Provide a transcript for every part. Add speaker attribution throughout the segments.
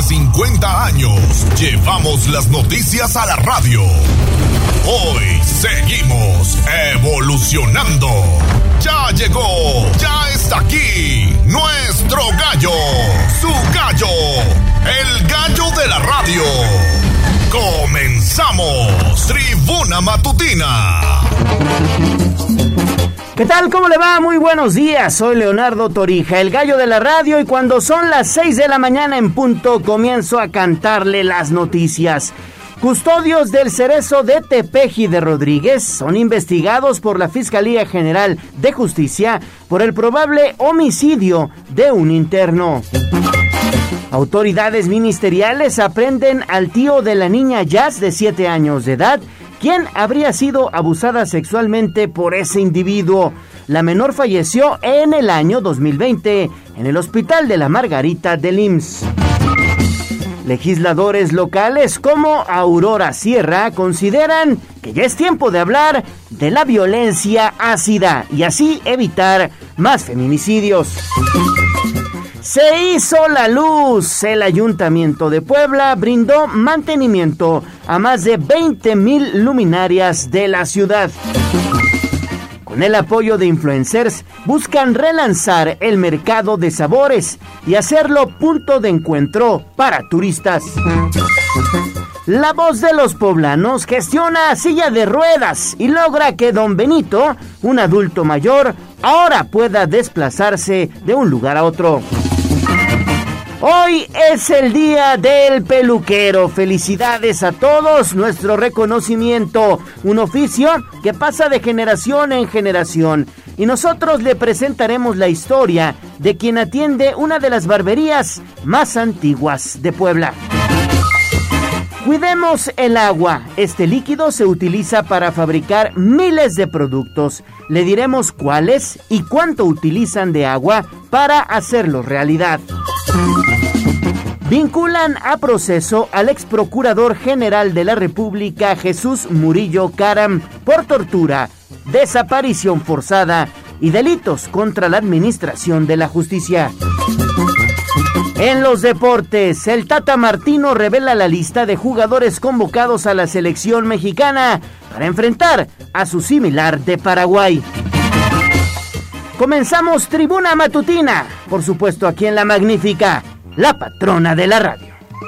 Speaker 1: 50 años llevamos las noticias a la radio. Hoy seguimos evolucionando. Ya llegó, ya está aquí nuestro gallo, su gallo, el gallo de la radio. Comenzamos, Tribuna Matutina.
Speaker 2: ¿Qué tal? ¿Cómo le va? Muy buenos días. Soy Leonardo Torija, el gallo de la radio, y cuando son las 6 de la mañana en punto, comienzo a cantarle las noticias. Custodios del Cerezo de Tepeji de Rodríguez son investigados por la Fiscalía General de Justicia por el probable homicidio de un interno. Autoridades ministeriales aprenden al tío de la niña Jazz de 7 años de edad, quien habría sido abusada sexualmente por ese individuo. La menor falleció en el año 2020 en el Hospital de la Margarita del IMSS. Legisladores locales como Aurora Sierra consideran que ya es tiempo de hablar de la violencia ácida y así evitar más feminicidios. Se hizo la luz. El Ayuntamiento de Puebla brindó mantenimiento a más de 20,000 luminarias de la ciudad. Con el apoyo de influencers, buscan relanzar el mercado de sabores y hacerlo punto de encuentro para turistas. La Voz de los Poblanos gestiona silla de ruedas y logra que don Benito, un adulto mayor, ahora pueda desplazarse de un lugar a otro. Hoy es el día del peluquero. Felicidades a todos, nuestro reconocimiento, un oficio que pasa de generación en generación. Y nosotros le presentaremos la historia de quien atiende una de las barberías más antiguas de Puebla. Cuidemos el agua. Este líquido se utiliza para fabricar miles de productos. Le diremos cuáles y cuánto utilizan de agua para hacerlo realidad. Vinculan a proceso al ex procurador general de la República, Jesús Murillo Caram, por tortura, desaparición forzada y delitos contra la administración de la justicia. En los deportes, el Tata Martino revela la lista de jugadores convocados a la selección mexicana para enfrentar a su similar de Paraguay. Comenzamos Tribuna Matutina, por supuesto aquí en La Magnífica, la patrona de la radio.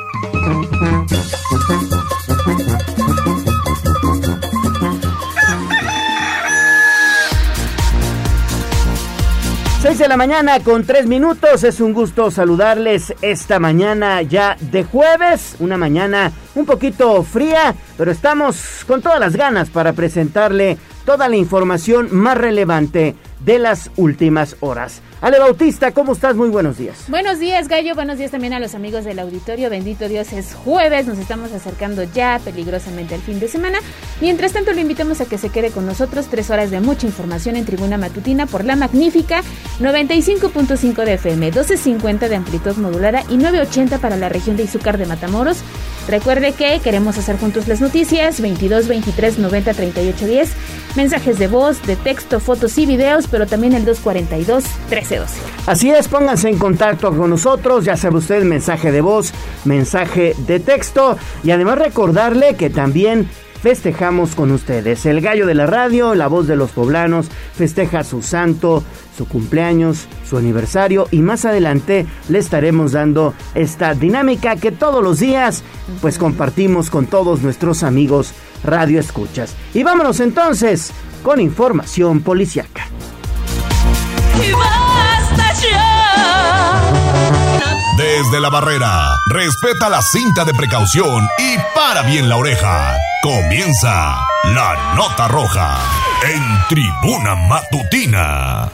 Speaker 2: 6 de la mañana con 3 minutos, es un gusto saludarles esta mañana ya de jueves, una mañana un poquito fría, pero estamos con todas las ganas para presentarle toda la información más relevante de las últimas horas. Ale Bautista, ¿cómo estás? Muy buenos días.
Speaker 3: Buenos días, Gallo. Buenos días también a los amigos del auditorio. Bendito Dios, es jueves. Nos estamos acercando ya peligrosamente al fin de semana. Mientras tanto, lo invitamos a que se quede con nosotros. 3 horas de mucha información en Tribuna Matutina por La Magnífica, 95.5 de FM, 1250 de amplitud modulada y 980 para la región de Izúcar de Matamoros. Recuerde que queremos hacer juntos las noticias, 22 23 90 38 10, mensajes de voz, de texto, fotos y videos, pero también el 242 1312.
Speaker 2: Así es, pónganse en contacto con nosotros, ya sabe usted, mensaje de voz, mensaje de texto, y además recordarle que también festejamos con ustedes. El gallo de la radio, la voz de los poblanos, festeja su santo, su cumpleaños, su aniversario, y más adelante le estaremos dando esta dinámica que todos los días pues compartimos con todos nuestros amigos radio escuchas. Y vámonos entonces con información policiaca.
Speaker 4: Y basta ya.
Speaker 1: Desde la barrera, respeta la cinta de precaución y para bien la oreja. Comienza la Nota Roja en Tribuna Matutina.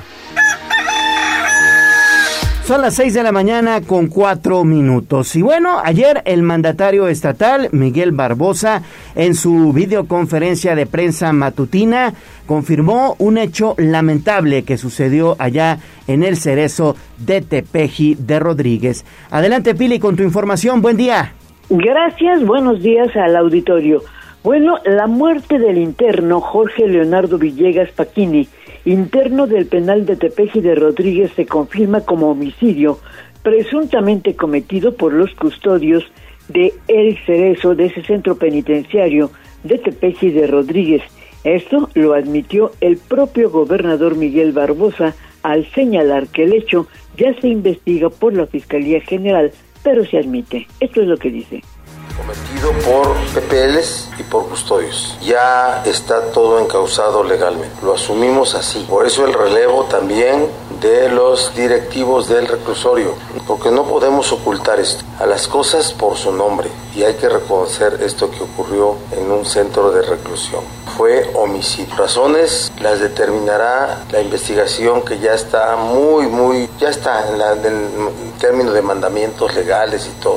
Speaker 2: Son las 6 de la mañana con 4 minutos. Y bueno, ayer el mandatario estatal, Miguel Barbosa, en su videoconferencia de prensa matutina, confirmó un hecho lamentable que sucedió allá en el Cerezo de Tepeji de Rodríguez. Adelante, Pili, con tu información. Buen día.
Speaker 5: Gracias, buenos días al auditorio. Bueno, la muerte del interno Jorge Leonardo Villegas Paquini, interno del penal de Tepeji de Rodríguez, se confirma como homicidio, presuntamente cometido por los custodios de El Cerezo, de ese centro penitenciario de Tepeji de Rodríguez. Esto lo admitió el propio gobernador Miguel Barbosa al señalar que el hecho ya se investiga por la Fiscalía General, pero se admite. Esto es lo que dice.
Speaker 6: Cometido por PPLs y por custodios. Ya está todo encauzado legalmente. Lo asumimos así. Por eso el relevo también de los directivos del reclusorio, porque no podemos ocultar esto, a las cosas por su nombre, y hay que reconocer esto que ocurrió en un centro de reclusión. Fue homicidio. Razones las determinará la investigación, que ya está ya está en términos de mandamientos legales y todo.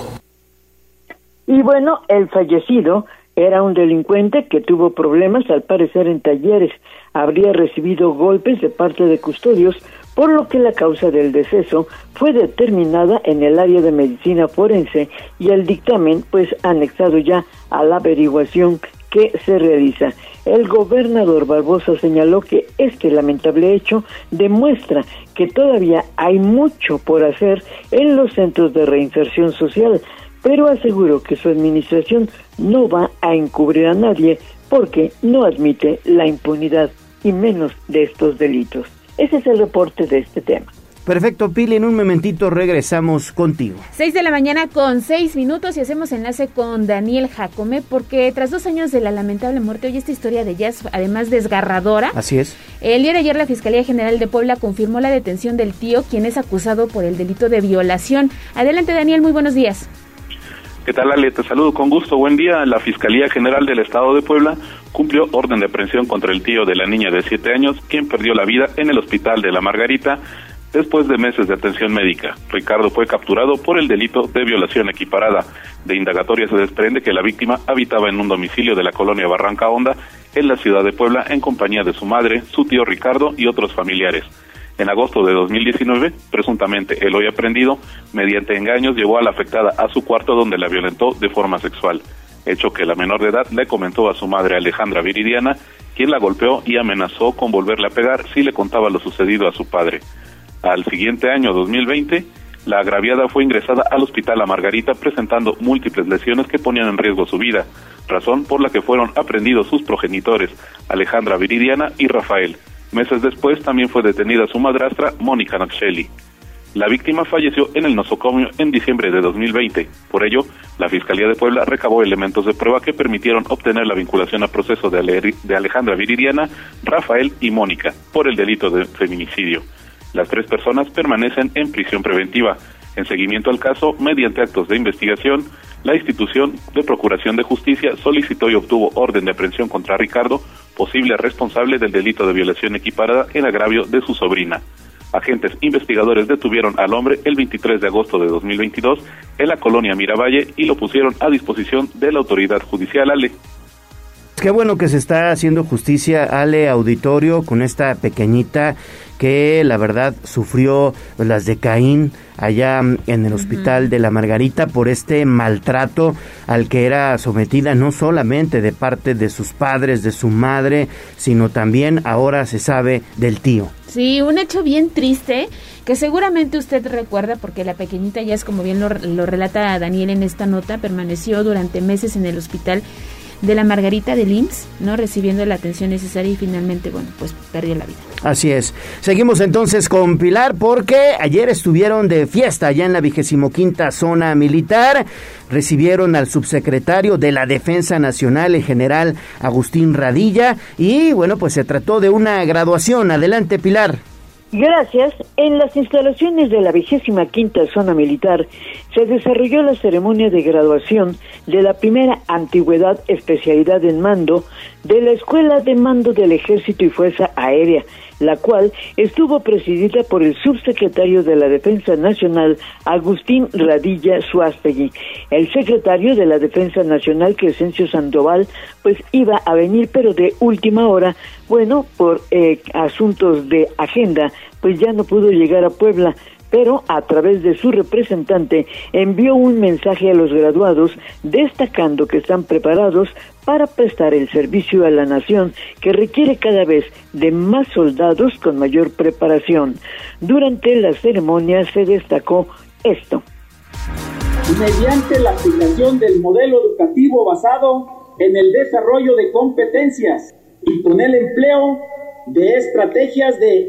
Speaker 5: Y bueno, el fallecido era un delincuente que tuvo problemas, al parecer, en Talleres. Habría recibido golpes de parte de custodios, por lo que la causa del deceso fue determinada en el área de medicina forense y el dictamen, pues, anexado ya a la averiguación que se realiza. El gobernador Barbosa señaló que este lamentable hecho demuestra que todavía hay mucho por hacer en los centros de reinserción social, pero aseguró que su administración no va a encubrir a nadie porque no admite la impunidad y menos de estos delitos. Ese es el reporte de este tema.
Speaker 2: Perfecto, Pili, en un momentito regresamos contigo.
Speaker 3: 6:06 a.m. y hacemos enlace con Daniel Jacome, porque tras 2 años de la lamentable muerte, hoy esta historia de Jazz, además desgarradora.
Speaker 2: Así es.
Speaker 3: El día de ayer la Fiscalía General de Puebla confirmó la detención del tío, quien es acusado por el delito de violación. Adelante, Daniel, muy buenos días.
Speaker 7: ¿Qué tal, Ale? Te saludo con gusto. Buen día. La Fiscalía General del Estado de Puebla cumplió orden de aprehensión contra el tío de la niña de 7 años, quien perdió la vida en el hospital de La Margarita después de meses de atención médica. Ricardo fue capturado por el delito de violación equiparada. De indagatoria se desprende que la víctima habitaba en un domicilio de la colonia Barranca Honda, en la ciudad de Puebla, en compañía de su madre, su tío Ricardo y otros familiares. En agosto de 2019, presuntamente el hoy aprendido, mediante engaños, llevó a la afectada a su cuarto, donde la violentó de forma sexual, hecho que la menor de edad le comentó a su madre Alejandra Viridiana, quien la golpeó y amenazó con volverle a pegar si le contaba lo sucedido a su padre. Al siguiente año, 2020, la agraviada fue ingresada al hospital La Margarita presentando múltiples lesiones que ponían en riesgo su vida, razón por la que fueron aprehendidos sus progenitores, Alejandra Viridiana y Rafael. Meses después también fue detenida su madrastra, Mónica Naxeli. La víctima falleció en el nosocomio en diciembre de 2020. Por ello, la Fiscalía de Puebla recabó elementos de prueba que permitieron obtener la vinculación a proceso de Alejandra Viridiana, Rafael y Mónica por el delito de feminicidio. Las 3 personas permanecen en prisión preventiva. En seguimiento al caso, mediante actos de investigación, la institución de Procuración de Justicia solicitó y obtuvo orden de aprehensión contra Ricardo, posible responsable del delito de violación equiparada en agravio de su sobrina. Agentes investigadores detuvieron al hombre el 23 de agosto de 2022 en la colonia Miravalle y lo pusieron a disposición de la autoridad judicial, Ale.
Speaker 2: Qué bueno que se está haciendo justicia, Ale, auditorio, con esta pequeñita que la verdad sufrió las de Caín allá en el hospital de La Margarita por este maltrato al que era sometida, no solamente de parte de sus padres, de su madre, sino también ahora se sabe del tío.
Speaker 3: Sí, un hecho bien triste que seguramente usted recuerda, porque la pequeñita, ya es como bien lo relata Daniel en esta nota, permaneció durante meses en el hospital de La Margarita del IMSS, ¿no?, recibiendo la atención necesaria y finalmente, bueno, pues perdió la vida.
Speaker 2: Así es. Seguimos entonces con Pilar, porque ayer estuvieron de fiesta allá en la 25ª Zona Militar. Recibieron al subsecretario de la Defensa Nacional, el general Agustín Radilla, y bueno, pues se trató de una graduación. Adelante, Pilar.
Speaker 5: Gracias. En las instalaciones de la 25ª Zona Militar se desarrolló la ceremonia de graduación de la primera antigüedad especialidad en mando de la Escuela de Mando del Ejército y Fuerza Aérea, la cual estuvo presidida por el subsecretario de la Defensa Nacional, Agustín Radilla Suástegui. El secretario de la Defensa Nacional, Crescencio Sandoval, pues iba a venir, pero de última hora, bueno, por asuntos de agenda, pues ya no pudo llegar a Puebla, pero a través de su representante envió un mensaje a los graduados destacando que están preparados para prestar el servicio a la nación, que requiere cada vez de más soldados con mayor preparación. Durante la ceremonia se destacó esto.
Speaker 8: Mediante la aplicación del modelo educativo basado en el desarrollo de competencias y con el empleo de estrategias de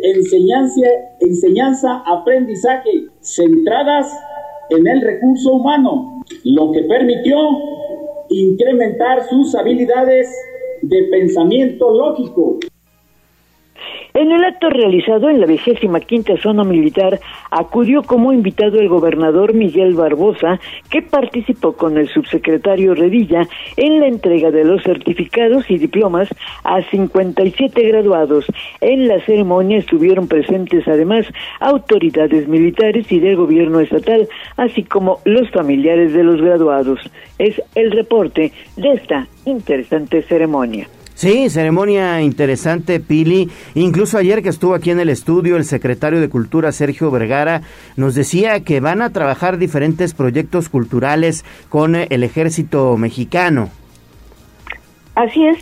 Speaker 8: enseñanza-aprendizaje centradas en el recurso humano, lo que permitió incrementar sus habilidades de pensamiento lógico.
Speaker 5: En el acto realizado en la 25ª Zona Militar, acudió como invitado el gobernador Miguel Barbosa, que participó con el subsecretario Redilla en la entrega de los certificados y diplomas a 57 graduados. En la ceremonia estuvieron presentes además autoridades militares y del gobierno estatal, así como los familiares de los graduados. Es el reporte de esta interesante ceremonia.
Speaker 2: Sí, ceremonia interesante, Pili. Incluso ayer que estuvo aquí en el estudio, el secretario de Cultura, Sergio Vergara, nos decía que van a trabajar diferentes proyectos culturales con el ejército mexicano.
Speaker 5: Así es,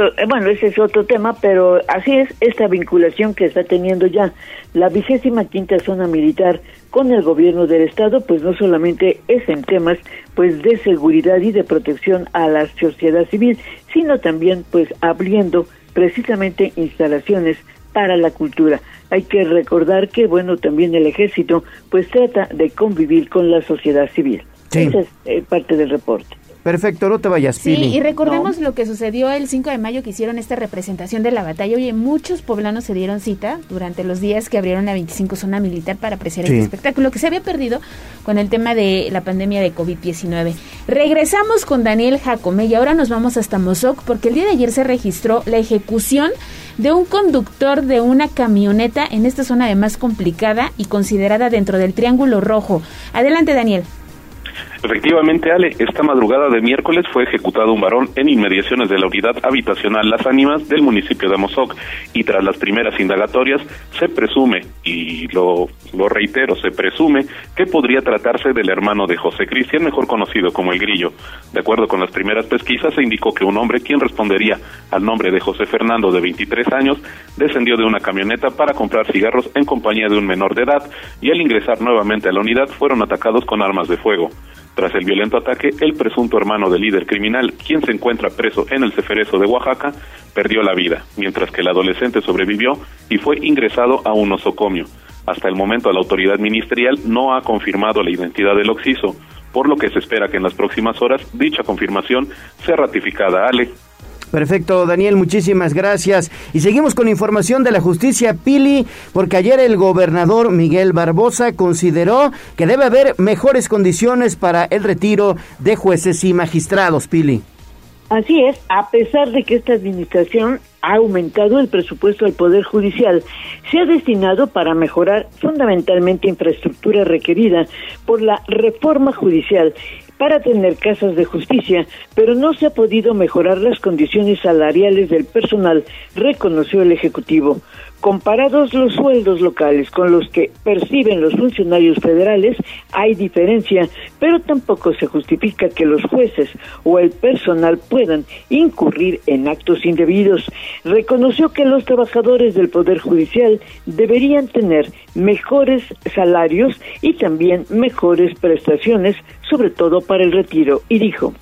Speaker 5: ese es otro tema, pero así es esta vinculación que está teniendo ya la 25ª Zona Militar con el gobierno del estado, pues no solamente es en temas pues de seguridad y de protección a la sociedad civil, sino también pues abriendo precisamente instalaciones para la cultura. Hay que recordar que también el ejército pues trata de convivir con la sociedad civil. Sí. Esa es parte del reporte.
Speaker 2: Perfecto, no te vayas, Pili.
Speaker 3: Sí, y recordemos lo que sucedió el 5 de mayo que hicieron esta representación de la batalla. Oye, muchos poblanos se dieron cita durante los días que abrieron la 25 Zona Militar para apreciar este espectáculo que se había perdido con el tema de la pandemia de COVID-19. Regresamos con Daniel Jacome y ahora nos vamos hasta Mozoc porque el día de ayer se registró la ejecución de un conductor de una camioneta en esta zona además complicada y considerada dentro del Triángulo Rojo. Adelante, Daniel.
Speaker 7: Efectivamente, Ale, esta madrugada de miércoles fue ejecutado un varón en inmediaciones de la unidad habitacional Las Ánimas del municipio de Amozoc, y tras las primeras indagatorias se presume, y lo reitero, se presume que podría tratarse del hermano de José Cristian, mejor conocido como El Grillo. De acuerdo con las primeras pesquisas, se indicó que un hombre, quien respondería al nombre de José Fernando, de 23 años, descendió de una camioneta para comprar cigarros en compañía de un menor de edad, y al ingresar nuevamente a la unidad fueron atacados con armas de fuego. Tras el violento ataque, el presunto hermano del líder criminal, quien se encuentra preso en el Ceferezo de Oaxaca, perdió la vida, mientras que el adolescente sobrevivió y fue ingresado a un nosocomio. Hasta el momento, la autoridad ministerial no ha confirmado la identidad del occiso, por lo que se espera que en las próximas horas dicha confirmación sea ratificada. Ale.
Speaker 2: Perfecto, Daniel, muchísimas gracias. Y seguimos con información de la justicia, Pili, porque ayer el gobernador Miguel Barbosa consideró que debe haber mejores condiciones para el retiro de jueces y magistrados, Pili.
Speaker 5: Así es, a pesar de que esta administración ha aumentado el presupuesto del Poder Judicial, se ha destinado para mejorar fundamentalmente infraestructura requerida por la reforma judicial para tener casas de justicia, pero no se ha podido mejorar las condiciones salariales del personal, reconoció el Ejecutivo. Comparados los sueldos locales con los que perciben los funcionarios federales, hay diferencia, pero tampoco se justifica que los jueces o el personal puedan incurrir en actos indebidos. Reconoció que los trabajadores del Poder Judicial deberían tener mejores salarios y también mejores prestaciones, sobre todo para el retiro, y dijo: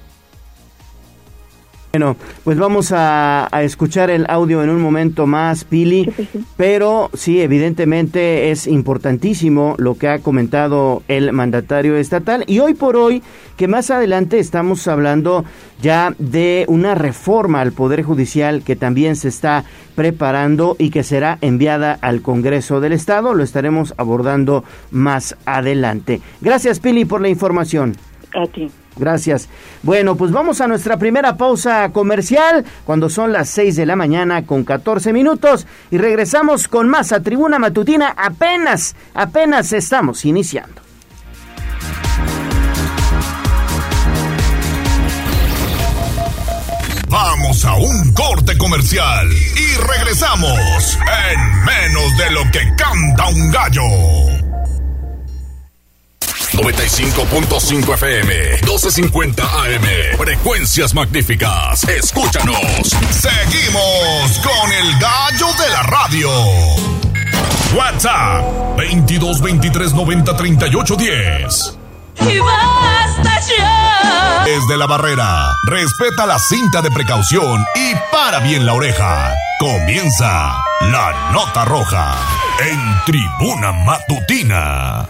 Speaker 2: bueno, pues vamos a escuchar el audio en un momento más, Pili, pero sí, evidentemente es importantísimo lo que ha comentado el mandatario estatal, y hoy por hoy, que más adelante estamos hablando ya de una reforma al Poder Judicial que también se está preparando y que será enviada al Congreso del Estado. Lo estaremos abordando más adelante. Gracias, Pili, por la información.
Speaker 5: A ti.
Speaker 2: Gracias. Bueno, pues vamos a nuestra primera pausa comercial cuando son las 6 de la mañana con 14 minutos y regresamos con más a Tribuna Matutina. Apenas estamos iniciando.
Speaker 1: Vamos a un corte comercial y regresamos en menos de lo que canta un gallo. 95.5 FM, 1250 AM, frecuencias magníficas. Escúchanos. Seguimos con el gallo de la radio. WhatsApp 22 23 90 38 10.
Speaker 4: Y basta ya.
Speaker 1: Desde la barrera, respeta la cinta de precaución y para bien la oreja. Comienza la Nota Roja en Tribuna Matutina.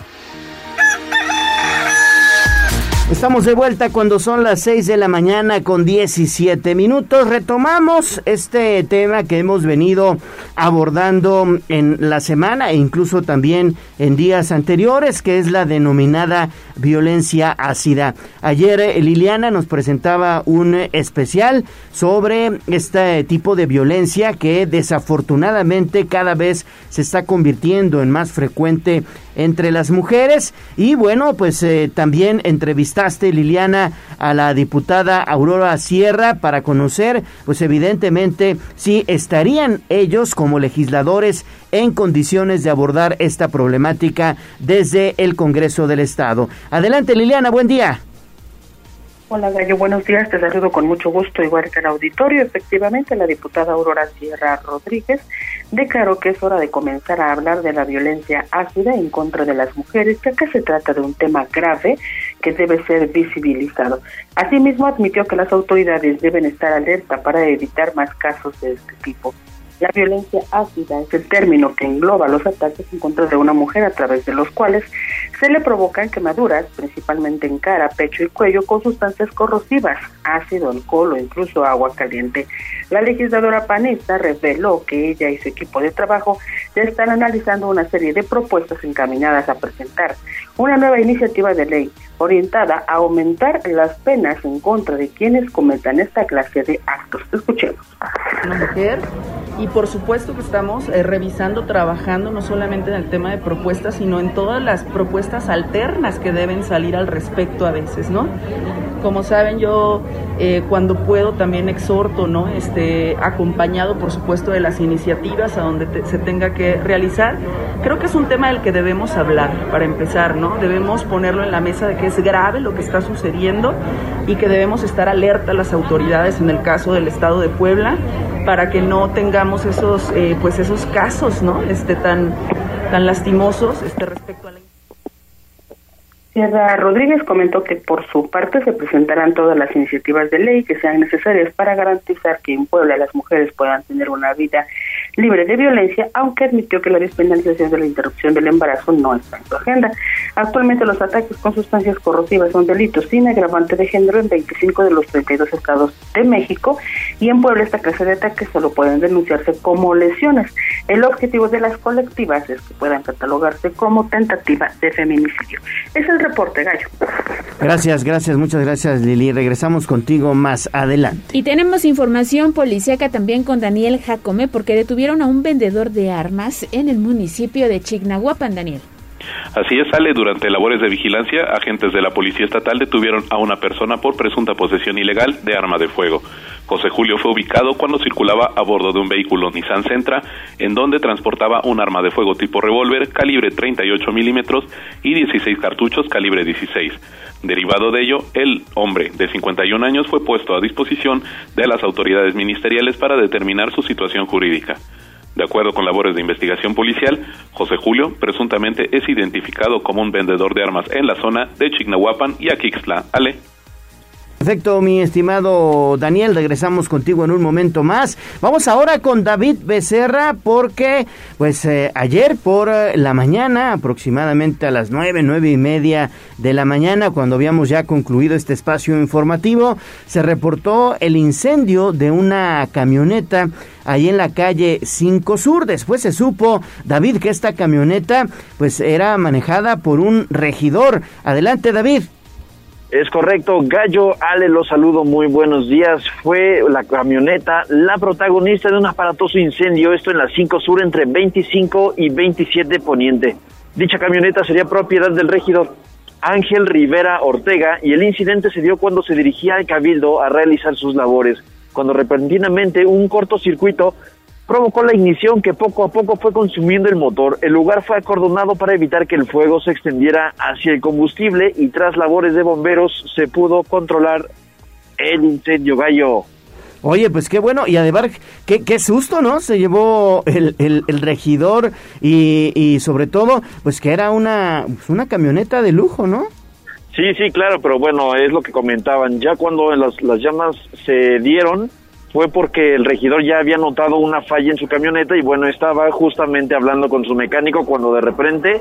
Speaker 2: Estamos de vuelta cuando son las 6 de la mañana con 17 minutos. Retomamos este tema que hemos venido abordando en la semana e incluso también en días anteriores, que es la denominada violencia ácida. Ayer Liliana nos presentaba un especial sobre este tipo de violencia que desafortunadamente cada vez se está convirtiendo en más frecuente entre las mujeres. Y bueno, pues también entrevistaste, Liliana, a la diputada Aurora Sierra para conocer, pues evidentemente, si estarían ellos como legisladores en condiciones de abordar esta problemática desde el Congreso del Estado. Adelante, Liliana, buen día.
Speaker 9: Hola, Gallo, buenos días, te saludo con mucho gusto, igual que el auditorio. Efectivamente, la diputada Aurora Sierra Rodríguez declaró que es hora de comenzar a hablar de la violencia ácida en contra de las mujeres, ya que se trata de un tema grave que debe ser visibilizado. Asimismo, admitió que las autoridades deben estar alerta para evitar más casos de este tipo. La violencia ácida es el término que engloba los ataques en contra de una mujer a través de los cuales se le provocan quemaduras, principalmente en cara, pecho y cuello, con sustancias corrosivas, ácido, alcohol o incluso agua caliente. La legisladora panista reveló que ella y su equipo de trabajo ya están analizando una serie de propuestas encaminadas a presentar una nueva iniciativa de ley orientada a aumentar las penas en contra de quienes cometan esta clase de actos. Escuchemos.
Speaker 10: Una mujer, y por supuesto que estamos revisando, trabajando no solamente en el tema de propuestas, sino en todas las propuestas alternas que deben salir al respecto a veces, ¿no? Como saben, yo cuando puedo también exhorto, ¿no? Acompañado, por supuesto, de las iniciativas a donde se tenga que realizar. Creo que es un tema del que debemos hablar, para empezar, ¿no? Debemos ponerlo en la mesa de que es grave lo que está sucediendo y que debemos estar alerta a las autoridades, en el caso del Estado de Puebla, para que no tengamos esos casos, ¿no? Tan lastimosos respecto a la...
Speaker 9: Sierra Rodríguez comentó que por su parte se presentarán todas las iniciativas de ley que sean necesarias para garantizar que en Puebla las mujeres puedan tener una vida libre de violencia, aunque admitió que la despenalización de la interrupción del embarazo no está en su agenda. Actualmente los ataques con sustancias corrosivas son delitos sin agravante de género en 25 de los 32 estados de México, y en Puebla esta clase de ataques solo pueden denunciarse como lesiones. El objetivo de las colectivas es que puedan catalogarse como tentativa de feminicidio. Es el reporte, Gallo.
Speaker 2: Gracias, muchas gracias, Lili. Regresamos contigo más adelante.
Speaker 3: Y tenemos información policíaca también con Daniel Jacome, porque detuvieron a un vendedor de armas en el municipio de Chignahuapan, Daniel.
Speaker 7: Así es, Ale. Durante labores de vigilancia, agentes de la Policía Estatal detuvieron a una persona por presunta posesión ilegal de arma de fuego. José Julio fue ubicado cuando circulaba a bordo de un vehículo Nissan Sentra, en donde transportaba un arma de fuego tipo revólver calibre 38 milímetros y 16 cartuchos calibre 16. Derivado de ello, el hombre de 51 años fue puesto a disposición de las autoridades ministeriales para determinar su situación jurídica. De acuerdo con labores de investigación policial, José Julio presuntamente es identificado como un vendedor de armas en la zona de Chignahuapan y Aquixtla. Ale.
Speaker 2: Perfecto, mi estimado Daniel, regresamos contigo en un momento más. Vamos ahora con David Becerra, porque pues ayer por la mañana, aproximadamente a las 9:30 de la mañana, cuando habíamos ya concluido este espacio informativo, se reportó el incendio de una camioneta ahí en la calle 5 Sur. Después se supo, David, que esta camioneta pues era manejada por un regidor. Adelante, David.
Speaker 11: Es correcto, Gallo, Ale, los saludo, muy buenos días. Fue la camioneta la protagonista de un aparatoso incendio, esto en la 5 Sur entre 25 y 27 Poniente. Dicha camioneta sería propiedad del regidor Ángel Rivera Ortega y el incidente se dio cuando se dirigía al Cabildo a realizar sus labores, cuando repentinamente un cortocircuito provocó la ignición que poco a poco fue consumiendo el motor. El lugar fue acordonado para evitar que el fuego se extendiera hacia el combustible y tras labores de bomberos se pudo controlar el incendio, Gallo.
Speaker 2: Oye, pues qué bueno, y además, qué susto, ¿no? Se llevó el regidor y sobre todo, pues que era una camioneta de lujo, ¿no?
Speaker 11: Sí, claro, pero bueno, es lo que comentaban. Ya cuando las llamas se dieron, fue porque el regidor ya había notado una falla en su camioneta y bueno, estaba justamente hablando con su mecánico cuando de repente,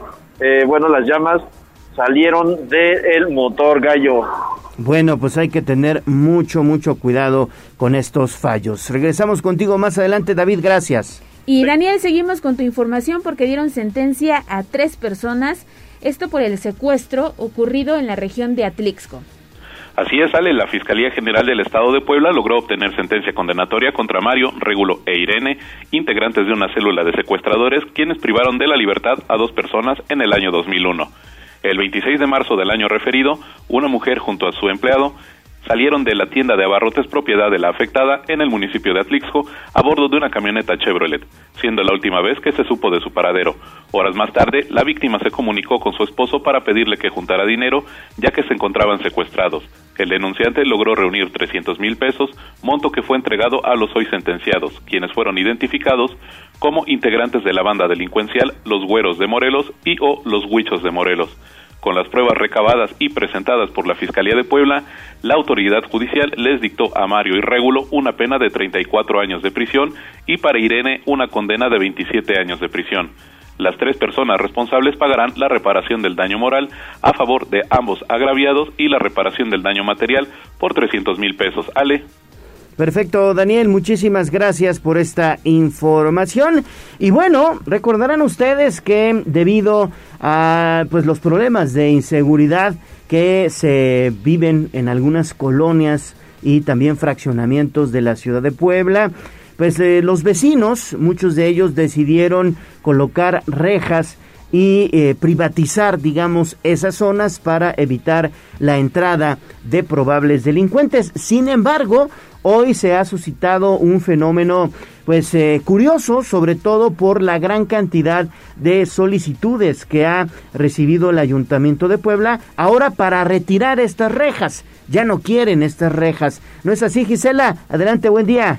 Speaker 11: las llamas salieron del motor, Gallo.
Speaker 2: Bueno, pues hay que tener mucho cuidado con estos fallos. Regresamos contigo más adelante, David, gracias.
Speaker 3: Y Daniel, seguimos con tu información porque dieron sentencia a 3 personas, esto por el secuestro ocurrido en la región de Atlixco.
Speaker 7: Así es, Ale, la Fiscalía General del Estado de Puebla logró obtener sentencia condenatoria contra Mario, Régulo e Irene, integrantes de una célula de secuestradores, quienes privaron de la libertad a 2 personas en el año 2001. El 26 de marzo del año referido, una mujer junto a su empleado salieron de la tienda de abarrotes propiedad de la afectada en el municipio de Atlixco a bordo de una camioneta Chevrolet, siendo la última vez que se supo de su paradero. Horas más tarde, la víctima se comunicó con su esposo para pedirle que juntara dinero, ya que se encontraban secuestrados. El denunciante logró reunir 300,000 pesos, monto que fue entregado a los hoy sentenciados, quienes fueron identificados como integrantes de la banda delincuencial Los Güeros de Morelos y o Los Huichos de Morelos. Con las pruebas recabadas y presentadas por la Fiscalía de Puebla, la autoridad judicial les dictó a Mario y Régulo una pena de 34 años de prisión y para Irene una condena de 27 años de prisión. Las 3 personas responsables pagarán la reparación del daño moral a favor de ambos agraviados y la reparación del daño material por 300,000 pesos. Ale.
Speaker 2: Perfecto, Daniel, muchísimas gracias por esta información. Y bueno, recordarán ustedes que debido a los problemas de inseguridad que se viven en algunas colonias y también fraccionamientos de la ciudad de Puebla, pues los vecinos, muchos de ellos decidieron colocar rejas y privatizar, digamos, esas zonas para evitar la entrada de probables delincuentes. Sin embargo, hoy se ha suscitado un fenómeno curioso, sobre todo por la gran cantidad de solicitudes que ha recibido el Ayuntamiento de Puebla ahora para retirar estas rejas. Ya no quieren estas rejas. ¿No es así, Gisela? Adelante, buen día.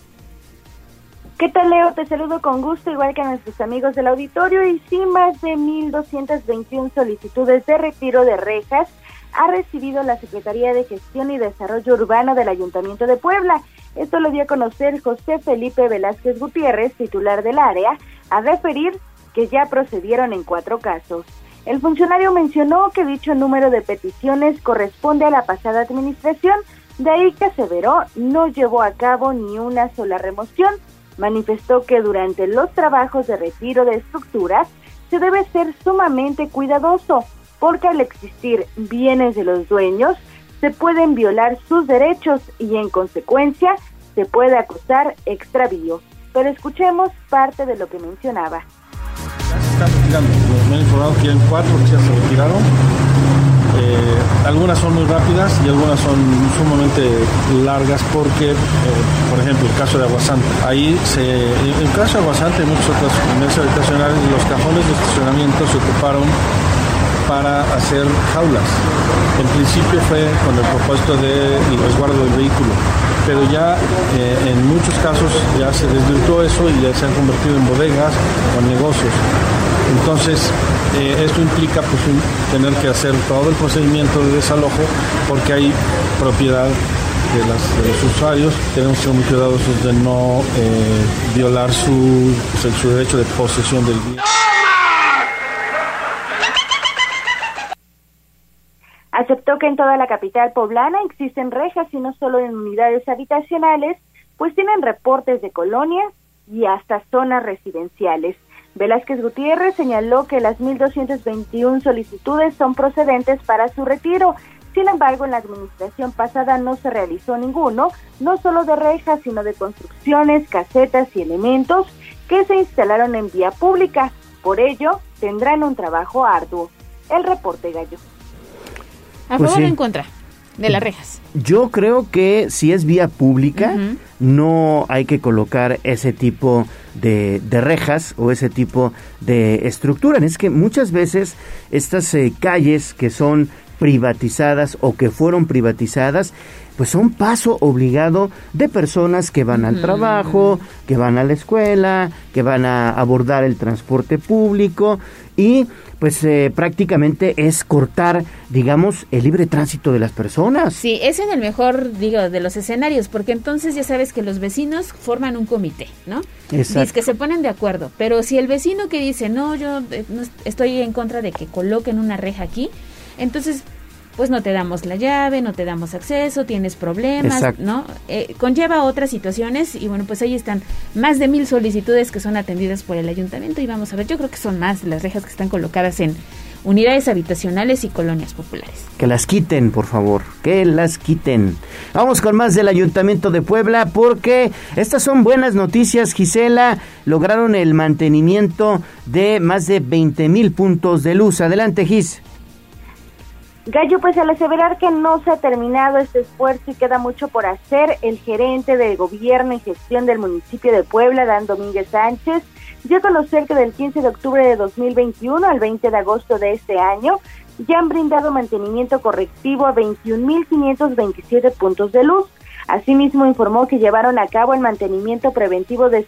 Speaker 12: ¿Qué tal, Leo? Te saludo con gusto, igual que a nuestros amigos del auditorio, y sí, más de 1,221 solicitudes de retiro de rejas ha recibido la Secretaría de Gestión y Desarrollo Urbano del Ayuntamiento de Puebla. Esto lo dio a conocer José Felipe Velázquez Gutiérrez, titular del área, a referir que ya procedieron en 4 casos. El funcionario mencionó que dicho número de peticiones corresponde a la pasada administración, de ahí que aseveró no llevó a cabo ni una sola remoción. Manifestó que durante los trabajos de retiro de estructuras se debe ser sumamente cuidadoso, porque al existir bienes de los dueños, se pueden violar sus derechos y en consecuencia se puede acusar extravío. Pero escuchemos parte de lo que mencionaba.
Speaker 13: Ya se están retirando, me han informado que hay 4 que ya se retiraron. Algunas son muy rápidas y algunas son sumamente largas porque, por ejemplo, el caso de Aguasanta. En el caso de Aguasanta y muchos otros comercios habitacionales, los cajones de estacionamiento se ocuparon para hacer jaulas. En principio fue con el propósito del resguardo del vehículo, pero ya en muchos casos ya se desvirtuó eso y ya se han convertido en bodegas o en negocios. Entonces, esto implica tener que hacer todo el procedimiento de desalojo porque hay propiedad de los usuarios. Tenemos que ser muy cuidadosos de no violar su derecho de posesión del bien.
Speaker 12: Aceptó que en toda la capital poblana existen rejas y no solo en unidades habitacionales, pues tienen reportes de colonias y hasta zonas residenciales. Velázquez Gutiérrez señaló que las 1,221 solicitudes son procedentes para su retiro. Sin embargo, en la administración pasada no se realizó ninguno, no solo de rejas, sino de construcciones, casetas y elementos que se instalaron en vía pública. Por ello, tendrán un trabajo arduo. El reporte, Gallo.
Speaker 3: ¿A favor o en contra de las rejas?
Speaker 2: Yo creo que si es vía pública, no hay que colocar ese tipo de rejas o ese tipo de estructura. Es que muchas veces estas calles que son privatizadas o que fueron privatizadas, pues son paso obligado de personas que van al trabajo, que van a la escuela, que van a abordar el transporte público y pues prácticamente es cortar, digamos, el libre tránsito de las personas.
Speaker 3: Sí, es en el mejor, de los escenarios, porque entonces ya sabes que los vecinos forman un comité, ¿no?
Speaker 2: Exacto.
Speaker 3: Dice que se ponen de acuerdo, pero si el vecino que dice, no, yo no estoy en contra de que coloquen una reja aquí, entonces pues no te damos la llave, no te damos acceso, tienes problemas, exacto, ¿no? Conlleva otras situaciones y bueno, pues ahí están más de 1,000 solicitudes que son atendidas por el ayuntamiento y vamos a ver, yo creo que son más las rejas que están colocadas en unidades habitacionales y colonias populares.
Speaker 2: Que las quiten, por favor, que las quiten. Vamos con más del Ayuntamiento de Puebla porque estas son buenas noticias, Gisela. Lograron el mantenimiento de más de 20,000 puntos de luz. Adelante, Gis.
Speaker 12: Gallo, pues al aseverar que no se ha terminado este esfuerzo y queda mucho por hacer, el gerente de Gobierno y Gestión del municipio de Puebla, Dan Domínguez Sánchez, dio a conocer que del 15 de octubre de 2021 al 20 de agosto de este año ya han brindado mantenimiento correctivo a 21,527 puntos de luz. Asimismo, informó que llevaron a cabo el mantenimiento preventivo de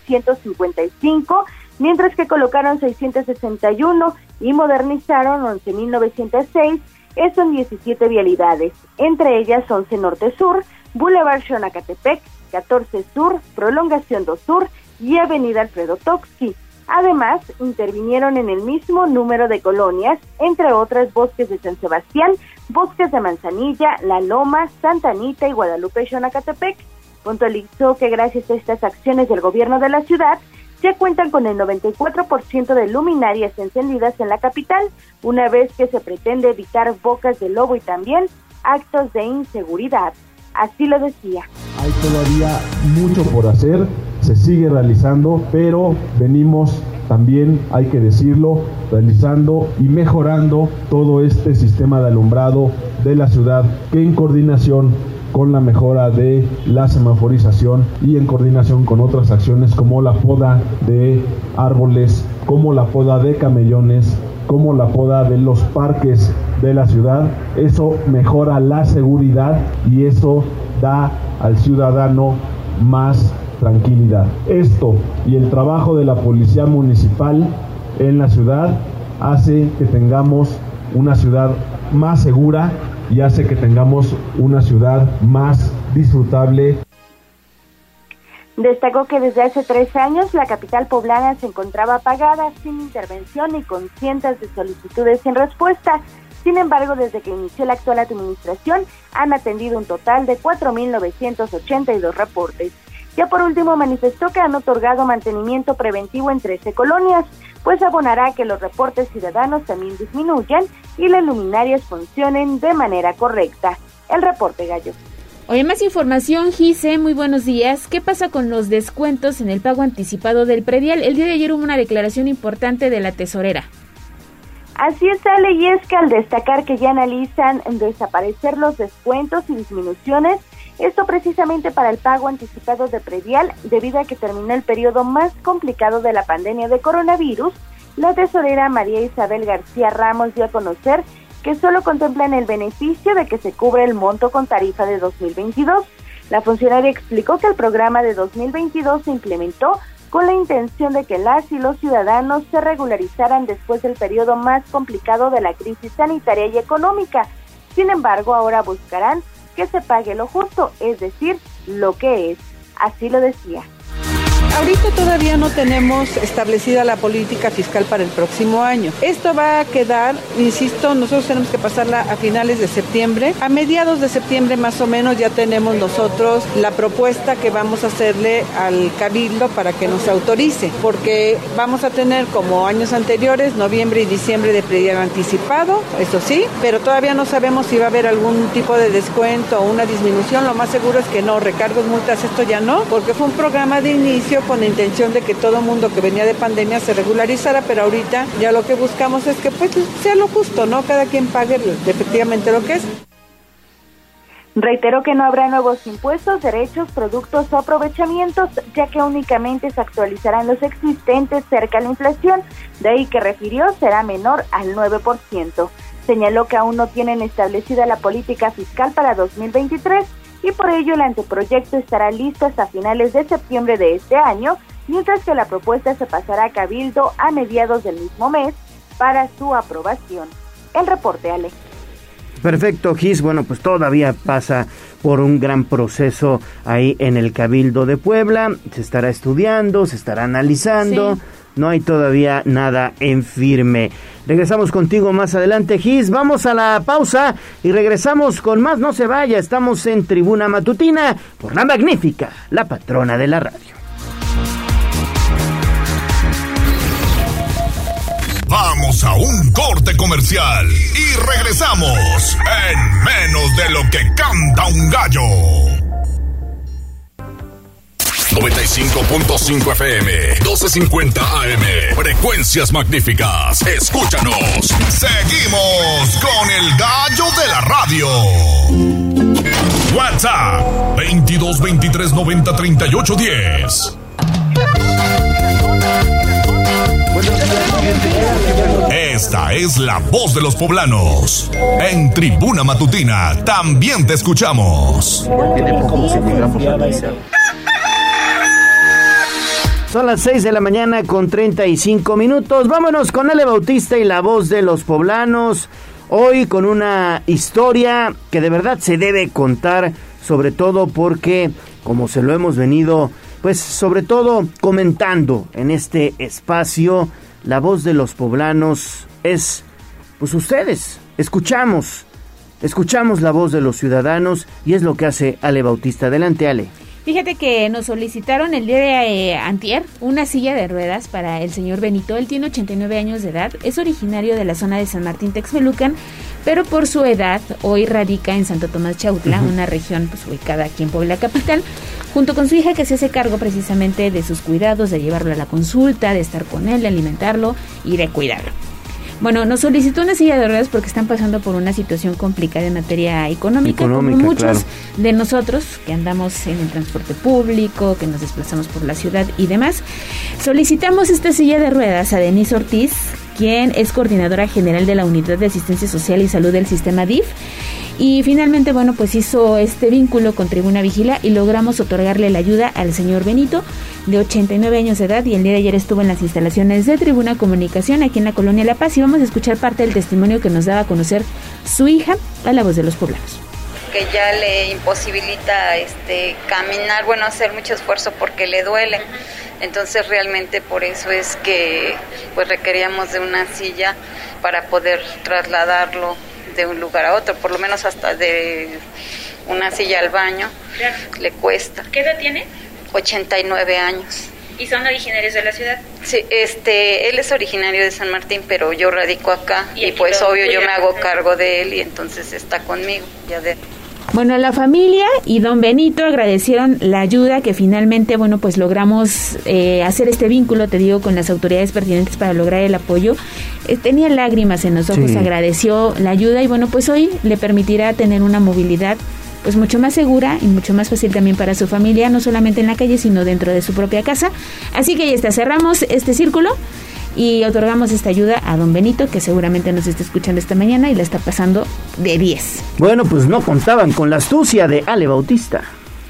Speaker 12: 6,155, mientras que colocaron 661 y modernizaron 11,906, eso en 17 vialidades, entre ellas 11 Norte Sur, Boulevard Xonacatepec, 14 Sur, Prolongación 2 Sur y Avenida Alfredo Toxqui. Además, intervinieron en el mismo número de colonias, entre otras Bosques de San Sebastián, Bosques de Manzanilla, La Loma, Santa Anita y Guadalupe Xonacatepec. Puntualizó que gracias a estas acciones del gobierno de la ciudad, ya cuentan con el 94% de luminarias encendidas en la capital, una vez que se pretende evitar bocas de lobo y también actos de inseguridad. Así lo decía.
Speaker 14: Hay todavía mucho por hacer, se sigue realizando, pero venimos también, hay que decirlo, realizando y mejorando todo este sistema de alumbrado de la ciudad, que en coordinación con la mejora de la semaforización y en coordinación con otras acciones como la poda de árboles, como la poda de camellones, como la poda de los parques de la ciudad, eso mejora la seguridad y eso da al ciudadano más tranquilidad. Esto y el trabajo de la policía municipal en la ciudad hace que tengamos una ciudad más segura y hace que tengamos una ciudad más disfrutable.
Speaker 12: Destacó que desde hace 3 años la capital poblana se encontraba apagada, sin intervención y con cientos de solicitudes sin respuesta. Sin embargo, desde que inició la actual administración, han atendido un total de 4,982 reportes. Ya por último manifestó que han otorgado mantenimiento preventivo en 13 colonias, pues abonará a que los reportes ciudadanos también disminuyan y las luminarias funcionen de manera correcta. El reporte, Gallo.
Speaker 3: Oye, más información, Gise, muy buenos días. ¿Qué pasa con los descuentos en el pago anticipado del predial? El día de ayer hubo una declaración importante de la tesorera.
Speaker 12: Así es, Ale, y es que al destacar que ya analizan desaparecer los descuentos y disminuciones, esto precisamente para el pago anticipado de predial, debido a que terminó el periodo más complicado de la pandemia de coronavirus, la tesorera María Isabel García Ramos dio a conocer que solo contemplan el beneficio de que se cubre el monto con tarifa de 2022. La funcionaria explicó que el programa de 2022 se implementó con la intención de que las y los ciudadanos se regularizaran después del periodo más complicado de la crisis sanitaria y económica. Sin embargo, ahora buscarán que se pague lo justo, es decir, lo que es. Así lo decía.
Speaker 10: Ahorita todavía no tenemos establecida la política fiscal para el próximo año. Esto va a quedar, insisto, nosotros tenemos que pasarla a finales de septiembre. A mediados de septiembre más o menos ya tenemos nosotros la propuesta que vamos a hacerle al Cabildo para que nos autorice, porque vamos a tener como años anteriores, noviembre y diciembre de predial anticipado, eso sí, pero todavía no sabemos si va a haber algún tipo de descuento o una disminución. Lo más seguro es que no, recargos, multas, esto ya no, porque fue un programa de inicio con la intención de que todo mundo que venía de pandemia se regularizara, pero ahorita ya lo que buscamos es que pues sea lo justo, ¿no? Cada quien pague efectivamente lo que es.
Speaker 12: Reiteró que no habrá nuevos impuestos, derechos, productos o aprovechamientos, ya que únicamente se actualizarán los existentes cerca a la inflación, de ahí que refirió será menor al 9%. Señaló que aún no tienen establecida la política fiscal para 2023 y por ello el anteproyecto estará listo hasta finales de septiembre de este año, mientras que la propuesta se pasará a Cabildo a mediados del mismo mes para su aprobación. El reporte, Ale.
Speaker 2: Perfecto, Gis. Bueno, pues todavía pasa por un gran proceso ahí en el Cabildo de Puebla. Se estará estudiando, se estará analizando. Sí. No hay todavía nada en firme. Regresamos contigo más adelante, Gis. Vamos a la pausa y regresamos con más. No se vaya, estamos en Tribuna Matutina por La Magnífica, la patrona de la radio.
Speaker 1: Vamos a un corte comercial y regresamos en menos de lo que canta un gallo. 95.5 FM, 1250 AM, frecuencias magníficas. Escúchanos. Seguimos con el gallo de la radio. WhatsApp 22 23 90 38 10. Esta es la voz de los poblanos. En Tribuna Matutina también te escuchamos.
Speaker 2: Son las 6 de la mañana con 35 minutos. Vámonos con Ale Bautista y la voz de los poblanos. Hoy con una historia que de verdad se debe contar, sobre todo porque, como se lo hemos venido, pues sobre todo comentando en este espacio, la voz de los poblanos es, pues ustedes, escuchamos la voz de los ciudadanos y es lo que hace Ale Bautista. Adelante, Ale.
Speaker 3: Fíjate que nos solicitaron el día de antier una silla de ruedas para el señor Benito. Él tiene 89 años de edad, es originario de la zona de San Martín Texmelucan, pero por su edad hoy radica en Santo Tomás Chautla, una región pues ubicada aquí en Puebla capital, junto con su hija que se hace cargo precisamente de sus cuidados, de llevarlo a la consulta, de estar con él, de alimentarlo y de cuidarlo. Bueno, nos solicitó una silla de ruedas porque están pasando por una situación complicada en materia económica como muchos claro. de nosotros que andamos en el transporte público, que nos desplazamos por la ciudad y demás. Solicitamos esta silla de ruedas a Denise Ortiz, quien es coordinadora general de la Unidad de Asistencia Social y Salud del Sistema DIF. Y finalmente, bueno, pues hizo este vínculo con Tribuna Vigila y logramos otorgarle la ayuda al señor Benito, de 89 años de edad, y el día de ayer estuvo en las instalaciones de Tribuna Comunicación aquí en la Colonia La Paz, y vamos a escuchar parte del testimonio que nos daba a conocer su hija a la voz de los poblanos.
Speaker 15: Que ya le imposibilita caminar, bueno, hacer mucho esfuerzo porque le duele. Entonces realmente por eso es que pues requeríamos de una silla para poder trasladarlo de un lugar a otro, por lo menos hasta de una silla al baño. Claro. Le cuesta.
Speaker 3: ¿Qué edad tiene?
Speaker 15: 89 años.
Speaker 3: ¿Y son originarios de la ciudad?
Speaker 15: Sí, él es originario de San Martín, pero yo radico acá y pues obvio yo me hago cargo de él y entonces está conmigo ya de.
Speaker 3: Bueno, la familia y don Benito agradecieron la ayuda que finalmente, bueno, pues logramos hacer este vínculo, te digo, con las autoridades pertinentes para lograr el apoyo. Tenía lágrimas en los ojos, sí. Agradeció la ayuda y bueno, pues hoy le permitirá tener una movilidad pues mucho más segura y mucho más fácil también para su familia, no solamente en la calle, sino dentro de su propia casa. Así que ya está, cerramos este círculo y otorgamos esta ayuda a don Benito, que seguramente nos está escuchando esta mañana y la está pasando de 10.
Speaker 2: Bueno, pues no contaban con la astucia de Ale Bautista.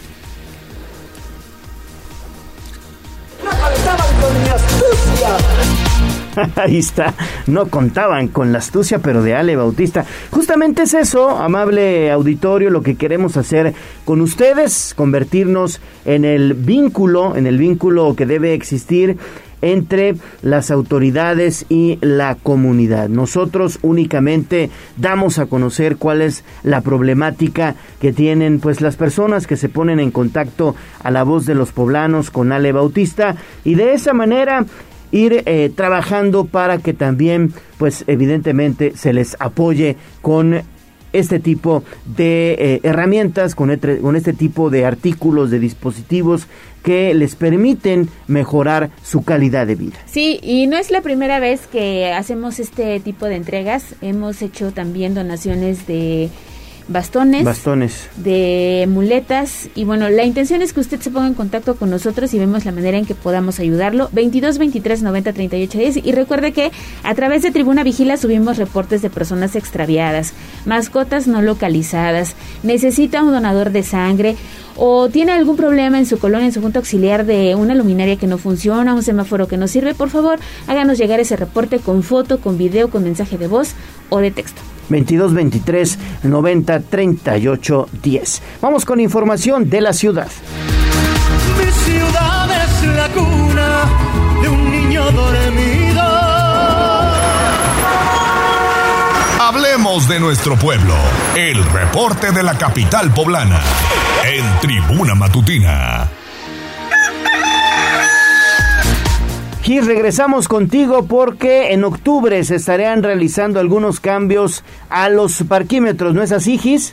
Speaker 2: No contaban con mi astucia. Ahí está, no contaban con la astucia, pero de Ale Bautista. Justamente es eso, amable auditorio, lo que queremos hacer con ustedes, convertirnos en el vínculo que debe existir entre las autoridades y la comunidad. Nosotros únicamente damos a conocer cuál es la problemática que tienen pues las personas que se ponen en contacto a la voz de los poblanos con Ale Bautista y de esa manera ir trabajando para que también pues evidentemente se les apoye con este tipo de herramientas, con este tipo de artículos, de dispositivos que les permiten mejorar su calidad de vida.
Speaker 3: Sí, y no es la primera vez que hacemos este tipo de entregas. Hemos hecho también donaciones de bastones, de muletas, y bueno, la intención es que usted se ponga en contacto con nosotros y vemos la manera en que podamos ayudarlo. 22 23 90 38 10, y recuerde que a través de Tribuna Vigila subimos reportes de personas extraviadas, mascotas no localizadas, necesita un donador de sangre, o tiene algún problema en su colonia, en su junta auxiliar, de una luminaria que no funciona, un semáforo que no sirve. Por favor, háganos llegar ese reporte con foto, con video, con mensaje de voz o de texto.
Speaker 2: 22 23 90 38 10. Vamos con información de la ciudad.
Speaker 4: Mi ciudad es la cuna de un niño dormido.
Speaker 1: Hablemos de nuestro pueblo. El reporte de la capital poblana en Tribuna Matutina.
Speaker 2: Gis, regresamos contigo porque en octubre se estarían realizando algunos cambios a los parquímetros, ¿no es así, Gis?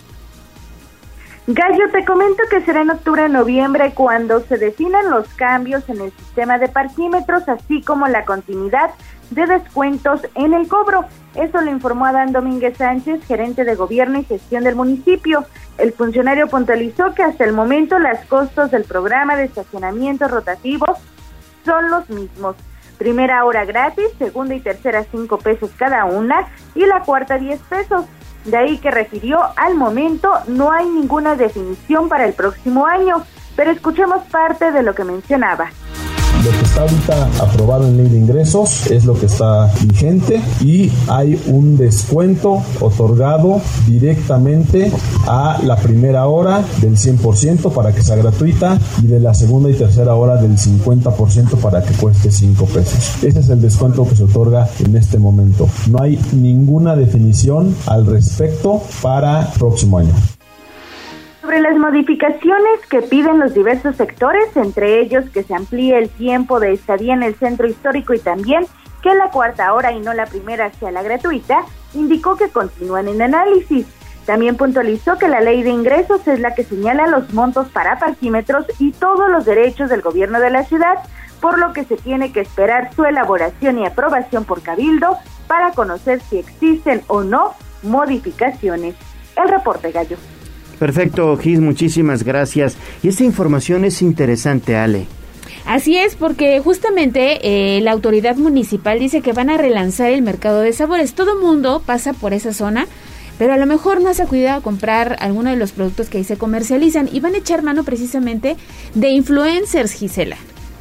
Speaker 12: Gallo, te comento que será en octubre-noviembre cuando se definan los cambios en el sistema de parquímetros, así como la continuidad de descuentos en el cobro. Eso lo informó Adán Domínguez Sánchez, gerente de Gobierno y Gestión del municipio. El funcionario puntualizó que hasta el momento los costos del programa de estacionamientos rotativos son los mismos. Primera hora gratis, segunda y tercera 5 pesos cada una, y la cuarta 10 pesos. De ahí que refirió, al momento no hay ninguna definición para el próximo año, pero escuchemos parte de lo que mencionaba.
Speaker 14: Lo que está ahorita aprobado en ley de ingresos es lo que está vigente y hay un descuento otorgado directamente a la primera hora del 100% para que sea gratuita y de la segunda y tercera hora del 50% para que cueste 5 pesos. Ese es el descuento que se otorga en este momento. No hay ninguna definición al respecto para el próximo año.
Speaker 12: Sobre las modificaciones que piden los diversos sectores, entre ellos que se amplíe el tiempo de estadía en el centro histórico y también que la cuarta hora y no la primera sea la gratuita, indicó que continúan en análisis. También puntualizó que la ley de ingresos es la que señala los montos para parquímetros y todos los derechos del gobierno de la ciudad, por lo que se tiene que esperar su elaboración y aprobación por Cabildo para conocer si existen o no modificaciones. El reporte, Gallo.
Speaker 2: Perfecto, Gis, muchísimas gracias. Y esta información es interesante, Ale.
Speaker 3: Así es, porque justamente la autoridad municipal dice que van a relanzar el mercado de sabores. Todo mundo pasa por esa zona, pero a lo mejor no se ha cuidado a comprar alguno de los productos que ahí se comercializan y van a echar mano precisamente de influencers, Gisela.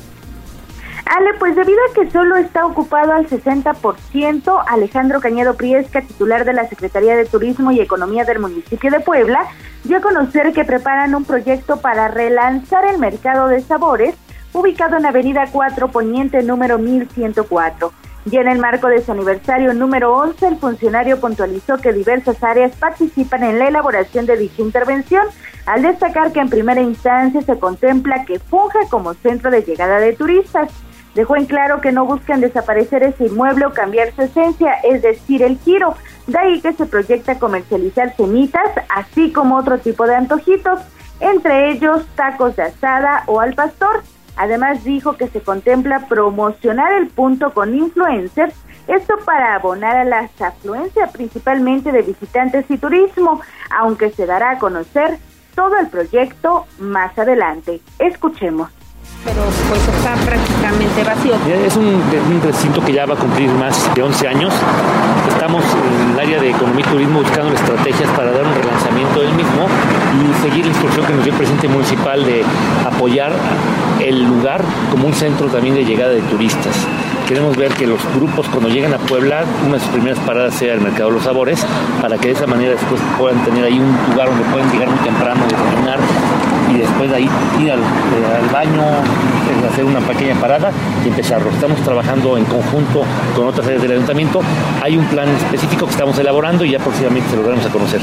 Speaker 12: Ale, pues debido a que solo está ocupado al 60%, Alejandro Cañedo Priesca, titular de la Secretaría de Turismo y Economía del municipio de Puebla, dio a conocer que preparan un proyecto para relanzar el mercado de sabores, ubicado en Avenida 4 Poniente, número 1104. Y en el marco de su aniversario número 11, el funcionario puntualizó que diversas áreas participan en la elaboración de dicha intervención, al destacar que en primera instancia se contempla que funja como centro de llegada de turistas. Dejó en claro que no buscan desaparecer ese inmueble o cambiar su esencia, es decir, el giro. De ahí que se proyecta comercializar cenitas, así como otro tipo de antojitos, entre ellos tacos de asada o al pastor. Además dijo que se contempla promocionar el punto con influencers, esto para abonar a la afluencia principalmente de visitantes y turismo, aunque se dará a conocer todo el proyecto más adelante. Escuchemos.
Speaker 16: Pero pues está prácticamente vacío.
Speaker 17: Es un recinto que ya va a cumplir más de 11 años. Estamos en el área de economía y turismo buscando estrategias para dar un relanzamiento del mismo y seguir la instrucción que nos dio el presidente municipal de apoyar el lugar como un centro también de llegada de turistas. Queremos ver que los grupos cuando llegan a Puebla, una de sus primeras paradas sea el Mercado de los Sabores, para que de esa manera después puedan tener ahí un lugar donde pueden llegar muy temprano, desayunar y después de ahí ir al baño, hacer una pequeña parada y empezarlo. Estamos trabajando en conjunto con otras áreas del ayuntamiento. Hay un plan específico que estamos elaborando y ya próximamente se lo daremos a conocer.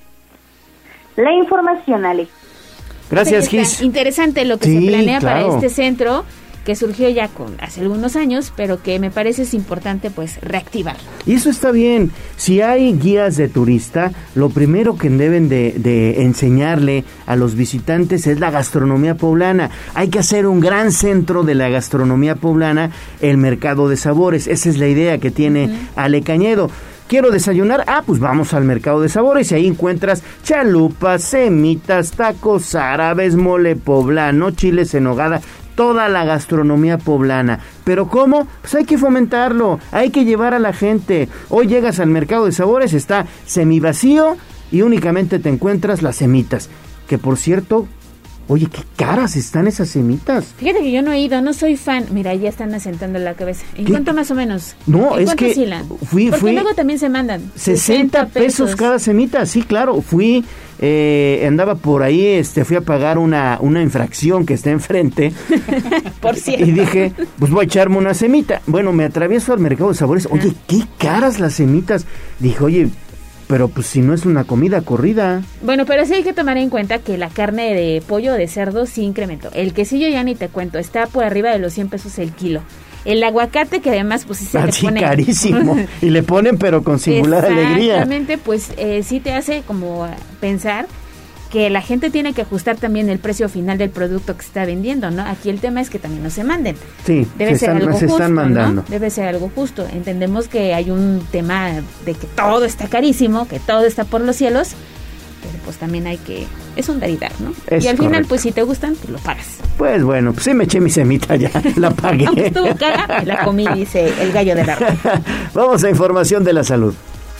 Speaker 12: La información, Ale.
Speaker 2: Gracias, Gis.
Speaker 3: Interesante lo que se planea para este centro, que surgió ya hace algunos años, pero que me parece es importante pues reactivar.
Speaker 2: Y eso está bien. Si hay guías de turista, lo primero que deben de enseñarle a los visitantes es la gastronomía poblana. Hay que hacer un gran centro de la gastronomía poblana, el Mercado de Sabores. Esa es la idea que tiene Ale Cañedo. quiero desayunar, pues vamos al mercado de sabores y ahí encuentras chalupas, semitas, tacos árabes, mole poblano, chiles en nogada, toda la gastronomía poblana. ¿Pero cómo? Pues hay que fomentarlo, hay que llevar a la gente. Hoy llegas al mercado de sabores, está semivacío y únicamente te encuentras las semitas, que por cierto, oye, qué caras están esas semitas.
Speaker 3: Fíjate que yo no he ido, no soy fan. Mira, ya están asentando la cabeza. ¿En cuánto más o menos?
Speaker 2: No, es que
Speaker 3: fui. Porque luego también se mandan
Speaker 2: 60 pesos cada semita, sí, claro. Fui, andaba por ahí, fui a pagar una infracción que está enfrente.
Speaker 3: Por cierto.
Speaker 2: Y dije, pues voy a echarme una semita. Bueno, me atravieso al mercado de sabores. Oye, qué caras las semitas. Dije, oye, pero pues si no es una comida corrida.
Speaker 3: Bueno, pero sí hay que tomar en cuenta que la carne de pollo o de cerdo sí incrementó. El quesillo ya ni te cuento, está por arriba de los 100 pesos el kilo. El aguacate, que además pues sí se le pone
Speaker 2: carísimo. Y le ponen pero con singular alegría.
Speaker 3: Exactamente, pues sí te hace como pensar que la gente tiene que ajustar también el precio final del producto que se está vendiendo, ¿no? Aquí el tema es que también no se manden.
Speaker 2: Sí, se están mandando.
Speaker 3: ¿no? Debe ser algo justo. Entendemos que hay un tema de que todo está carísimo, que todo está por los cielos, pero pues también hay que... Es un dar y dar, ¿no? Y al final, pues si te gustan, pues lo pagas.
Speaker 2: Pues bueno, pues sí me eché mi semita ya, la pagué.
Speaker 3: Aunque estuvo cara, la comí, dice el gallo de la ropa.
Speaker 2: Vamos a información de la salud.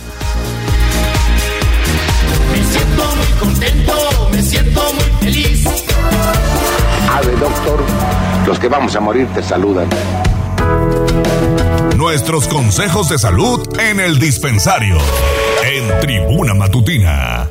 Speaker 1: Me siento muy feliz.
Speaker 18: Ave, doctor, los que vamos a morir te saludan.
Speaker 1: Nuestros consejos de salud en el dispensario, en Tribuna Matutina.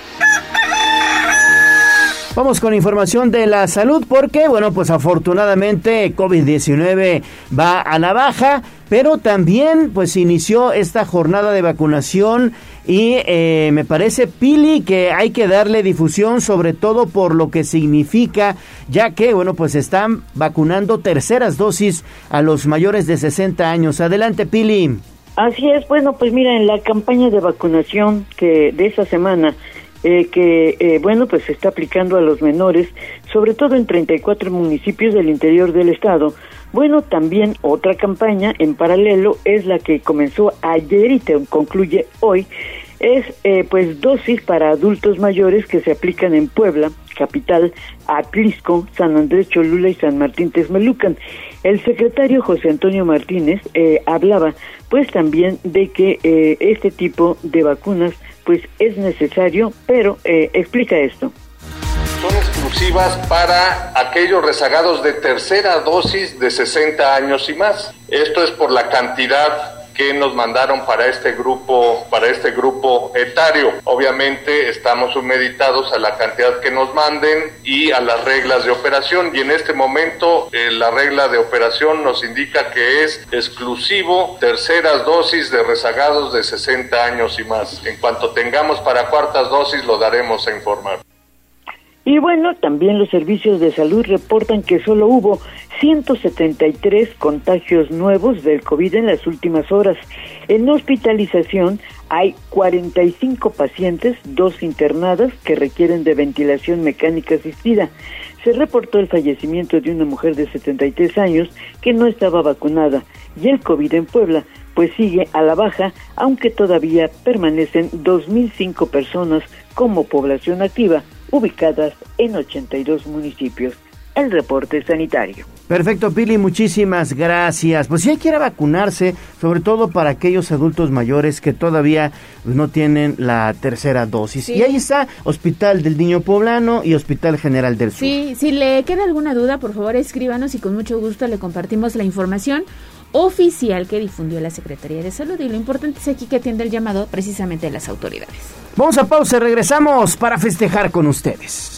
Speaker 2: Vamos con información de la salud porque, bueno, pues afortunadamente COVID-19 va a la baja, pero también pues inició esta jornada de vacunación y me parece, Pili, que hay que darle difusión, sobre todo por lo que significa, ya que, bueno, pues están vacunando terceras dosis a los mayores de 60 años. Adelante, Pili.
Speaker 5: Así es, bueno, pues mira, en la campaña de vacunación que de esa semana, bueno, pues se está aplicando a los menores, sobre todo en 34 municipios del interior del estado. Bueno, también otra campaña en paralelo es la que comenzó ayer y concluye hoy, es pues dosis para adultos mayores que se aplican en Puebla, capital, Atlisco, San Andrés Cholula y San Martín Texmelucan. El secretario José Antonio Martínez hablaba pues también de que este tipo de vacunas pues es necesario, pero explica esto.
Speaker 19: Son exclusivas para aquellos rezagados de tercera dosis de 60 años y más. Esto es por la cantidad que nos mandaron para este grupo etario. Obviamente estamos submeditados a la cantidad que nos manden y a las reglas de operación, y en este momento la regla de operación nos indica que es exclusivo terceras dosis de rezagados de 60 años y más. En cuanto tengamos para cuartas dosis lo daremos a informar.
Speaker 5: Y bueno, también los servicios de salud reportan que solo hubo 173 contagios nuevos del COVID en las últimas horas. En hospitalización hay 45 pacientes, 2 internadas que requieren de ventilación mecánica asistida. Se reportó el fallecimiento de una mujer de 73 años que no estaba vacunada, y el COVID en Puebla pues sigue a la baja, aunque todavía permanecen 2.005 personas como población activa, ubicadas en 82 municipios. El reporte sanitario.
Speaker 2: Perfecto, Pili, muchísimas gracias. Pues sí hay que ir a vacunarse, sobre todo para aquellos adultos mayores que todavía no tienen la tercera dosis. Sí. Y ahí está Hospital del Niño Poblano y Hospital General del Sur.
Speaker 3: Sí, si le queda alguna duda, por favor escríbanos y con mucho gusto le compartimos la información oficial que difundió la Secretaría de Salud, y lo importante es aquí que atiende el llamado precisamente de las autoridades.
Speaker 2: Vamos a pausa, regresamos para festejar con ustedes.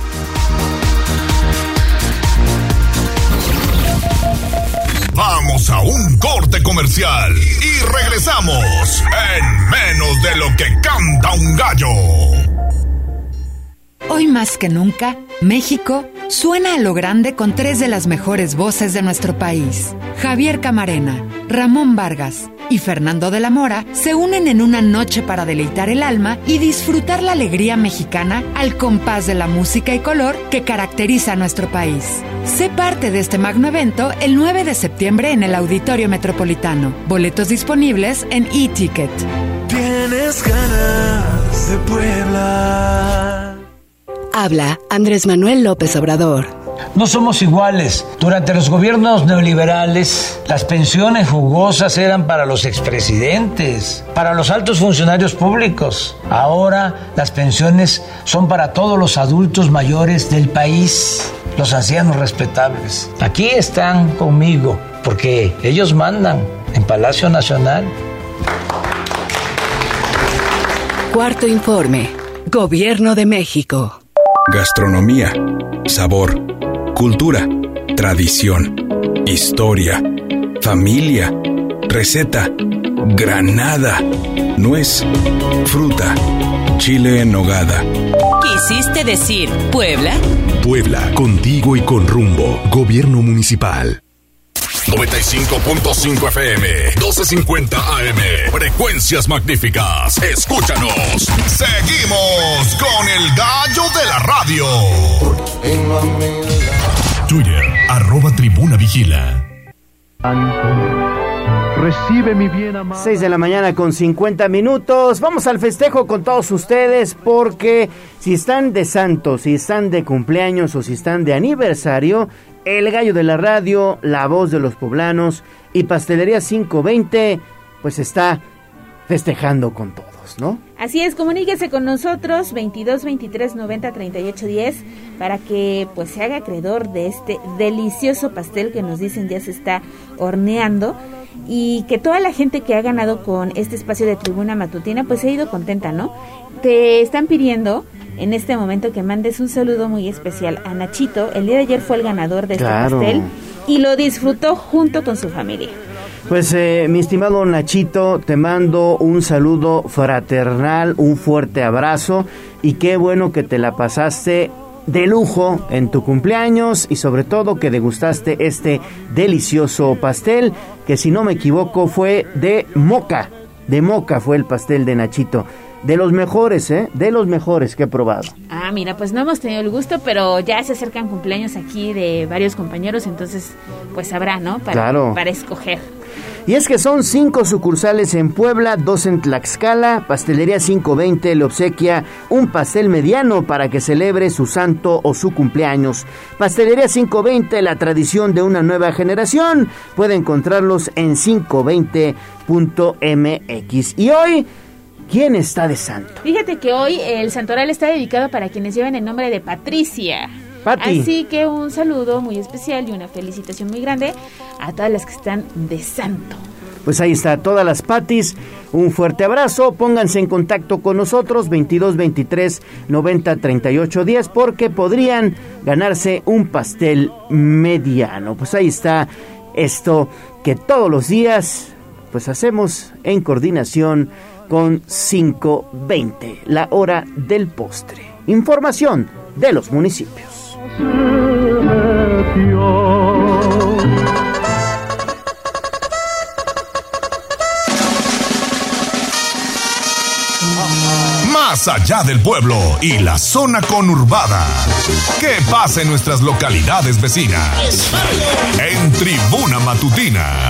Speaker 1: Vamos a un corte comercial y regresamos en menos de lo que canta un gallo.
Speaker 20: Hoy más que nunca, México suena a lo grande con 3 de las mejores voces de nuestro país. Javier Camarena, Ramón Vargas y Fernando de la Mora se unen en una noche para deleitar el alma y disfrutar la alegría mexicana al compás de la música y color que caracteriza a nuestro país. Sé parte de este magno evento el 9 de septiembre en el Auditorio Metropolitano. Boletos disponibles en eTicket.
Speaker 4: Tienes ganas de Puebla.
Speaker 21: Habla Andrés Manuel López Obrador.
Speaker 22: No somos iguales. Durante los gobiernos neoliberales, las pensiones jugosas eran para los expresidentes, para los altos funcionarios públicos. Ahora las pensiones son para todos los adultos mayores del país, los ancianos respetables. Aquí están conmigo, porque ellos mandan en Palacio Nacional.
Speaker 21: Cuarto informe. Gobierno de México.
Speaker 23: Gastronomía, sabor, cultura, tradición, historia, familia, receta, granada, nuez, fruta, chile en nogada.
Speaker 24: ¿Quisiste decir Puebla?
Speaker 1: Puebla, contigo y con rumbo. Gobierno Municipal. 95.5 FM, 1250 AM. Frecuencias magníficas. Escúchanos. Seguimos con el gallo de la radio. Twitter, @tribunavigila.
Speaker 2: Recibe mi bien amado. 6 de la mañana con 50 minutos. Vamos al festejo con todos ustedes, porque si están de santos, si están de cumpleaños o si están de aniversario, el gallo de la radio, la voz de los poblanos y Pastelería 520, pues está festejando con todos, ¿no?
Speaker 3: Así es, comuníquese con nosotros 22 23 90 38 10 para que pues se haga acreedor de este delicioso pastel que nos dicen ya se está horneando, y que toda la gente que ha ganado con este espacio de Tribuna Matutina pues se ha ido contenta, ¿no? Te están pidiendo en este momento que mandes un saludo muy especial a Nachito. El día de ayer fue el ganador de este pastel y lo disfrutó junto con su familia.
Speaker 2: Pues mi estimado Nachito, te mando un saludo fraternal, un fuerte abrazo, y qué bueno que te la pasaste de lujo en tu cumpleaños y sobre todo que degustaste este delicioso pastel que, si no me equivoco, fue de moca. De moca fue el pastel de Nachito. De los mejores, de los mejores que he probado.
Speaker 3: Ah, mira, pues no hemos tenido el gusto, pero ya se acercan cumpleaños aquí de varios compañeros, entonces pues habrá, ¿no? Para escoger.
Speaker 2: Y es que son 5 sucursales en Puebla, 2 en Tlaxcala. Pastelería 520 le obsequia un pastel mediano para que celebre su santo o su cumpleaños. Pastelería 520, la tradición de una nueva generación. Puede encontrarlos en 520.mx. Y hoy, ¿quién está de santo?
Speaker 3: Fíjate que hoy el santoral está dedicado para quienes llevan el nombre de Patricia.
Speaker 2: Pati.
Speaker 3: Así que un saludo muy especial y una felicitación muy grande a todas las que están de santo.
Speaker 2: Pues ahí está, todas las Patis, un fuerte abrazo. Pónganse en contacto con nosotros 22 23 90 38 10 porque podrían ganarse un pastel mediano. Pues ahí está esto que todos los días pues hacemos en coordinación con 520, la hora del postre. Información de los municipios.
Speaker 1: Más allá del pueblo y la zona conurbada, ¿qué pasa en nuestras localidades vecinas? En Tribuna Matutina.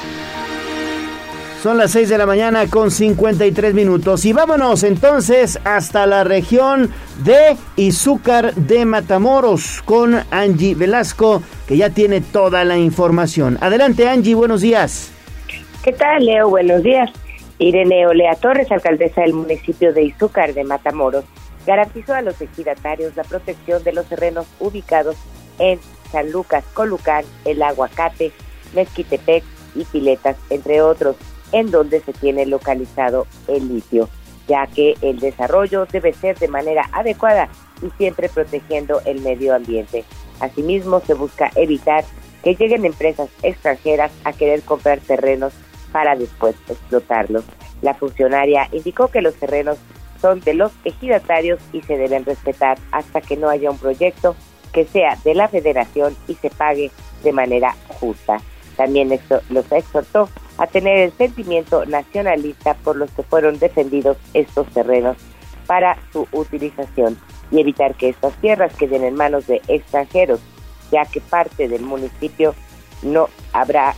Speaker 2: Son las 6 de la mañana con 53 minutos y vámonos entonces hasta la región de Izúcar de Matamoros con Angie Velasco, que ya tiene toda la información. Adelante, Angie, buenos días.
Speaker 25: ¿Qué tal, Leo? Buenos días. Irene Olea Torres, alcaldesa del municipio de Izúcar de Matamoros, garantizó a los ejidatarios la protección de los terrenos ubicados en San Lucas, Colucán, El Aguacate, Mezquitepec y Piletas, entre otros, en donde se tiene localizado el litio, ya que el desarrollo debe ser de manera adecuada y siempre protegiendo el medio ambiente. Asimismo, se busca evitar que lleguen empresas extranjeras a querer comprar terrenos para después explotarlos. La funcionaria indicó que los terrenos son de los ejidatarios y se deben respetar hasta que no haya un proyecto que sea de la federación y se pague de manera justa. También los exhortó a tener el sentimiento nacionalista por los que fueron defendidos estos terrenos para su utilización y evitar que estas tierras queden en manos de extranjeros ya que por parte del municipio no habrá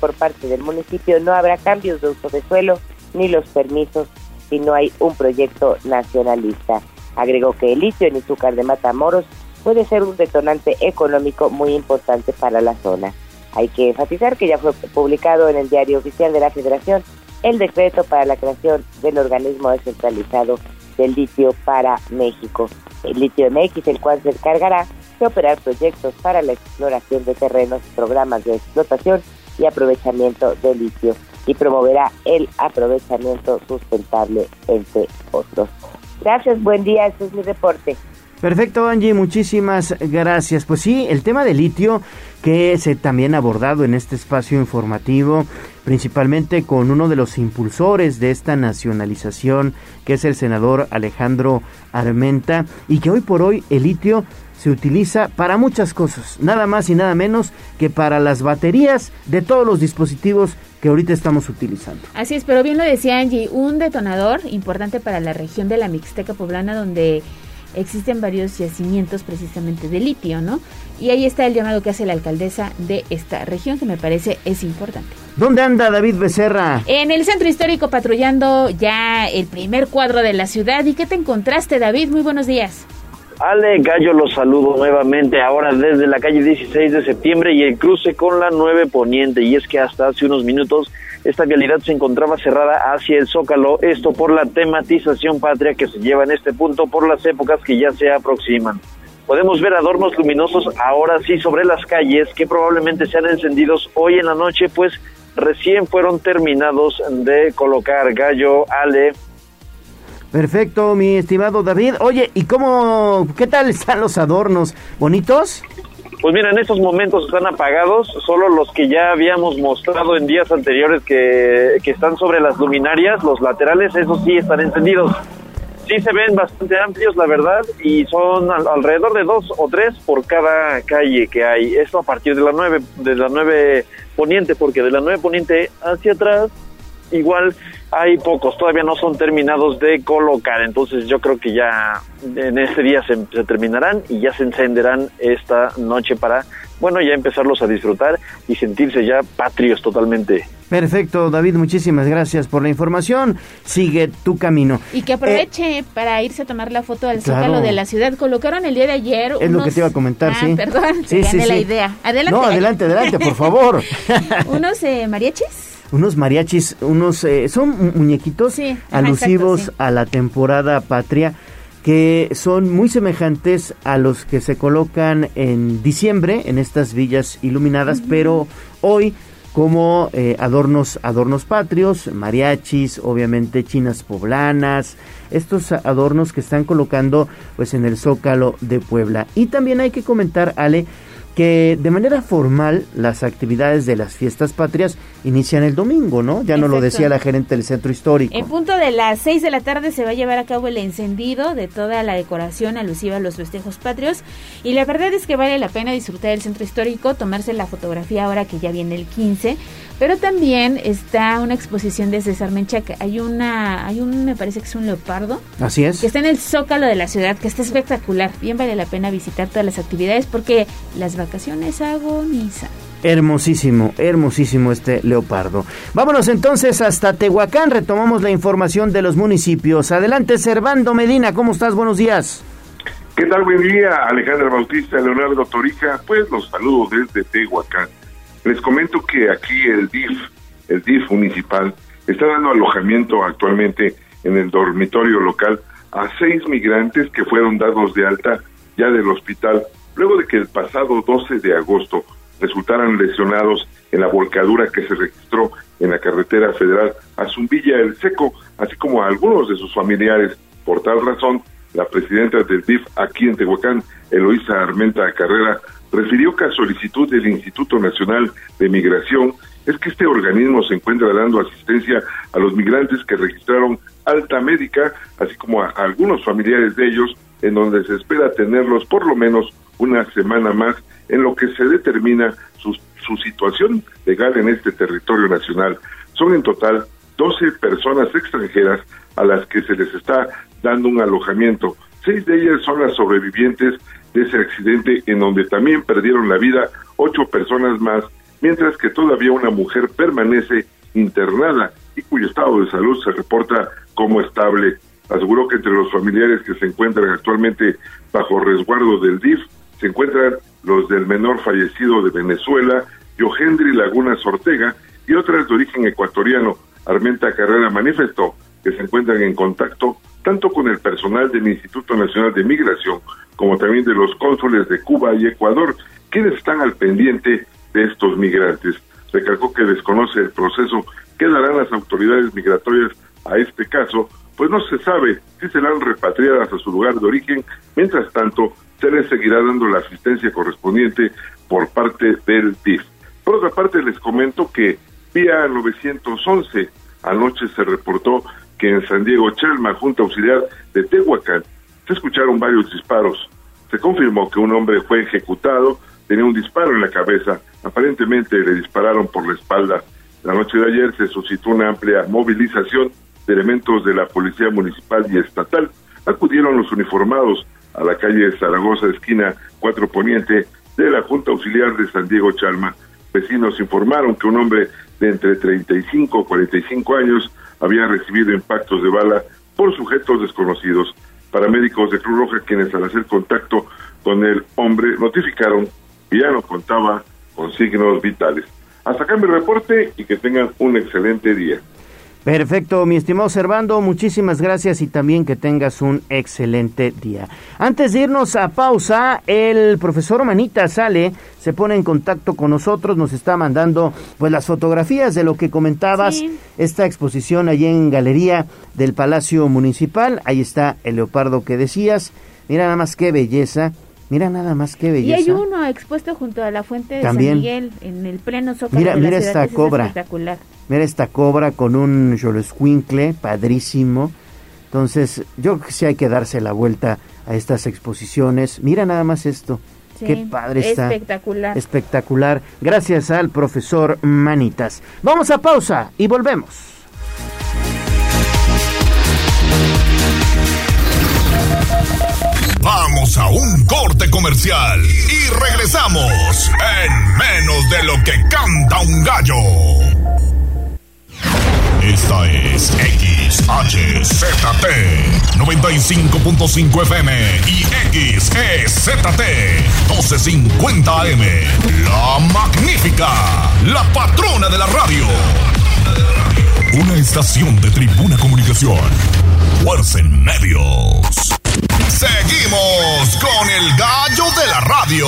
Speaker 25: cambios de uso de suelo ni los permisos si no hay un proyecto nacionalista. Agregó que el litio en Izúcar de Matamoros puede ser un detonante económico muy importante para la zona. Hay que enfatizar que ya fue publicado en el Diario Oficial de la Federación el decreto para la creación del organismo descentralizado del litio para México, el Litio MX, el cual se encargará de operar proyectos para la exploración de terrenos, programas de explotación y aprovechamiento de litio, y promoverá el aprovechamiento sustentable, entre otros. Gracias, buen día, este es mi reporte.
Speaker 2: Perfecto, Angie, muchísimas gracias. Pues sí, el tema del litio que se también ha abordado en este espacio informativo, principalmente con uno de los impulsores de esta nacionalización, que es el senador Alejandro Armenta, y que hoy por hoy el litio se utiliza para muchas cosas, nada más y nada menos que para las baterías de todos los dispositivos que ahorita estamos utilizando.
Speaker 3: Así es, pero bien lo decía Angie, un detonador importante para la región de la Mixteca Poblana, donde existen varios yacimientos precisamente de litio, ¿no? Y ahí está el llamado que hace la alcaldesa de esta región, que me parece es importante.
Speaker 2: ¿Dónde anda David Becerra?
Speaker 3: En el centro histórico, patrullando ya el primer cuadro de la ciudad. ¿Y qué te encontraste, David? Muy buenos días.
Speaker 6: Ale Gallo, los saludo nuevamente ahora desde la calle 16 de septiembre y el cruce con la 9 Poniente, y es que hasta hace unos minutos esta vialidad se encontraba cerrada hacia el Zócalo, esto por la tematización patria que se lleva en este punto por las épocas que ya se aproximan. Podemos ver adornos luminosos ahora sí sobre las calles que probablemente sean encendidos hoy en la noche, pues recién fueron terminados de colocar. Gallo, Ale.
Speaker 2: Perfecto, mi estimado David. Oye, ¿y qué tal están los adornos? ¿Bonitos?
Speaker 6: Pues mira, en estos momentos están apagados, solo los que ya habíamos mostrado en días anteriores que están sobre las luminarias, los laterales, esos sí están encendidos. Sí se ven bastante amplios, la verdad, y son alrededor de 2 o 3 por cada calle que hay. Esto a partir de la 9 Poniente, porque de la 9 Poniente hacia atrás igual hay pocos, todavía no son terminados de colocar, entonces yo creo que ya en este día se terminarán y ya se encenderán esta noche para, bueno, ya empezarlos a disfrutar y sentirse ya patrios totalmente.
Speaker 2: Perfecto, David, muchísimas gracias por la información, sigue tu camino.
Speaker 3: Y que aproveche para irse a tomar la foto al Zócalo de la ciudad. Colocaron el día de ayer
Speaker 2: Es lo que te iba a comentar, sí.
Speaker 3: Perdón,
Speaker 2: sí,
Speaker 3: gané la idea. Adelante.
Speaker 2: No, adelante, por favor.
Speaker 3: ¿Unos mariachis?
Speaker 2: Unos mariachis, son muñequitos alusivos, exacto, sí, a la temporada patria, que son muy semejantes a los que se colocan en diciembre en estas villas iluminadas, pero hoy como adornos patrios, mariachis, obviamente chinas poblanas, estos adornos que están colocando pues en el Zócalo de Puebla. Y también hay que comentar, Ale, que de manera formal las actividades de las fiestas patrias inician el domingo, ¿no? Ya nos lo decía la gerente del centro histórico.
Speaker 3: En punto de las 6 de la tarde se va a llevar a cabo el encendido de toda la decoración alusiva a los festejos patrios, y la verdad es que vale la pena disfrutar el centro histórico, tomarse la fotografía ahora que ya viene el 15, pero también está una exposición de César Menchaca. Hay un, me parece que es un leopardo. Así es. Que está en el Zócalo de la ciudad, que está espectacular. Bien vale la pena visitar todas las actividades porque las vacaciones agonizan.
Speaker 2: Hermosísimo este leopardo. Vámonos entonces hasta Tehuacán, retomamos la información de los municipios. Adelante, Servando Medina, ¿cómo estás? Buenos días.
Speaker 7: ¿Qué tal? Buen día, Alejandra Bautista, Leonardo Torija. Pues los saludo desde Tehuacán. Les comento que aquí el DIF municipal está dando alojamiento actualmente en el dormitorio local a 6 migrantes que fueron dados de alta ya del hospital, luego de que el pasado 12 de agosto resultaran lesionados en la volcadura que se registró en la carretera federal a Zumbilla El Seco, así como a algunos de sus familiares. Por tal razón, la presidenta del DIF aquí en Tehuacán, Eloísa Armenta Carrera, refirió que a solicitud del Instituto Nacional de Migración es que este organismo se encuentra dando asistencia a los migrantes que registraron alta médica, así como a algunos familiares de ellos, en donde se espera tenerlos por lo menos una semana más en lo que se determina su situación legal en este territorio nacional. Son en total 12 personas extranjeras a las que se les está dando un alojamiento. 6 de ellas son las sobrevivientes de ese accidente, en donde también perdieron la vida 8 personas más, mientras que todavía una mujer permanece internada y cuyo estado de salud se reporta como estable. Aseguró que entre los familiares que se encuentran actualmente bajo resguardo del DIF se encuentran los del menor fallecido de Venezuela, Yohendri Lagunas Ortega, y otras de origen ecuatoriano. Armenta Carrera manifestó que se encuentran en contacto tanto con el personal del Instituto Nacional de Migración como también de los cónsules de Cuba y Ecuador, quienes están al pendiente de estos migrantes. Recalcó que desconoce el proceso que darán las autoridades migratorias a este caso, pues no se sabe si serán repatriadas a su lugar de origen. Mientras tanto, se les seguirá dando la asistencia correspondiente por parte del DIF. Por otra parte, les comento que vía 911 anoche se reportó que en San Diego Chalma, Junta Auxiliar de Tehuacán, se escucharon varios disparos. Se confirmó que un hombre fue ejecutado, tenía un disparo en la cabeza, aparentemente le dispararon por la espalda. La noche de ayer se suscitó una amplia movilización de elementos de la Policía Municipal y Estatal. Acudieron los uniformados a la calle Zaragoza, esquina 4 Poniente, de la Junta Auxiliar de San Diego Chalma. Vecinos informaron que un hombre de entre 35 y 45 años había recibido impactos de bala por sujetos desconocidos. Paramédicos de Cruz Roja, quienes al hacer contacto con el hombre notificaron que ya no contaba con signos vitales. Hasta acá mi reporte y que tengan un excelente día.
Speaker 2: Perfecto, mi estimado Servando, muchísimas gracias y también que tengas un excelente día. Antes de irnos a pausa, el profesor Manita Sale se pone en contacto con nosotros, nos está mandando pues las fotografías de lo que comentabas, sí. Esta exposición allí en Galería del Palacio Municipal, ahí está el leopardo que decías, mira nada más qué belleza. Mira nada más qué belleza.
Speaker 3: Y hay uno expuesto junto a la fuente de
Speaker 2: también.
Speaker 3: San Miguel, en el pleno zócalo
Speaker 2: mira,
Speaker 3: de la
Speaker 2: mira
Speaker 3: ciudad.
Speaker 2: Esta cobra.
Speaker 3: Espectacular.
Speaker 2: Mira esta cobra con un xoloscuincle padrísimo. Entonces, yo creo que sí hay que darse la vuelta a estas exposiciones. Mira nada más esto. Sí, qué padre está.
Speaker 3: Espectacular.
Speaker 2: Espectacular. Gracias al profesor Manitas. Vamos a pausa y volvemos.
Speaker 1: Vamos a un corte comercial y regresamos en menos de lo que canta un gallo. Esta es XHZT 95.5 FM y XEZT 1250 AM. La magnífica, la patrona de la radio. Una estación de Tribuna Comunicación. Fuerza en Medios. Seguimos con el gallo de la radio.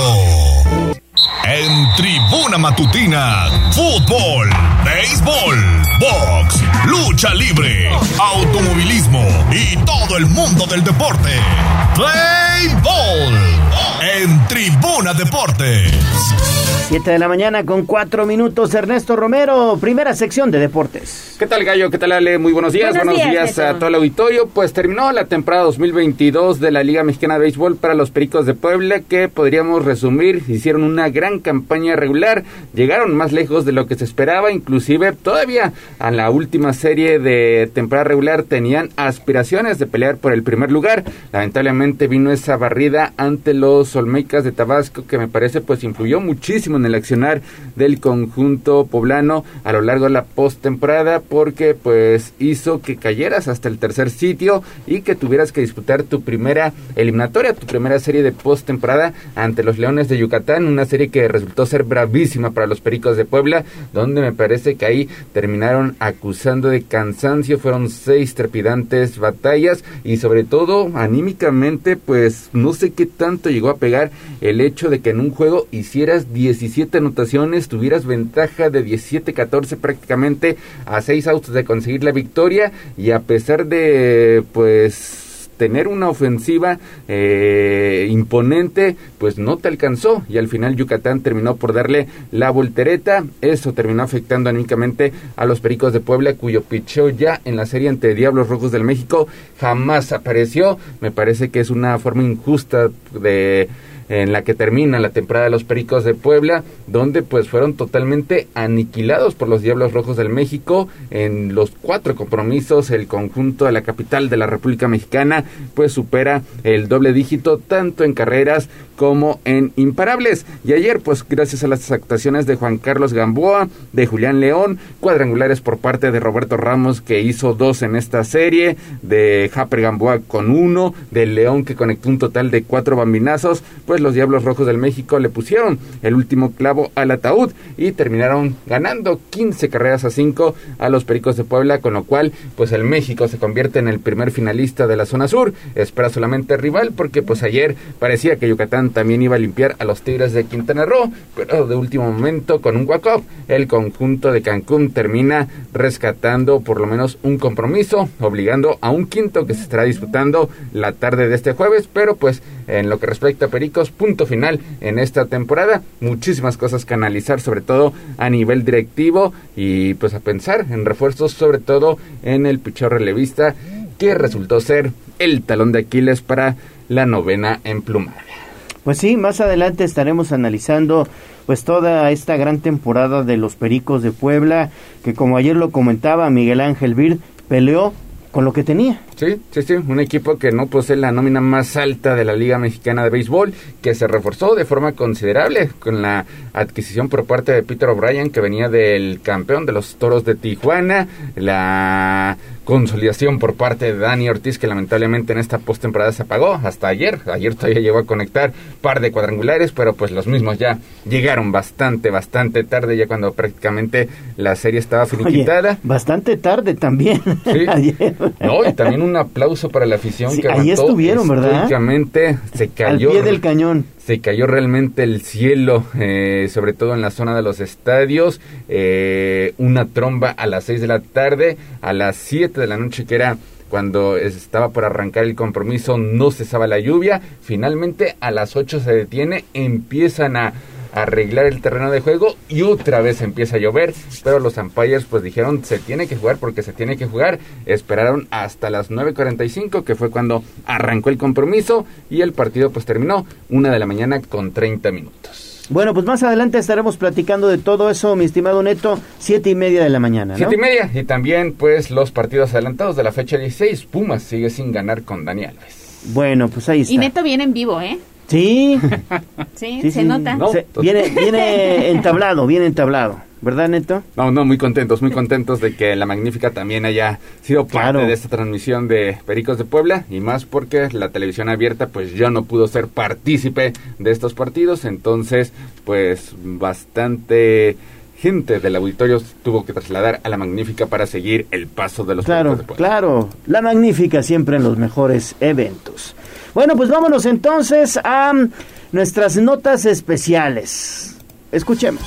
Speaker 1: En Tribuna Matutina, fútbol, béisbol, box, lucha libre, automovilismo y todo el mundo del deporte. Play Ball en Tribuna Deportes.
Speaker 2: 7 de la mañana con 4 minutos. Ernesto Romero, primera sección de deportes.
Speaker 8: ¿Qué tal, Gallo? ¿Qué tal, Ale? Muy buenos días. Buenos días a todo el auditorio. Pues terminó la temporada 2022 de la Liga Mexicana de Béisbol para los Pericos de Puebla, que podríamos resumir, hicieron una gran campaña regular, llegaron más lejos de lo que se esperaba, inclusive todavía a la última serie de temporada regular tenían aspiraciones de pelear por el primer lugar. Lamentablemente vino esa barrida ante los Olmecas de Tabasco, que me parece pues influyó muchísimo en el accionar del conjunto poblano a lo largo de la postemporada, porque pues hizo que cayeras hasta el tercer sitio y que tuvieras que disputar tu primera eliminatoria, tu primera serie de postemporada ante los Leones de Yucatán, una serie que resultó ser bravísima para los Pericos de Puebla, donde me parece que ahí terminaron acusando de cansancio. Fueron 6 trepidantes batallas y sobre todo anímicamente pues no sé qué tanto llegó a pegar el hecho de que en un juego hicieras 17 anotaciones, tuvieras ventaja de 17-14 prácticamente a 6 outs de conseguir la victoria, y a pesar de pues tener una ofensiva imponente, pues no te alcanzó, y al final Yucatán terminó por darle la voltereta. Eso terminó afectando anímicamente a los Pericos de Puebla, cuyo picheo ya en la serie ante Diablos Rojos del México jamás apareció. Me parece que es una forma injusta en la que termina la temporada de los Pericos de Puebla, donde pues fueron totalmente aniquilados por los Diablos Rojos del México en los 4 compromisos. El conjunto de la capital de la República Mexicana pues supera el doble dígito tanto en carreras como en imparables. Y ayer, pues gracias a las actuaciones de Juan Carlos Gamboa, de Julián León, cuadrangulares por parte de Roberto Ramos, que hizo 2 en esta serie, de Japper Gamboa con 1, de León, que conectó un total de 4 bambinazos, pues los Diablos Rojos del México le pusieron el último clavo al ataúd y terminaron ganando 15-5 a los Pericos de Puebla, con lo cual pues el México se convierte en el primer finalista de la zona sur. Espera solamente rival, porque pues ayer parecía que Yucatán también iba a limpiar a los Tigres de Quintana Roo, pero de último momento, con un walk-off, el conjunto de Cancún termina rescatando por lo menos un compromiso, obligando a un quinto que se estará disputando la tarde de este jueves. Pero pues en lo que respecta a Pericos, punto final en esta temporada. Muchísimas cosas que analizar, sobre todo a nivel directivo, y pues a pensar en refuerzos, sobre todo en el picheo relevista, que resultó ser el talón de Aquiles para la novena emplumada.
Speaker 2: Pues sí, más adelante estaremos analizando pues toda esta gran temporada de los Pericos de Puebla, que como ayer lo comentaba Miguel Ángel Bird, peleó con lo que tenía. Sí, un equipo que no posee la nómina más alta de la Liga Mexicana de Béisbol, que se reforzó de forma considerable con la adquisición por parte de Peter O'Brien, que venía del campeón de los Toros de Tijuana, la consolidación por parte de Dani Ortiz, que lamentablemente en esta postemporada se apagó hasta ayer todavía llegó a conectar par de cuadrangulares, pero pues los mismos ya llegaron bastante tarde, ya cuando prácticamente la serie estaba finiquitada. Oye, bastante tarde también. Sí. Ayer. No, y también un aplauso para la afición, sí, que ahí estuvieron, ¿verdad? Se cayó al pie del cañón. Se cayó realmente el cielo, sobre todo en la zona de los estadios. Una tromba a las 6 de la tarde, a las 7 de la noche, que era cuando estaba por arrancar el compromiso, no cesaba la lluvia. Finalmente a las 8 se detiene, empiezan a arreglar el terreno de juego y otra vez empieza a llover, pero los umpires pues dijeron se tiene que jugar porque se tiene que jugar. Esperaron hasta las 9:45, que fue cuando arrancó el compromiso, y el partido pues terminó 1 de la mañana con 30 minutos. Bueno, pues más adelante estaremos platicando de todo eso, mi estimado Neto, 7:30 de la mañana, ¿no? 7:30, y también pues los partidos adelantados de la fecha 16. Pumas sigue sin ganar con Dani Alves. Bueno, pues ahí está.
Speaker 3: Y Neto viene en vivo, ¿eh?
Speaker 2: Sí.
Speaker 3: Sí, se nota.
Speaker 2: No, viene entablado, ¿verdad, Neto?
Speaker 8: No, muy contentos de que la Magnífica también haya sido parte de esta transmisión de Pericos de Puebla, y más porque la televisión abierta pues ya no pudo ser partícipe de estos partidos, entonces pues bastante gente del auditorio tuvo que trasladar a la Magnífica para seguir el paso de los Pericos de Puebla. Claro, la Magnífica siempre en los mejores eventos. Bueno, pues vámonos entonces a nuestras notas especiales. Escuchemos.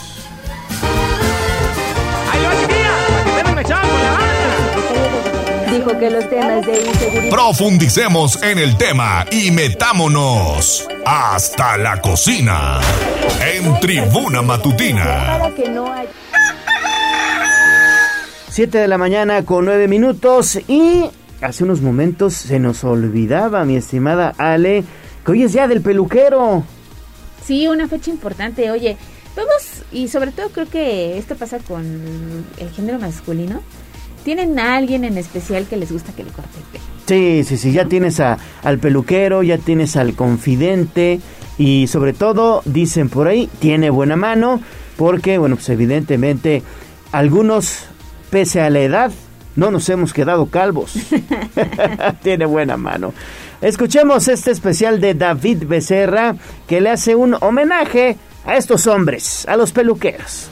Speaker 9: Dijo que los temas de inseguridad...
Speaker 1: Profundicemos en el tema y metámonos hasta la cocina en Tribuna Matutina.
Speaker 2: 7 de la mañana con 9 minutos, y hace unos momentos se nos olvidaba, mi estimada Ale, que hoy es día del peluquero.
Speaker 3: Sí, una fecha importante. Oye, todos, y sobre todo creo que esto pasa con el género masculino, tienen a alguien en especial que les gusta que le corte el pelo.
Speaker 2: Sí, ya tienes al peluquero, ya tienes al confidente, y sobre todo, dicen por ahí, tiene buena mano, porque, bueno, pues evidentemente, algunos, pese a la edad, no nos hemos quedado calvos. Tiene buena mano. Escuchemos este especial de David Becerra, que le hace un homenaje a estos hombres, a los peluqueros.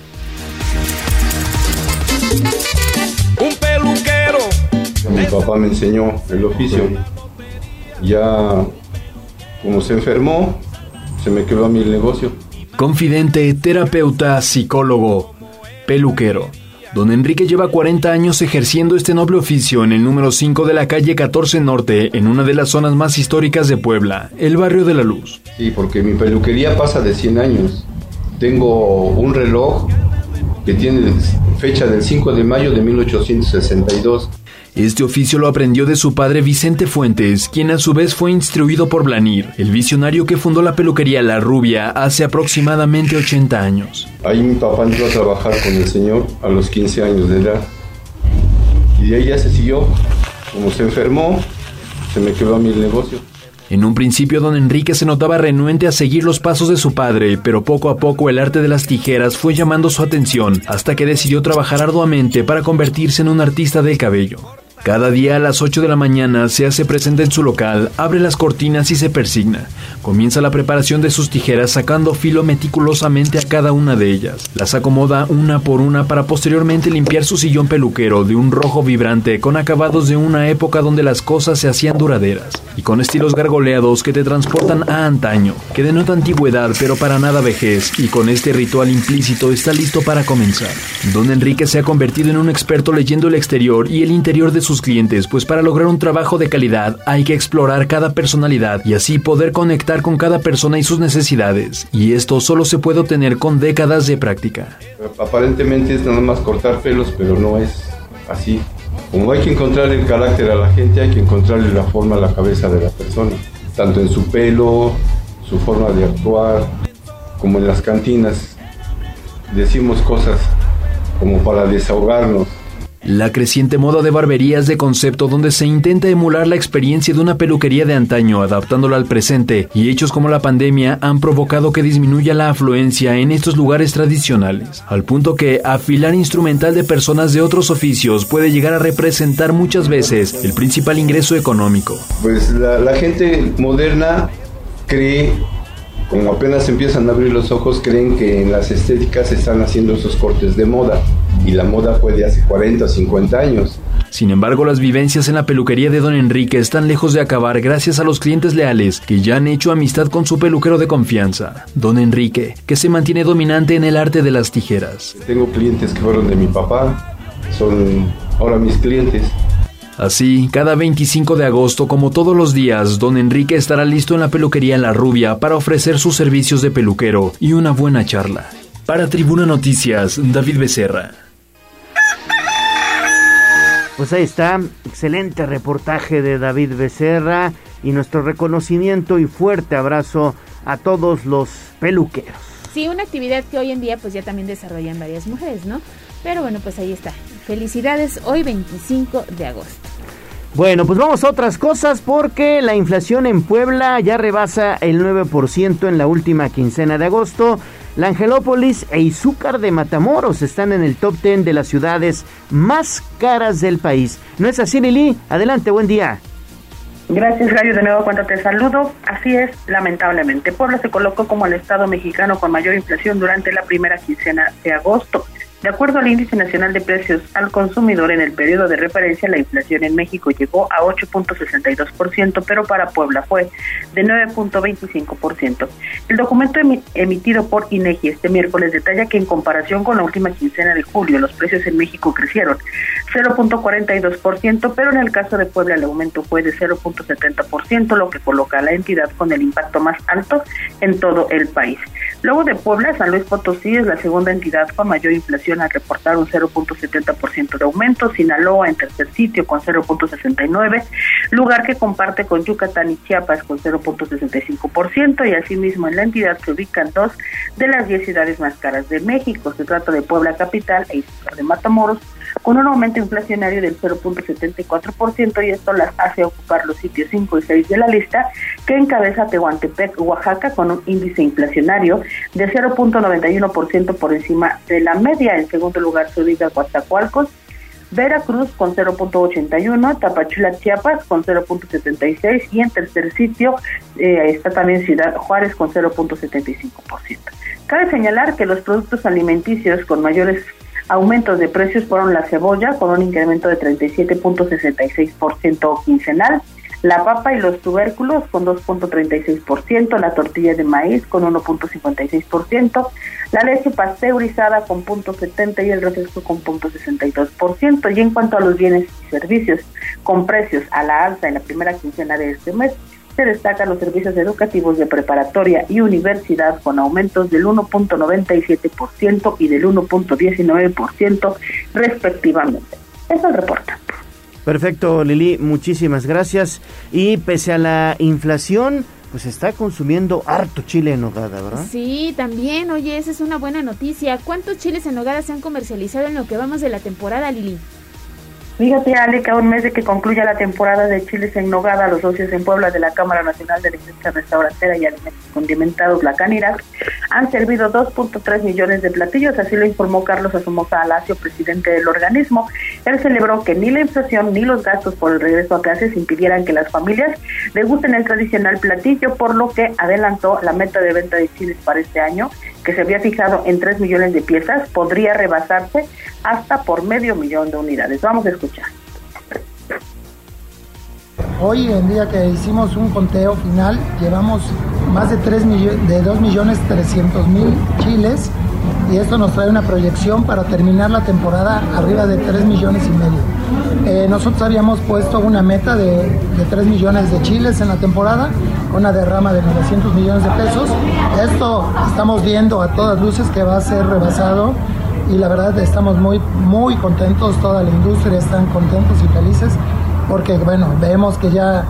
Speaker 10: Un peluquero.
Speaker 11: Mi papá me enseñó el oficio. Ya como se enfermó, se me quedó a mí el negocio.
Speaker 21: Confidente, terapeuta, psicólogo, peluquero. Don Enrique lleva 40 años ejerciendo este noble oficio en el número 5 de la calle 14 Norte, en una de las zonas más históricas de Puebla, el Barrio de la Luz.
Speaker 11: Sí, porque mi peluquería pasa de 100 años. Tengo un reloj que tiene fecha del 5 de mayo de 1862.
Speaker 21: Este oficio lo aprendió de su padre Vicente Fuentes, quien a su vez fue instruido por Blanir, el visionario que fundó la peluquería La Rubia hace aproximadamente 80 años.
Speaker 11: Ahí mi papá entró a trabajar con el señor a los 15 años de edad. Y de ahí ya se siguió. Como se enfermó, se me quedó a mí el negocio.
Speaker 21: En un principio, don Enrique se notaba renuente a seguir los pasos de su padre, pero poco a poco el arte de las tijeras fue llamando su atención, hasta que decidió trabajar arduamente para convertirse en un artista del cabello. Cada día a las 8 de la mañana se hace presente en su local, abre las cortinas y se persigna. Comienza la preparación de sus tijeras sacando filo meticulosamente a cada una de ellas. Las acomoda una por una para posteriormente limpiar su sillón peluquero de un rojo vibrante con acabados de una época donde las cosas se hacían duraderas y con estilos gargoleados que te transportan a antaño, que denota antigüedad pero para nada vejez, y con este ritual implícito está listo para comenzar. Don Enrique se ha convertido en un experto leyendo el exterior y el interior de sus clientes, pues para lograr un trabajo de calidad hay que explorar cada personalidad y así poder conectar con cada persona y sus necesidades, y esto solo se puede obtener con décadas de práctica.
Speaker 11: Aparentemente es nada más cortar pelos, pero no es así. Como hay que encontrarle el carácter a la gente, hay que encontrarle la forma a la cabeza de la persona, tanto en su pelo, su forma de actuar, como en las cantinas. Decimos cosas como para desahogarnos.
Speaker 21: La creciente moda de barberías de concepto donde se intenta emular la experiencia de una peluquería de antaño adaptándola al presente, y hechos como la pandemia han provocado que disminuya la afluencia en estos lugares tradicionales, al punto que afilar instrumental de personas de otros oficios puede llegar a representar muchas veces el principal ingreso económico.
Speaker 11: Pues la gente moderna cree, como apenas empiezan a abrir los ojos, creen que en las estéticas se están haciendo esos cortes de moda. Y la moda fue de hace 40 o 50 años.
Speaker 21: Sin embargo, las vivencias en la peluquería de don Enrique están lejos de acabar gracias a los clientes leales que ya han hecho amistad con su peluquero de confianza, don Enrique, que se mantiene dominante en el arte de las tijeras.
Speaker 11: Tengo clientes que fueron de mi papá, son ahora mis clientes.
Speaker 21: Así, cada 25 de agosto, como todos los días, don Enrique estará listo en la peluquería La Rubia para ofrecer sus servicios de peluquero y una buena charla. Para Tribuna Noticias, David Becerra.
Speaker 2: Pues ahí está, excelente reportaje de David Becerra y nuestro reconocimiento y fuerte abrazo a todos los peluqueros.
Speaker 3: Sí, una actividad que hoy en día pues ya también desarrollan varias mujeres, ¿no? Pero bueno, pues ahí está. Felicidades, hoy 25 de agosto.
Speaker 2: Bueno, pues vamos a otras cosas porque la inflación en Puebla ya rebasa el 9% en la última quincena de agosto. La Angelópolis e Izúcar de Matamoros están en el top 10 de las ciudades más caras del país. ¿No es así, Lili? Adelante, buen día.
Speaker 13: Gracias, Rayo. De nuevo cuando te saludo. Así es, lamentablemente. Puebla se colocó como el estado mexicano con mayor inflación durante la primera quincena de agosto. De acuerdo al Índice Nacional de Precios al Consumidor, en el periodo de referencia, la inflación en México llegó a 8.62%, pero para Puebla fue de 9.25%. El documento emitido por INEGI este miércoles detalla que en comparación con la última quincena de julio, los precios en México crecieron 0.42%, pero en el caso de Puebla el aumento fue de 0.70%, lo que coloca a la entidad con el impacto más alto en todo el país. Luego de Puebla, San Luis Potosí es la segunda entidad con mayor inflación al reportar un 0.70% de aumento, Sinaloa en tercer sitio con 0.69%, lugar que comparte con Yucatán y Chiapas con 0.65%, y asimismo en la entidad se ubican 2 de las 10 ciudades más caras de México. Se trata de Puebla capital e Izúcar de Matamoros, con un aumento inflacionario del 0.74%, y esto las hace ocupar los sitios 5 y 6 de la lista, que encabeza Tehuantepec, Oaxaca, con un índice inflacionario de 0.91% por encima de la media. En segundo lugar se ubica Coatzacoalcos, Veracruz con 0.81, Tapachula, Chiapas con 0.76, y en tercer sitio está también Ciudad Juárez con 0.75%. Cabe señalar que los productos alimenticios con mayores aumentos de precios fueron la cebolla con un incremento de 37.66% quincenal, la papa y los tubérculos con 2.36%, la tortilla de maíz con 1.56%, la leche pasteurizada con 0.70% y el refresco con 0.62%. Y en cuanto a los bienes y servicios con precios a la alza en la primera quincena de este mes, se destacan los servicios educativos de preparatoria y universidad con aumentos del 1.97% y del 1.19% respectivamente. Eso es el reporte.
Speaker 2: Perfecto, Lili, muchísimas gracias. Y pese a la inflación, pues está consumiendo harto chile en nogada, ¿verdad?
Speaker 3: Sí, también, oye, esa es una buena noticia. ¿Cuántos chiles en nogada se han comercializado en lo que vamos de la temporada, Lili?
Speaker 13: Fíjate, Ale, que a un mes de que concluya la temporada de chiles en nogada, los socios en Puebla de la Cámara Nacional de la Industria Restaurantera y Alimentos Condimentados, la Canirac, han servido 2.3 millones de platillos, así lo informó Carlos Asomosa Alacio, presidente del organismo. Él celebró que ni la inflación ni los gastos por el regreso a clases impidieran que las familias degusten el tradicional platillo, por lo que adelantó la meta de venta de chiles para este año, que se había fijado en 3 millones de piezas, podría rebasarse hasta por 500,000 de unidades. Vamos a escuchar.
Speaker 12: Hoy en día que hicimos un conteo final, llevamos más de 2.300.000 chiles, y esto nos trae una proyección para terminar la temporada arriba de 3,5 millones. Nosotros habíamos puesto una meta de 3 millones de chiles en la temporada, una derrama de 900 millones de pesos. Esto estamos viendo a todas luces que va a ser rebasado, y la verdad estamos muy contentos, toda la industria están contentos y felices, porque bueno, vemos que ya...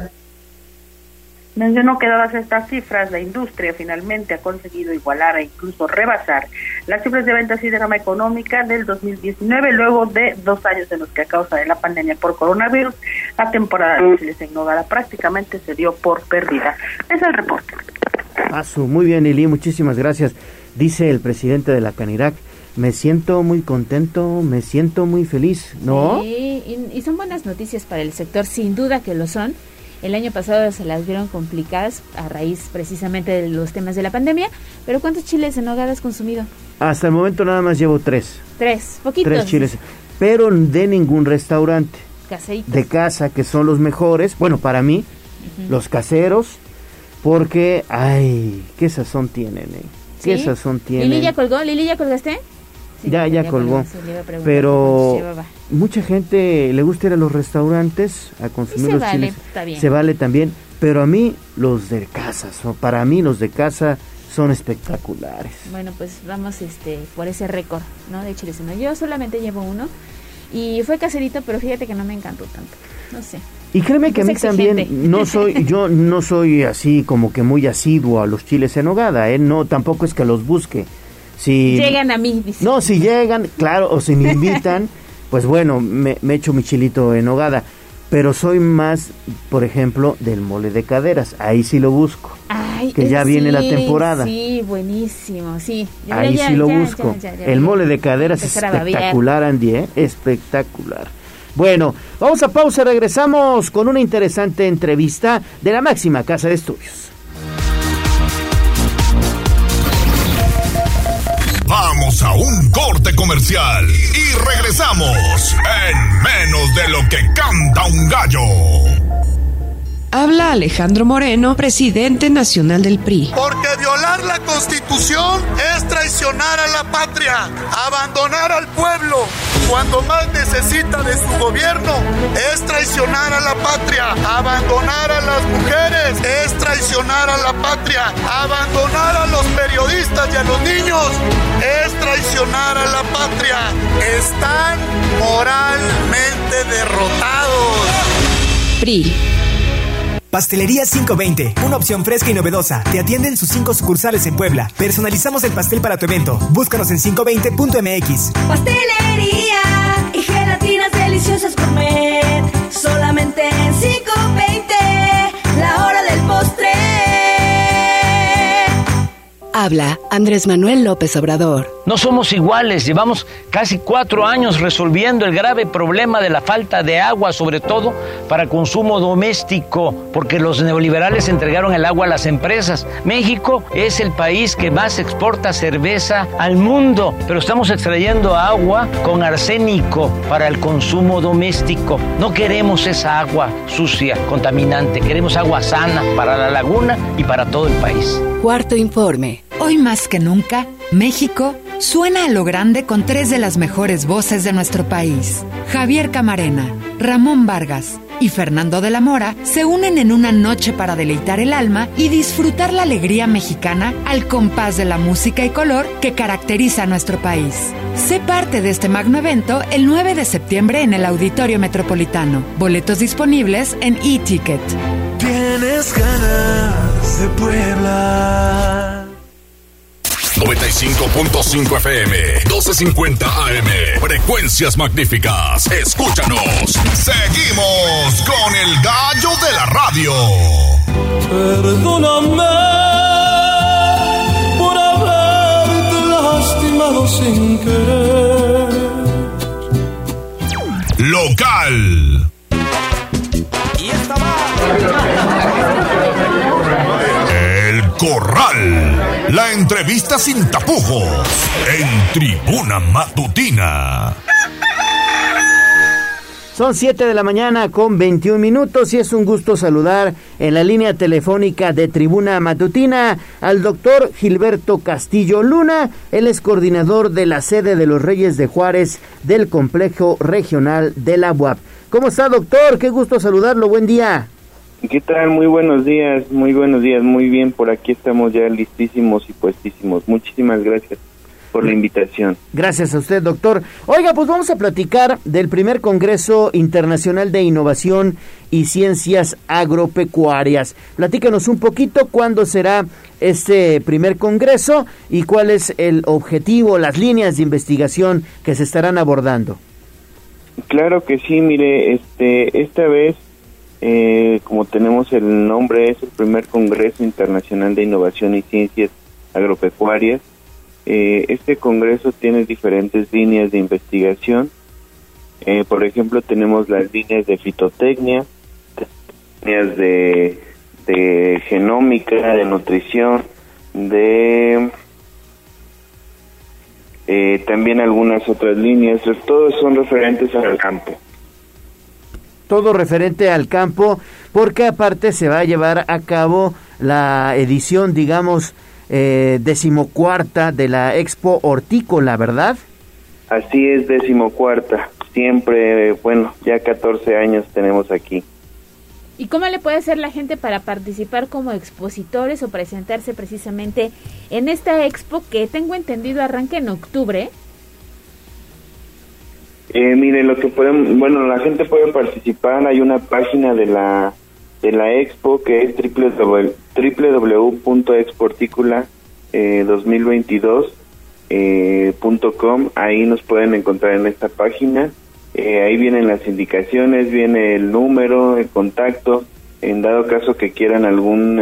Speaker 13: Mencionó que dadas estas cifras, la industria finalmente ha conseguido igualar e incluso rebasar las cifras de ventas y derrama económica del 2019, luego de 2 años en los que a causa de la pandemia por coronavirus, la temporada de chiles en nogada prácticamente se dio por perdida. Es el reporte.
Speaker 2: Muy bien, Lili, muchísimas gracias. Dice el presidente de la Canirac: me siento muy contento, me siento muy feliz, ¿no?
Speaker 3: Sí, y son buenas noticias para el sector, sin duda que lo son. El año pasado se las vieron complicadas a raíz precisamente de los temas de la pandemia, pero ¿cuántos chiles en nogada has consumido?
Speaker 2: Hasta el momento nada más llevo 3.
Speaker 3: 3, poquitos.
Speaker 2: 3 chiles, pero de ningún restaurante.
Speaker 3: Caseritos.
Speaker 2: De casa, que son los mejores, bueno, para mí, los caseros, porque, ay, qué sazón tienen, qué sazón tienen.
Speaker 3: ¿Lili ya colgó? ¿Lili ya colgaste?
Speaker 2: Sí, ya colgó, pero mucha gente le gusta ir a los restaurantes a consumir los chiles, se vale también, pero a mí los de casa, para mí los de casa son espectaculares.
Speaker 3: Bueno, pues vamos por ese récord, ¿no? De chiles. Yo solamente llevo uno y fue caserito, pero fíjate que no me encantó tanto, no sé.
Speaker 2: Y créeme que a mí también yo no soy así como que muy asiduo a los chiles en nogada, no, tampoco es que los busque. Si
Speaker 3: llegan a mí, dice.
Speaker 2: No, si llegan, claro, o si me invitan, pues bueno, me echo mi chilito en nogada. Pero soy más, por ejemplo, del mole de caderas. Ahí sí lo busco.
Speaker 3: Ay,
Speaker 2: que ya viene la temporada.
Speaker 3: Sí, buenísimo, sí.
Speaker 2: Ahí sí lo busco. El mole de caderas es espectacular, Andy, espectacular. Bueno, vamos a pausa, regresamos con una interesante entrevista de la máxima casa de estudios.
Speaker 1: Vamos a un corte comercial y regresamos en menos de lo que canta un gallo.
Speaker 14: Habla Alejandro Moreno, presidente nacional del PRI.
Speaker 15: Porque violar la Constitución es traicionar a la patria, abandonar al pueblo cuando más necesita de su gobierno, es traicionar a la patria, abandonar a las mujeres, es traicionar a la patria, abandonar a los periodistas y a los niños, es traicionar a la patria. Están moralmente derrotados.
Speaker 14: PRI.
Speaker 16: Pastelería 520, una opción fresca y novedosa. Te atienden sus 5 sucursales en Puebla. Personalizamos el pastel para tu evento. Búscanos en 520.mx.
Speaker 17: Pastelería y gelatinas deliciosas gourmet. Solamente en 520, la hora del postre.
Speaker 14: Habla Andrés Manuel López Obrador.
Speaker 22: No somos iguales, llevamos casi 4 años resolviendo el grave problema de la falta de agua, sobre todo para consumo doméstico, porque los neoliberales entregaron el agua a las empresas. México es el país que más exporta cerveza al mundo, pero estamos extrayendo agua con arsénico para el consumo doméstico. No queremos esa agua sucia, contaminante, queremos agua sana para la laguna y para todo el país.
Speaker 20: Cuarto informe. Hoy más que nunca, México suena a lo grande con 3 de las mejores voces de nuestro país. Javier Camarena, Ramón Vargas y Fernando de la Mora se unen en una noche para deleitar el alma y disfrutar la alegría mexicana al compás de la música y color que caracteriza a nuestro país. Sé parte de este magno evento el 9 de septiembre en el Auditorio Metropolitano. Boletos disponibles en e-ticket.
Speaker 4: Tienes ganas de Puebla.
Speaker 1: 97.7 95.5 FM, 1250 AM. Frecuencias magníficas. Escúchanos. Seguimos con el gallo de la radio.
Speaker 4: Perdóname por haberte lastimado sin querer.
Speaker 1: Local.
Speaker 10: Y esta va.
Speaker 1: El Corral. La entrevista sin tapujos. En Tribuna Matutina.
Speaker 2: Son 7 de la mañana con 21 minutos y es un gusto saludar en la línea telefónica de Tribuna Matutina al doctor Gilberto Castillo Luna. Él es coordinador de la sede de los Reyes de Juárez del Complejo Regional de la UAP. ¿Cómo está, doctor? Qué gusto saludarlo. Buen día.
Speaker 5: ¿Qué tal? Muy buenos días, muy bien. Por aquí estamos ya listísimos y puestísimos. Muchísimas gracias por la invitación.
Speaker 2: Gracias a usted, doctor. Oiga, pues vamos a platicar del primer Congreso Internacional de Innovación y Ciencias Agropecuarias. Platícanos un poquito cuándo será este primer congreso y cuál es el objetivo, las líneas de investigación que se estarán abordando.
Speaker 5: Claro que sí, mire, esta vez, como tenemos el nombre, es el primer Congreso Internacional de Innovación y Ciencias Agropecuarias. Este congreso tiene diferentes líneas de investigación. Por ejemplo, tenemos las líneas de fitotecnia, líneas de genómica, de nutrición, también algunas otras líneas. Todos son referentes al campo.
Speaker 2: Todo referente al campo, porque aparte se va a llevar a cabo la edición, digamos, 14ª de la Expo Hortícola, ¿verdad?
Speaker 5: Así es, 14ª. Siempre, ya 14 años tenemos aquí.
Speaker 3: ¿Y cómo le puede hacer la gente para participar como expositores o presentarse precisamente en esta expo que tengo entendido arranca en octubre?
Speaker 5: Mire, lo que la gente puede participar. Hay una página de la expo que es www.exporticula2022.com. Ahí nos pueden encontrar en esta página. Ahí vienen las indicaciones, viene el número, el contacto. En dado caso que quieran algún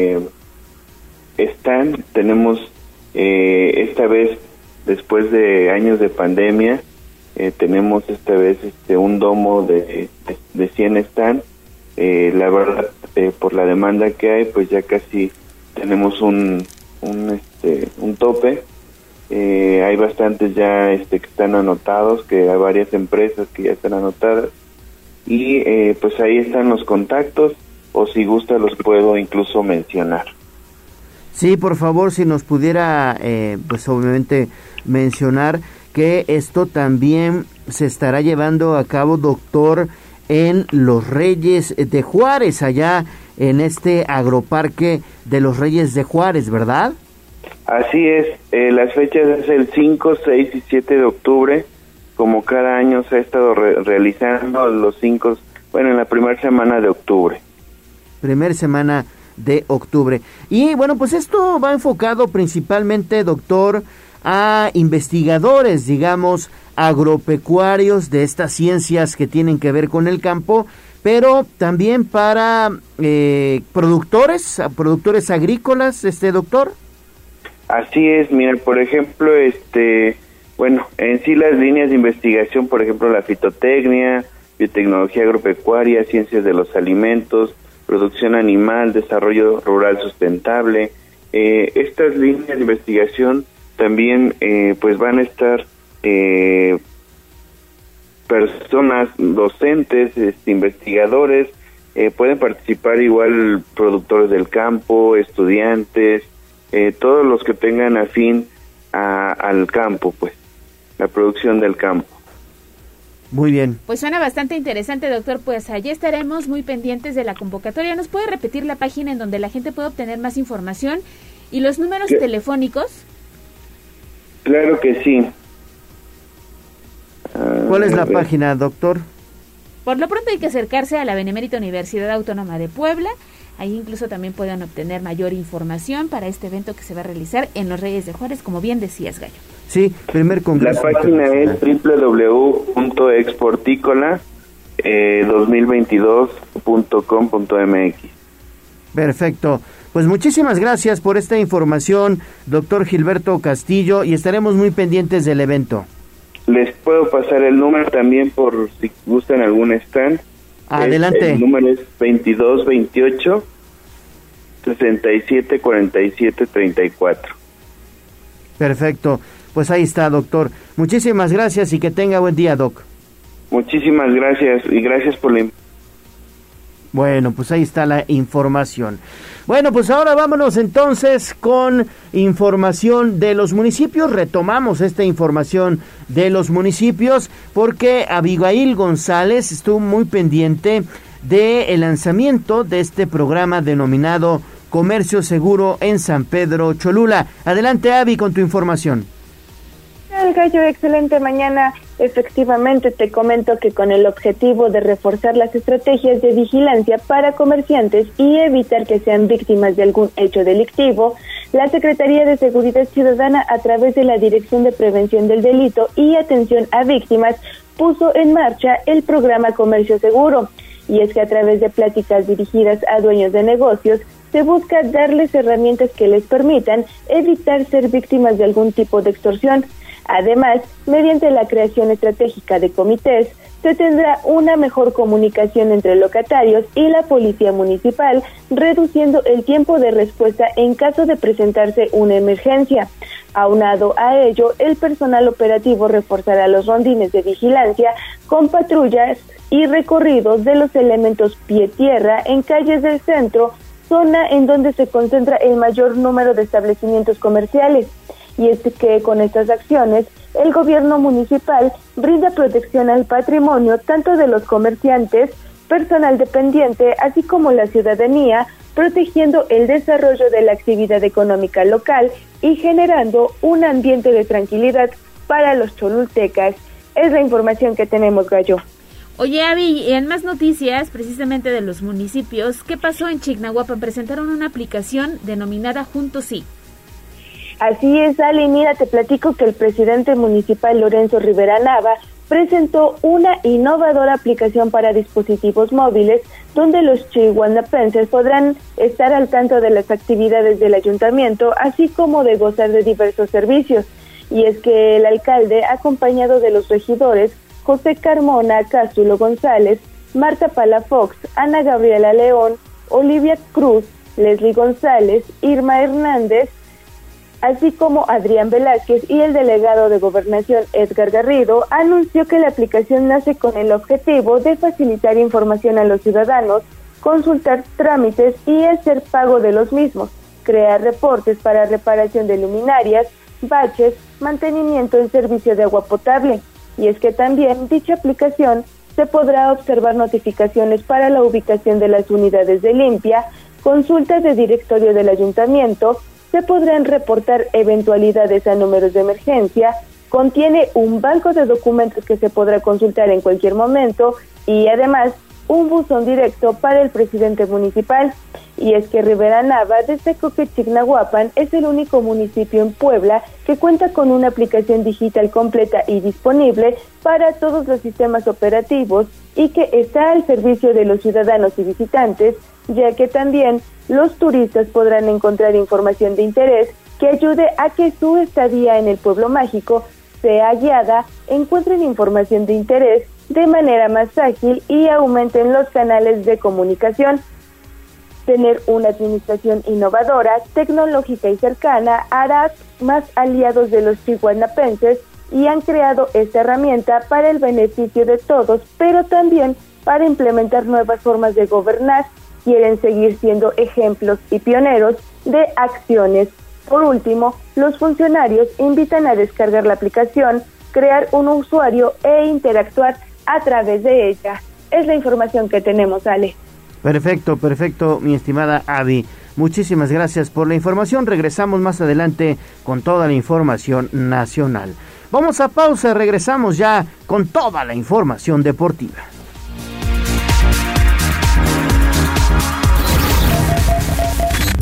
Speaker 5: stand, tenemos esta vez, después de años de pandemia, tenemos esta vez un domo de 100 stands. La verdad, por la demanda que hay, pues ya casi tenemos un tope. Hay bastantes ya que están anotados, que hay varias empresas que ya están anotadas, y pues ahí están los contactos, o si gusta los puedo incluso mencionar.
Speaker 2: Sí, por favor, si nos pudiera pues obviamente mencionar que esto también se estará llevando a cabo, doctor, en los Reyes de Juárez, allá en este agroparque de los Reyes de Juárez, ¿verdad?
Speaker 5: Así es, las fechas es el 5, 6 y 7 de octubre, como cada año se ha estado realizando los 5, en la primera semana de octubre. Primera
Speaker 2: semana de octubre. Y pues esto va enfocado principalmente, doctor, a investigadores, digamos, agropecuarios de estas ciencias que tienen que ver con el campo, pero también para productores agrícolas, doctor.
Speaker 5: Así es, mira, por ejemplo, en sí las líneas de investigación, por ejemplo, la fitotecnia, biotecnología agropecuaria, ciencias de los alimentos, producción animal, desarrollo rural sustentable, estas líneas de investigación también pues van a estar personas, docentes, investigadores, pueden participar igual productores del campo, estudiantes, todos los que tengan afín al campo, pues, la producción del campo.
Speaker 2: Muy bien.
Speaker 3: Pues suena bastante interesante, doctor. Pues allí estaremos muy pendientes de la convocatoria. ¿Nos puede repetir la página en donde la gente puede obtener más información y los números telefónicos?
Speaker 5: Claro que sí.
Speaker 2: ¿Cuál es la página, doctor?
Speaker 3: Por lo pronto hay que acercarse a la Benemérita Universidad Autónoma de Puebla, Ahí incluso también pueden obtener mayor información para este evento que se va a realizar en Los Reyes de Juárez, como bien decías, Gallo.
Speaker 2: Sí, primer congreso.
Speaker 5: La página es www.exporticola2022.com.mx.
Speaker 2: Perfecto. Pues muchísimas gracias por esta información, doctor Gilberto Castillo, y estaremos muy pendientes del evento.
Speaker 5: Les puedo pasar el número también por si gustan algún stand.
Speaker 2: Adelante.
Speaker 5: El número es 2228-6747-34.
Speaker 2: Perfecto. Pues ahí está, doctor. Muchísimas gracias y que tenga buen día, doc.
Speaker 5: Muchísimas gracias y gracias por la...
Speaker 2: Bueno, pues ahí está la información. Bueno, pues ahora vámonos entonces con información de los municipios. Retomamos esta información de los municipios porque Abigail González estuvo muy pendiente del lanzamiento de este programa denominado Comercio Seguro en San Pedro Cholula. Adelante, Abby, con tu información.
Speaker 18: Gallo, excelente mañana. Efectivamente, te comento que con el objetivo de reforzar las estrategias de vigilancia para comerciantes y evitar que sean víctimas de algún hecho delictivo, la Secretaría de Seguridad Ciudadana, a través de la Dirección de Prevención del Delito y Atención a Víctimas, puso en marcha el programa Comercio Seguro. Y es que a través de pláticas dirigidas a dueños de negocios, se busca darles herramientas que les permitan evitar ser víctimas de algún tipo de extorsión. Además, mediante la creación estratégica de comités, se tendrá una mejor comunicación entre locatarios y la policía municipal, reduciendo el tiempo de respuesta en caso de presentarse una emergencia. Aunado a ello, el personal operativo reforzará los rondines de vigilancia con patrullas y recorridos de los elementos pie-tierra en calles del centro, zona en donde se concentra el mayor número de establecimientos comerciales. Y es que con estas acciones, el gobierno municipal brinda protección al patrimonio tanto de los comerciantes, personal dependiente, así como la ciudadanía, protegiendo el desarrollo de la actividad económica local y generando un ambiente de tranquilidad para los cholultecas. Es la información que tenemos, Gallo.
Speaker 3: Oye, Abby, en más noticias, precisamente de los municipios, ¿qué pasó en Chignahuapan? Presentaron una aplicación denominada Juntos Sí.
Speaker 18: Así es, Ali, mira, te platico que el presidente municipal Lorenzo Rivera Nava presentó una innovadora aplicación para dispositivos móviles donde los chihuanapenses podrán estar al tanto de las actividades del ayuntamiento, así como de gozar de diversos servicios. Y es que el alcalde, acompañado de los regidores José Carmona Cástulo González, Marta Palafox, Ana Gabriela León, Olivia Cruz, Leslie González, Irma Hernández, así como Adrián Velázquez y el delegado de Gobernación Edgar Garrido, anunció que la aplicación nace con el objetivo de facilitar información a los ciudadanos, consultar trámites y hacer pago de los mismos, crear reportes para reparación de luminarias, baches, mantenimiento en servicio de agua potable. Y es que también dicha aplicación se podrá observar notificaciones para la ubicación de las unidades de limpia, consultas de directorio del ayuntamiento, se podrán reportar eventualidades a números de emergencia, contiene un banco de documentos que se podrá consultar en cualquier momento y además un buzón directo para el presidente municipal. Y es que Rivera Nava destacó que Chignahuapan es el único municipio en Puebla que cuenta con una aplicación digital completa y disponible para todos los sistemas operativos y que está al servicio de los ciudadanos y visitantes, ya que también los turistas podrán encontrar información de interés que ayude a que su estadía en el pueblo mágico sea guiada, encuentren información de interés de manera más ágil y aumenten los canales de comunicación. Tener una administración innovadora, tecnológica y cercana hará más aliados de los chihuanapenses y han creado esta herramienta para el beneficio de todos, pero también para implementar nuevas formas de gobernar. Quieren seguir siendo ejemplos y pioneros de acciones. Por último, los funcionarios invitan a descargar la aplicación, crear un usuario e interactuar a través de ella. Es la información que tenemos, Ale.
Speaker 2: Perfecto, mi estimada Abby. Muchísimas gracias por la información. Regresamos más adelante con toda la información nacional. Vamos a pausa, regresamos ya con toda la información deportiva.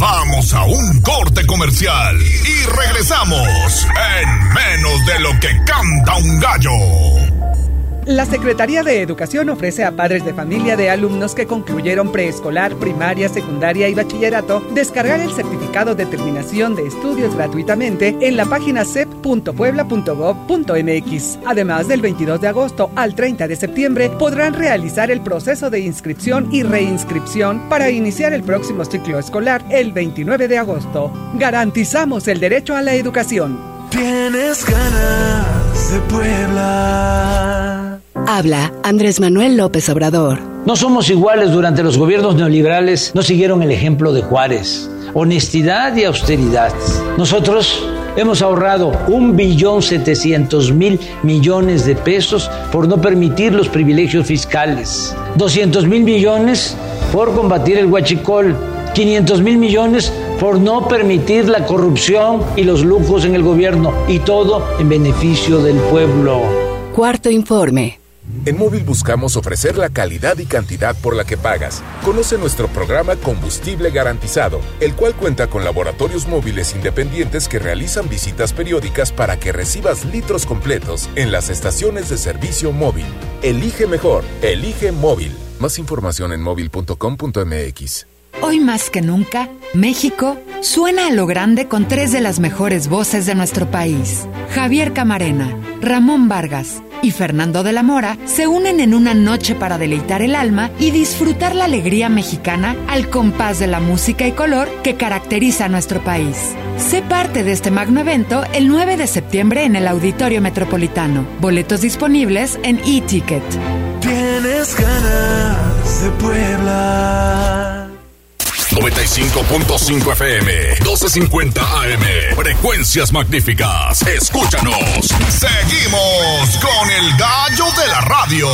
Speaker 1: Vamos a un corte comercial y regresamos en menos de lo que canta un gallo.
Speaker 6: La Secretaría de Educación ofrece a padres de familia de alumnos que concluyeron preescolar, primaria, secundaria y bachillerato descargar el certificado de terminación de estudios gratuitamente en la página cep.puebla.gov.mx. Además, del 22 de agosto al 30 de septiembre podrán realizar el proceso de inscripción y reinscripción para iniciar el próximo ciclo escolar el 29 de agosto. Garantizamos el derecho a la educación.
Speaker 4: Tienes ganas de Puebla.
Speaker 14: Habla Andrés Manuel López Obrador.
Speaker 22: No somos iguales. Durante los gobiernos neoliberales no siguieron el ejemplo de Juárez. Honestidad y austeridad. Nosotros hemos ahorrado 1.700.000 millones de pesos por no permitir los privilegios fiscales. 200.000 millones por combatir el huachicol. 500.000 millones por no permitir la corrupción y los lujos en el gobierno. Y todo en beneficio del pueblo.
Speaker 14: Cuarto informe.
Speaker 19: En Móvil buscamos ofrecer la calidad y cantidad por la que pagas. Conoce nuestro programa Combustible Garantizado, el cual cuenta con laboratorios móviles independientes que realizan visitas periódicas para que recibas litros completos en las estaciones de servicio móvil. Elige mejor, elige Móvil. Más información en móvil.com.mx.
Speaker 20: Hoy más que nunca, México suena a lo grande con tres de las mejores voces de nuestro país. Javier Camarena, Ramón Vargas y Fernando de la Mora se unen en una noche para deleitar el alma y disfrutar la alegría mexicana al compás de la música y color que caracteriza a nuestro país. Sé parte de este magno evento el 9 de septiembre en el Auditorio Metropolitano. Boletos disponibles en e-ticket.
Speaker 4: Tienes ganas de Puebla.
Speaker 1: 95.5 FM, 1250 AM, frecuencias magníficas. Escúchanos. Seguimos con el gallo de la radio.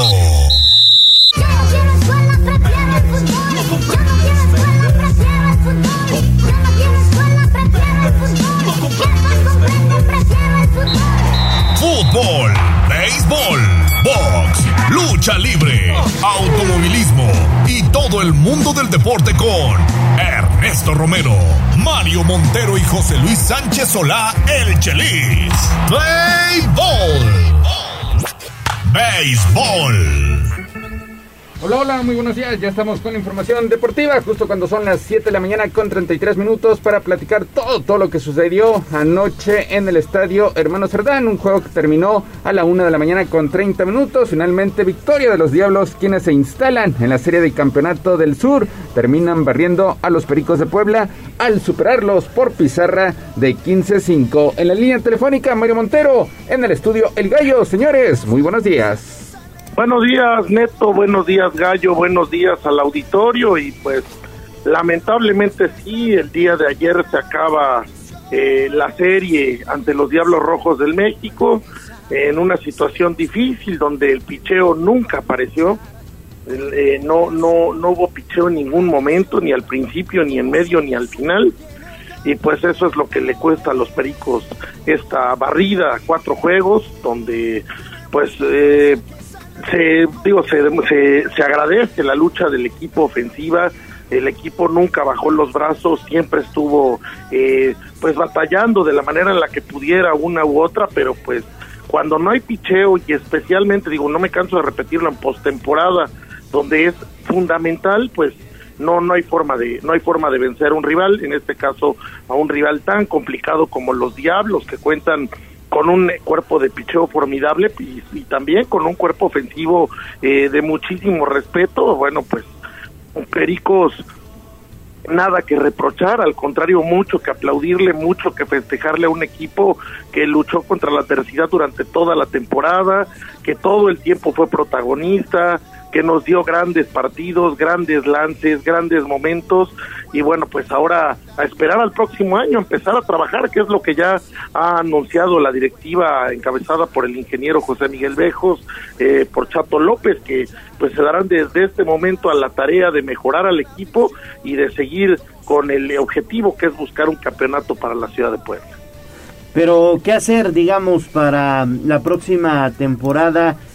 Speaker 1: Fútbol, béisbol, box, lucha libre, automovilismo y todo el mundo del deporte con Ernesto Romero, Mario Montero y José Luis Sánchez Solá, el Chelis. Béisbol.
Speaker 8: Hola, muy buenos días. Ya estamos con información deportiva, justo cuando son las 7 de la mañana con 33 minutos para platicar todo lo que sucedió anoche en el estadio Hermano Cerdán, un juego que terminó a la 1 de la mañana con 30 minutos. Finalmente, victoria de los Diablos, quienes se instalan en la serie de campeonato del sur. Terminan barriendo a los Pericos de Puebla al superarlos por pizarra de 15-5. En la línea telefónica, Mario Montero, en el estudio El Gallo. Señores, muy buenos días.
Speaker 23: Buenos días, Neto, buenos días, Gallo, buenos días al auditorio. Y pues lamentablemente sí, el día de ayer se acaba la serie ante los Diablos Rojos del México en una situación difícil donde el picheo nunca apareció. No hubo picheo en ningún momento, ni al principio, ni en medio, ni al final. Y pues eso es lo que le cuesta a los Pericos esta barrida a 4 juegos, donde pues se agradece la lucha del equipo ofensiva. El equipo nunca bajó los brazos, siempre estuvo pues batallando de la manera en la que pudiera una u otra, pero pues cuando no hay picheo, y especialmente, no me canso de repetirlo, en postemporada, donde es fundamental, pues no hay forma de vencer a un rival, en este caso a un rival tan complicado como los Diablos, que cuentan con un cuerpo de picheo formidable y también con un cuerpo ofensivo de muchísimo respeto. Bueno, pues Pericos, nada que reprochar, al contrario, mucho que aplaudirle, mucho que festejarle a un equipo que luchó contra la adversidad durante toda la temporada, que todo el tiempo fue protagonista, que nos dio grandes partidos, grandes lances, grandes momentos. Y bueno, pues ahora a esperar al próximo año, empezar a trabajar, que es lo que ya ha anunciado la directiva encabezada por el ingeniero José Miguel Bejos, por Chato López, que pues se darán desde este momento a la tarea de mejorar al equipo y de seguir con el objetivo que es buscar un campeonato para la ciudad de Puebla.
Speaker 2: Pero, ¿qué hacer, digamos, para la próxima temporada?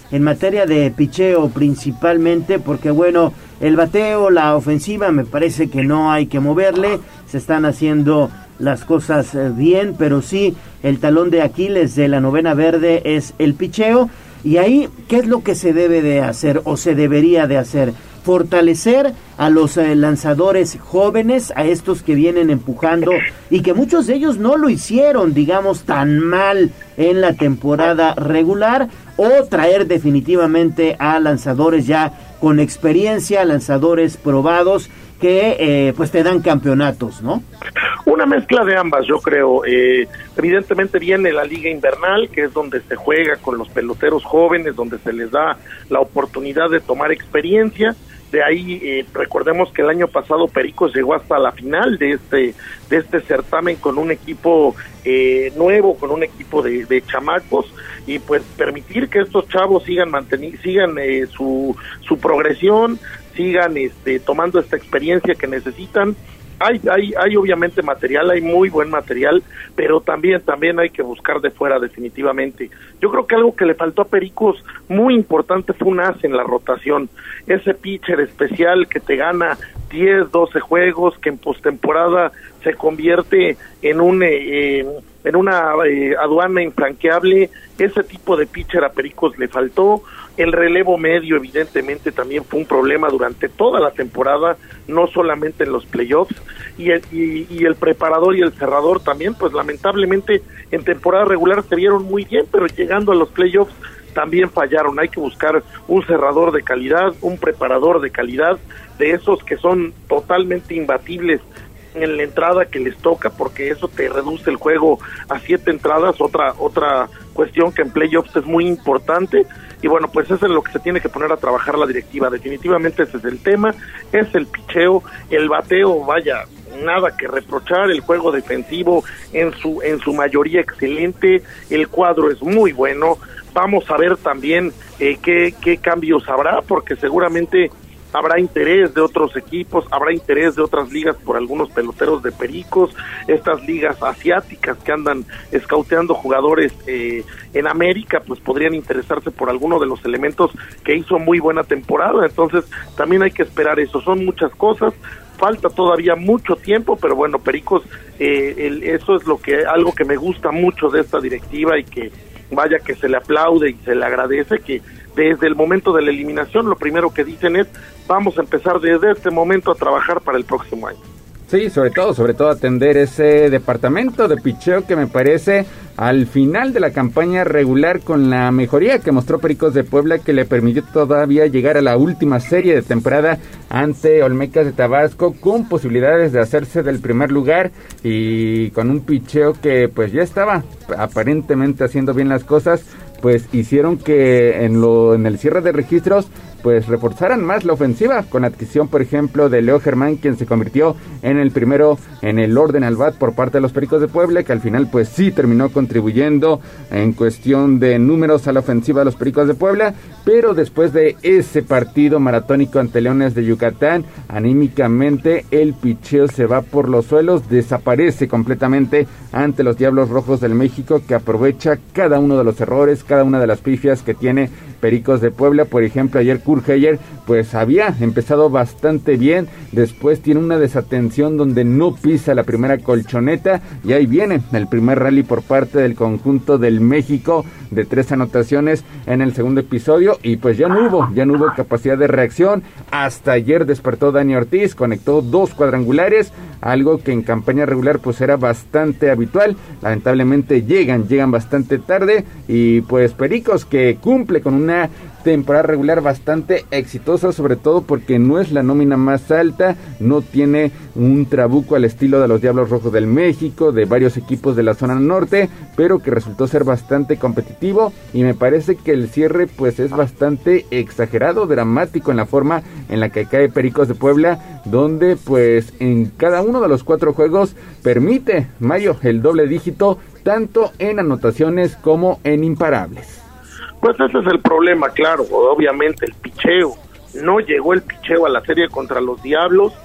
Speaker 2: en materia de picheo principalmente, porque bueno, el bateo, la ofensiva, me parece que no hay que moverle, se están haciendo las cosas bien, pero sí, el talón de Aquiles de la novena verde es el picheo. Y ahí, ¿qué es lo que se debe de hacer o se debería de hacer? Fortalecer a los lanzadores jóvenes, a estos que vienen empujando y que muchos de ellos no lo hicieron, digamos, tan mal en la temporada regular, o traer definitivamente a lanzadores ya con experiencia, lanzadores probados que pues te dan campeonatos, ¿no?
Speaker 23: Una mezcla de ambas, yo creo. Evidentemente viene la liga invernal, que es donde se juega con los peloteros jóvenes, donde se les da la oportunidad de tomar experiencia. De ahí, recordemos que el año pasado Pericos llegó hasta la final de este certamen con un equipo nuevo, con un equipo de chamacos, y pues permitir que estos chavos sigan su progresión, sigan tomando esta experiencia que necesitan. Hay obviamente material, hay muy buen material, pero también hay que buscar de fuera definitivamente. Yo creo que algo que le faltó a Pericos muy importante fue un as en la rotación, ese pitcher especial que te gana 10, 12 juegos, que en postemporada se convierte en una aduana infranqueable. Ese tipo de pitcher a Pericos le faltó. El relevo medio evidentemente también fue un problema durante toda la temporada, no solamente en los playoffs, y el preparador y el cerrador también, pues lamentablemente en temporada regular se vieron muy bien, pero llegando a los playoffs también fallaron. Hay que buscar un cerrador de calidad, un preparador de calidad, de esos que son totalmente imbatibles en la entrada que les toca, porque eso te reduce el juego a 7 entradas, otra cuestión que en playoffs es muy importante. Y bueno, pues eso es lo que se tiene que poner a trabajar la directiva. Definitivamente ese es el tema, es el picheo, el bateo, vaya, nada que reprochar, el juego defensivo en su mayoría excelente, el cuadro es muy bueno. Vamos a ver también qué cambios habrá, porque seguramente habrá interés de otros equipos, habrá interés de otras ligas por algunos peloteros de Pericos, estas ligas asiáticas que andan escauteando jugadores en América, pues podrían interesarse por alguno de los elementos que hizo muy buena temporada. Entonces también hay que esperar eso, son muchas cosas, falta todavía mucho tiempo, pero bueno, Pericos, eso es algo que me gusta mucho de esta directiva, y que vaya que se le aplaude y se le agradece, que desde el momento de la eliminación lo primero que dicen es: vamos a empezar desde este momento a trabajar para el próximo año.
Speaker 8: Sí, sobre todo atender ese departamento de picheo que me parece al final de la campaña regular, con la mejoría que mostró Pericos de Puebla, que le permitió todavía llegar a la última serie de temporada ante Olmecas de Tabasco, con posibilidades de hacerse del primer lugar, y con un picheo que pues ya estaba aparentemente haciendo bien las cosas, pues hicieron que en el cierre de registros pues reforzaran más la ofensiva, con la adquisición, por ejemplo, de Leo Germán, quien se convirtió en el primero en el orden al bat por parte de los Pericos de Puebla, que al final pues sí terminó contribuyendo en cuestión de números a la ofensiva de los Pericos de Puebla. Pero después de ese partido maratónico ante Leones de Yucatán, anímicamente el picheo se va por los suelos, desaparece completamente ante los Diablos Rojos del México, que aprovecha cada uno de los errores, cada una de las pifias que tiene Pericos de Puebla. Por ejemplo, ayer Kurheyer pues había empezado bastante bien, después tiene una desatención donde no pisa la primera colchoneta, y ahí viene el primer rally por parte del conjunto del México de 3 anotaciones en el segundo episodio, y pues ya no hubo capacidad de reacción. Hasta ayer despertó Dani Ortiz, conectó 2 cuadrangulares, algo que en campaña regular pues era bastante habitual. Lamentablemente llegan bastante tarde, y pues Pericos, que cumple con una temporada regular bastante exitosa, sobre todo porque no es la nómina más alta, no tiene un trabuco al estilo de los Diablos Rojos del México, de varios equipos de la zona norte, pero que resultó ser bastante competitivo, y me parece que el cierre pues es bastante exagerado, dramático en la forma en la que cae Pericos de Puebla, donde pues en cada uno de los 4 juegos permite Mayo el doble dígito, tanto en anotaciones como en imparables.
Speaker 23: Pues ese es el problema, claro, obviamente el picheo, no llegó el picheo a la serie contra los Diablos,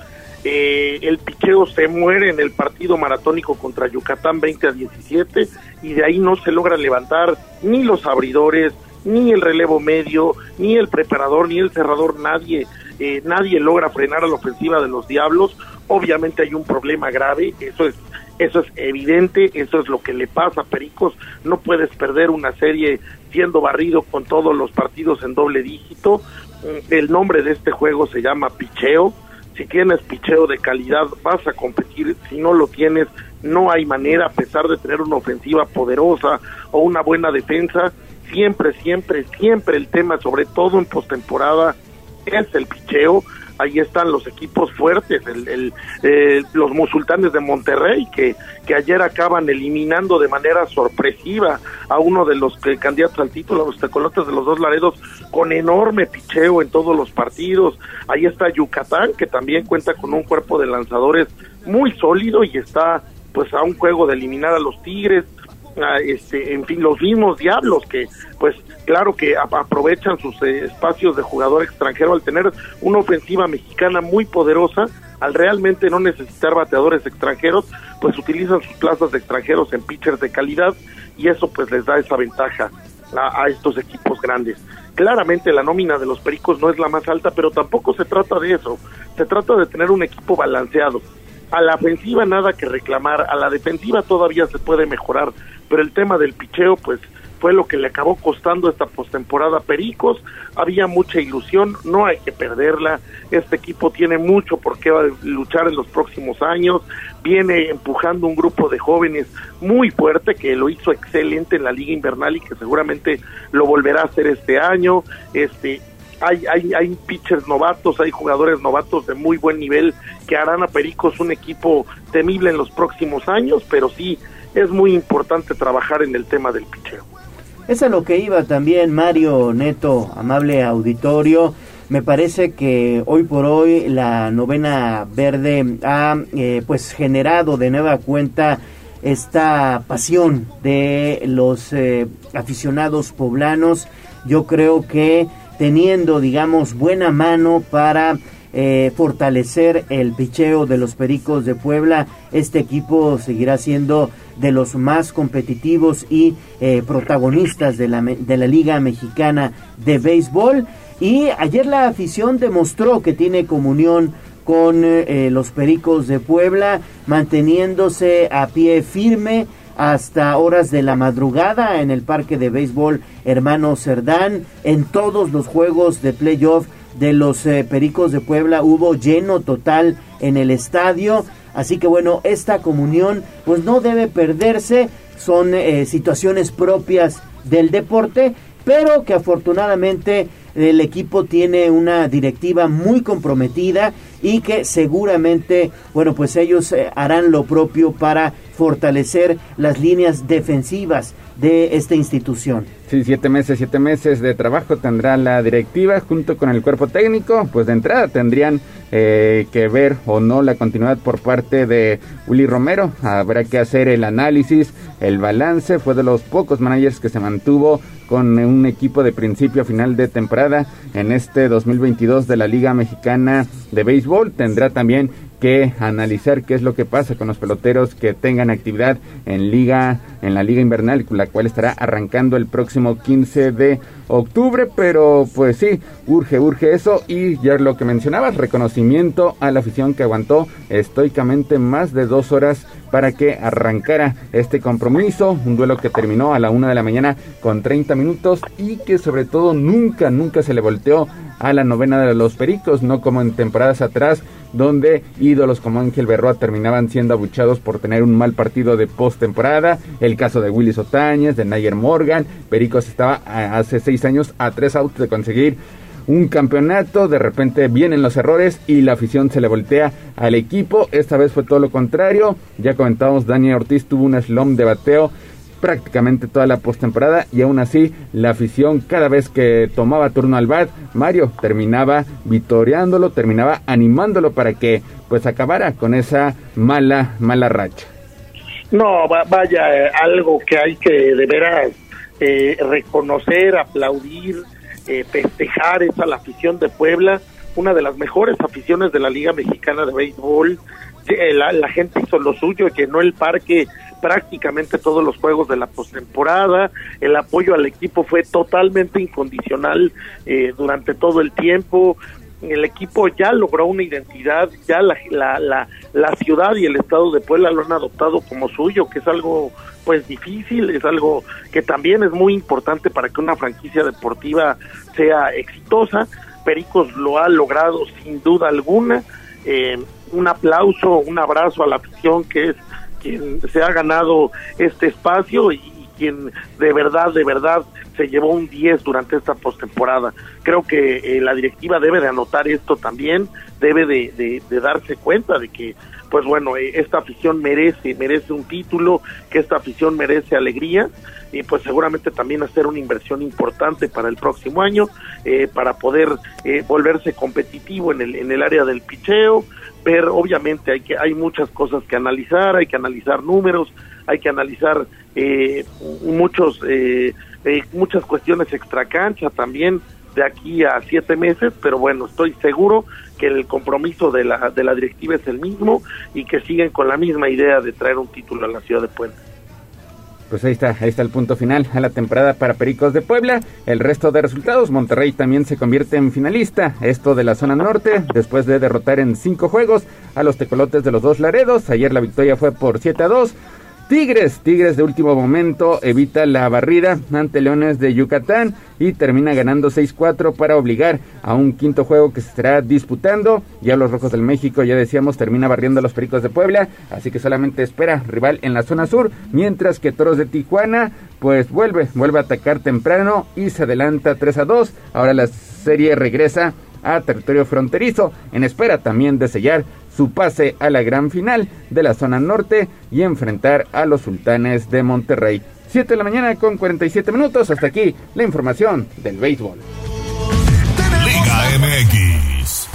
Speaker 23: el picheo se muere en el partido maratónico contra Yucatán 20-17, y de ahí no se logra levantar ni los abridores, ni el relevo medio, ni el preparador, ni el cerrador, nadie logra frenar a la ofensiva de los Diablos. Obviamente hay un problema grave, eso es evidente, eso es lo que le pasa a Pericos. No puedes perder una serie siendo barrido con todos los partidos en doble dígito. El nombre de este juego se llama picheo. Si tienes picheo de calidad vas a competir, si no lo tienes no hay manera, a pesar de tener una ofensiva poderosa o una buena defensa. Siempre el tema, sobre todo en postemporada, es el picheo. Ahí están los equipos fuertes, los Sultanes de Monterrey, que ayer acaban eliminando de manera sorpresiva a uno de los candidatos al título, los Tecolotes de los Dos Laredos, con enorme picheo en todos los partidos. Ahí está Yucatán, que también cuenta con un cuerpo de lanzadores muy sólido y está pues a un juego de eliminar a los Tigres. En fin, los mismos Diablos que pues claro que aprovechan sus espacios de jugador extranjero al tener una ofensiva mexicana muy poderosa, al realmente no necesitar bateadores extranjeros, pues utilizan sus plazas de extranjeros en pitchers de calidad y eso pues les da esa ventaja a estos equipos grandes. Claramente la nómina de los Pericos no es la más alta, pero tampoco se trata de eso, se trata de tener un equipo balanceado. A la ofensiva nada que reclamar, a la defensiva todavía se puede mejorar, pero el tema del picheo pues fue lo que le acabó costando esta postemporada a Pericos. Había mucha ilusión, no hay que perderla, este equipo tiene mucho por qué luchar en los próximos años, viene empujando un grupo de jóvenes muy fuerte que lo hizo excelente en la Liga Invernal y que seguramente lo volverá a hacer este año. Hay pitchers novatos, hay jugadores novatos de muy buen nivel que harán a Pericos un equipo temible en los próximos años, pero sí es muy importante trabajar en el tema del picheo.
Speaker 2: Es a lo que iba también Mario, Neto, amable auditorio. Me parece que hoy por hoy la Novena Verde ha pues generado de nueva cuenta esta pasión de los aficionados poblanos. Yo creo que teniendo, digamos, buena mano para fortalecer el picheo de los Pericos de Puebla, este equipo seguirá siendo de los más competitivos y protagonistas de la Liga Mexicana de Béisbol. Y ayer la afición demostró que tiene comunión con los Pericos de Puebla, manteniéndose a pie firme hasta horas de la madrugada en el Parque de Béisbol Hermano Cerdán. En todos los juegos de playoff de los Pericos de Puebla hubo lleno total en el estadio. Así que bueno, esta comunión pues no debe perderse, son situaciones propias del deporte, pero que afortunadamente el equipo tiene una directiva muy comprometida y que seguramente, bueno, pues ellos harán lo propio para fortalecer las líneas defensivas de esta institución.
Speaker 8: Sí, 7 meses de trabajo tendrá la directiva junto con el cuerpo técnico. Pues de entrada tendrían que ver o no la continuidad por parte de Willy Romero. Habrá que hacer el análisis, el balance. Fue de los pocos managers que se mantuvo con un equipo de principio a final de temporada en este 2022 de la Liga Mexicana de Béisbol. Tendrá también que analizar qué es lo que pasa con los peloteros que tengan actividad en la Liga Invernal, la cual estará arrancando el próximo 15 de octubre, pero pues sí, urge eso. Y ya lo que mencionabas, reconocimiento a la afición que aguantó estoicamente más de 2 horas para que arrancara este compromiso, un duelo que terminó a la 1 de la mañana con 30 minutos y que sobre todo nunca se le volteó a la novena de los Pericos, no como en temporadas atrás, donde ídolos como Ángel Berroa terminaban siendo abuchados por tener un mal partido de postemporada. El caso de Willy Otañez, de Nayer Morgan. Pericos estaba hace 6 años a 3 outs de conseguir un campeonato. De repente vienen los errores y la afición se le voltea al equipo. Esta vez fue todo lo contrario. Ya comentábamos, Daniel Ortiz tuvo un slump de bateo prácticamente toda la postemporada y aún así la afición cada vez que tomaba turno al bat, Mario terminaba vitoreándolo, terminaba animándolo para que pues acabara con esa mala racha.
Speaker 23: No, vaya, algo que hay que de veras reconocer, aplaudir, festejar es a la afición de Puebla, una de las mejores aficiones de la Liga Mexicana de Béisbol. La gente hizo lo suyo, llenó el parque prácticamente todos los juegos de la postemporada. El apoyo al equipo fue totalmente incondicional durante todo el tiempo. El equipo ya logró una identidad, ya la ciudad y el estado de Puebla lo han adoptado como suyo, que es algo pues difícil, es algo que también es muy importante para que una franquicia deportiva sea exitosa. Pericos lo ha logrado sin duda alguna. Un aplauso, un abrazo a la afición, que es quien se ha ganado este espacio y quien de verdad se llevó un 10 durante esta postemporada. Creo que la directiva debe de anotar esto también, debe de darse cuenta de que, pues bueno, esta afición merece un título, que esta afición merece alegría, y pues seguramente también hacer una inversión importante para el próximo año, para poder volverse competitivo en el área del picheo. Pero obviamente hay muchas cosas que analizar, hay que analizar números, hay que analizar muchas cuestiones extracancha también de aquí a 7 meses, pero bueno, estoy seguro que el compromiso de la directiva es el mismo y que siguen con la misma idea de traer un título a la ciudad de Puebla.
Speaker 8: Pues ahí está el punto final a la temporada para Pericos de Puebla. El resto de resultados: Monterrey también se convierte en finalista, esto de la zona norte, después de derrotar en 5 juegos a los tecolotes de los Dos Laredos. Ayer la victoria fue por 7-2. Tigres de último momento evita la barrida ante Leones de Yucatán y termina ganando 6-4 para obligar a un quinto juego que se estará disputando. Ya los Rojos del México, ya decíamos, termina barriendo a los Pericos de Puebla, así que solamente espera rival en la zona sur, mientras que Toros de Tijuana pues vuelve a atacar temprano y se adelanta 3-2. Ahora la serie regresa a territorio fronterizo, en espera también de sellar su pase a la gran final de la zona norte y enfrentar a los Sultanes de Monterrey. 7 de la mañana con 47 minutos. Hasta aquí la información del béisbol.
Speaker 1: Liga MX.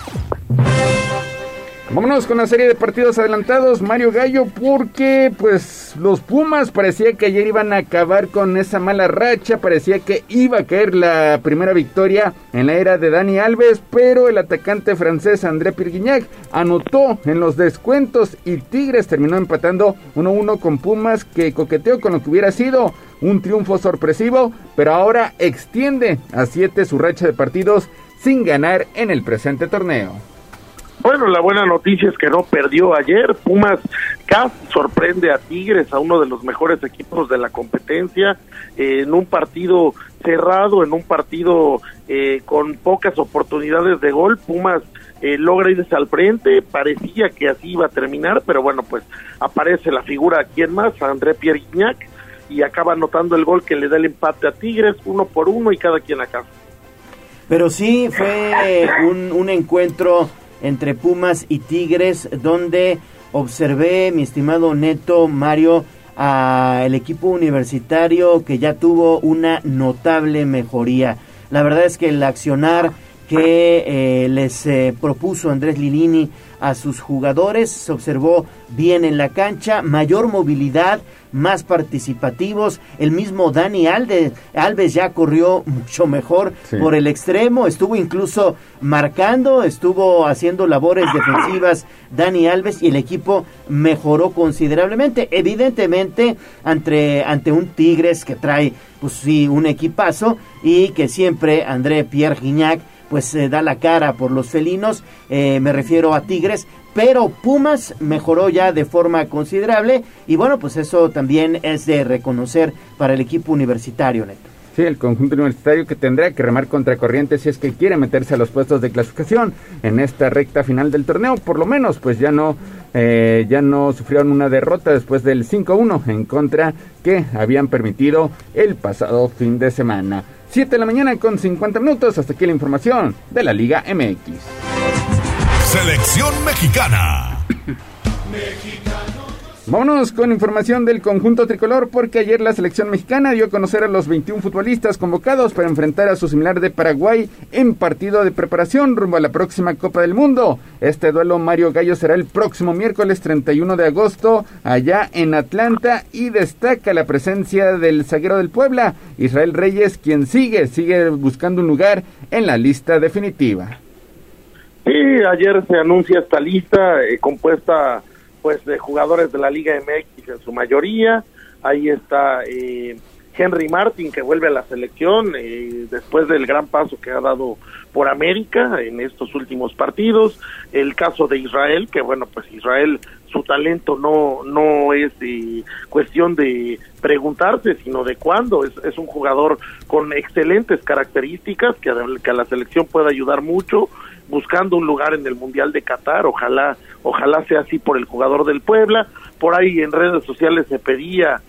Speaker 8: Vámonos con la serie de partidos adelantados, Mario Gallo, porque pues los Pumas parecía que ayer iban a acabar con esa mala racha, parecía que iba a caer la primera victoria en la era de Dani Alves, pero el atacante francés André Pierre Gignac anotó en los descuentos y Tigres terminó empatando 1-1 con Pumas, que coqueteó con lo que hubiera sido un triunfo sorpresivo, pero ahora extiende a 7 su racha de partidos sin ganar en el presente torneo.
Speaker 23: Bueno, la buena noticia es que no perdió ayer. Pumas casi sorprende a Tigres, a uno de los mejores equipos de la competencia, en un partido cerrado, en un partido con pocas oportunidades de gol. Pumas logra irse al frente, parecía que así iba a terminar, pero bueno, pues aparece la figura, ¿quién más? André Pierre Gignac, y acaba anotando el gol que le da el empate a Tigres, 1-1 y cada quien a casa.
Speaker 2: Pero sí fue un encuentro entre Pumas y Tigres, donde observé, mi estimado Neto, Mario, al equipo universitario que ya tuvo una notable mejoría. La verdad es que el accionar que les propuso Andrés Lilini a sus jugadores se observó bien en la cancha, mayor movilidad, más participativos. El mismo Dani Alves ya corrió mucho mejor por el extremo, estuvo incluso marcando, estuvo haciendo labores defensivas Dani Alves, y el equipo mejoró considerablemente. Evidentemente ante un Tigres que trae pues sí un equipazo, y que siempre André Pierre Gignac pues da la cara por los felinos, me refiero a Tigres, pero Pumas mejoró ya de forma considerable, y bueno, pues eso también es de reconocer para el equipo universitario, Neto.
Speaker 8: Sí, el conjunto universitario que tendrá que remar contracorriente si es que quiere meterse a los puestos de clasificación en esta recta final del torneo. Por lo menos pues ya no sufrieron una derrota después del 5-1 en contra que habían permitido el pasado fin de semana. 7 de la mañana con 50 minutos, hasta aquí la información de la Liga MX.
Speaker 1: Selección mexicana.
Speaker 8: Vámonos con información del conjunto tricolor, porque ayer la selección mexicana dio a conocer a los 21 futbolistas convocados para enfrentar a su similar de Paraguay en partido de preparación rumbo a la próxima Copa del Mundo. Este duelo, Mario Gallo, será el próximo miércoles 31 de agosto allá en Atlanta, y destaca la presencia del zaguero del Puebla, Israel Reyes, quien sigue buscando un lugar en la lista definitiva.
Speaker 23: Sí, ayer se anuncia esta lista compuesta pues de jugadores de la Liga MX en su mayoría. Ahí está Henry Martin, que vuelve a la selección después del gran paso que ha dado por América en estos últimos partidos. El caso de Israel, que bueno, pues Israel, su talento no es cuestión de preguntarse, sino de cuándo. Es un jugador con excelentes características que a la selección puede ayudar mucho, buscando un lugar en el Mundial de Qatar. Ojalá sea así por el jugador del Puebla. Por ahí en redes sociales se pedía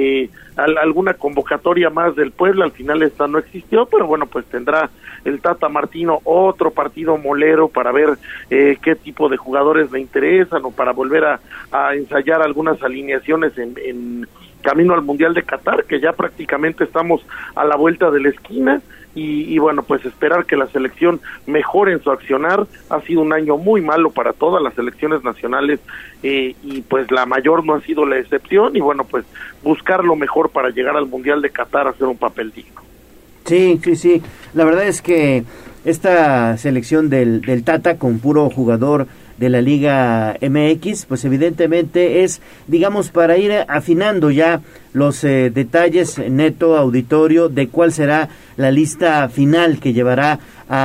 Speaker 23: alguna convocatoria más del Puebla, al final esta no existió, pero bueno, pues tendrá el Tata Martino otro partido molero para ver qué tipo de jugadores le interesan, o para volver a ensayar algunas alineaciones en camino al Mundial de Qatar, que ya prácticamente estamos a la vuelta de la esquina. Y bueno, pues esperar que la selección mejore en su accionar. Ha sido un año muy malo para todas las selecciones nacionales, y pues la mayor no ha sido la excepción, y bueno, pues buscar lo mejor para llegar al Mundial de Qatar a hacer un papel digno.
Speaker 2: Sí, la verdad es que esta selección del Tata, con puro jugador de la Liga MX, pues evidentemente es, digamos, para ir afinando ya los detalles, Neto, auditorio, de cuál será la lista final que llevará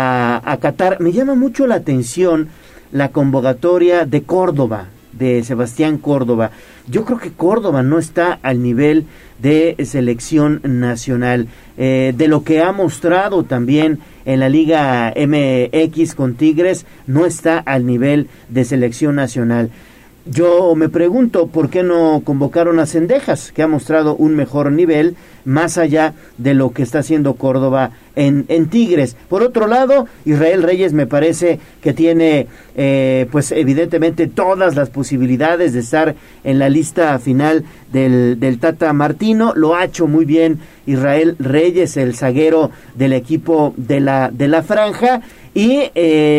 Speaker 2: a Qatar. Me llama mucho la atención la convocatoria de Córdoba, de Sebastián Córdoba. Yo creo que Córdoba no está al nivel de selección nacional, de lo que ha mostrado también en la Liga MX con Tigres, no está al nivel de selección nacional. Yo me pregunto por qué no convocaron a Cendejas, que ha mostrado un mejor nivel más allá de lo que está haciendo Córdoba en Tigres. Por otro lado, Israel Reyes me parece que tiene pues evidentemente todas las posibilidades de estar en la lista final del Tata Martino. Lo ha hecho muy bien Israel Reyes, el zaguero del equipo de la franja. Y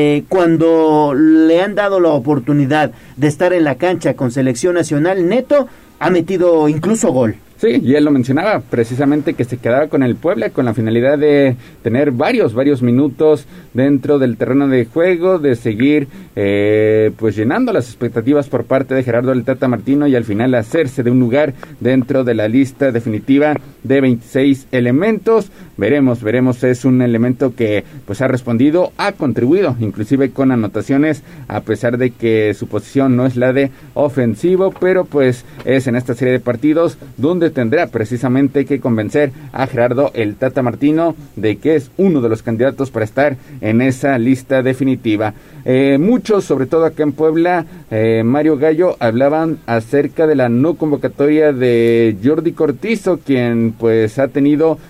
Speaker 2: cuando le han dado la oportunidad de estar en la cancha con selección nacional, Neto ha metido incluso gol.
Speaker 8: Sí, y él lo mencionaba, precisamente que se quedaba con el Puebla con la finalidad de tener varios minutos dentro del terreno de juego, de seguir pues llenando las expectativas por parte de Gerardo el Tata Martino, y al final hacerse de un lugar dentro de la lista definitiva de 26 elementos. Veremos, es un elemento que pues ha respondido, ha contribuido, inclusive con anotaciones, a pesar de que su posición no es la de ofensivo, pero pues es en esta serie de partidos donde tendrá precisamente que convencer a Gerardo el Tata Martino de que es uno de los candidatos para estar en esa lista definitiva. Muchos, sobre todo acá en Puebla, Mario Gallo, hablaban acerca de la no convocatoria de Jordi Cortizo, quien pues ha tenido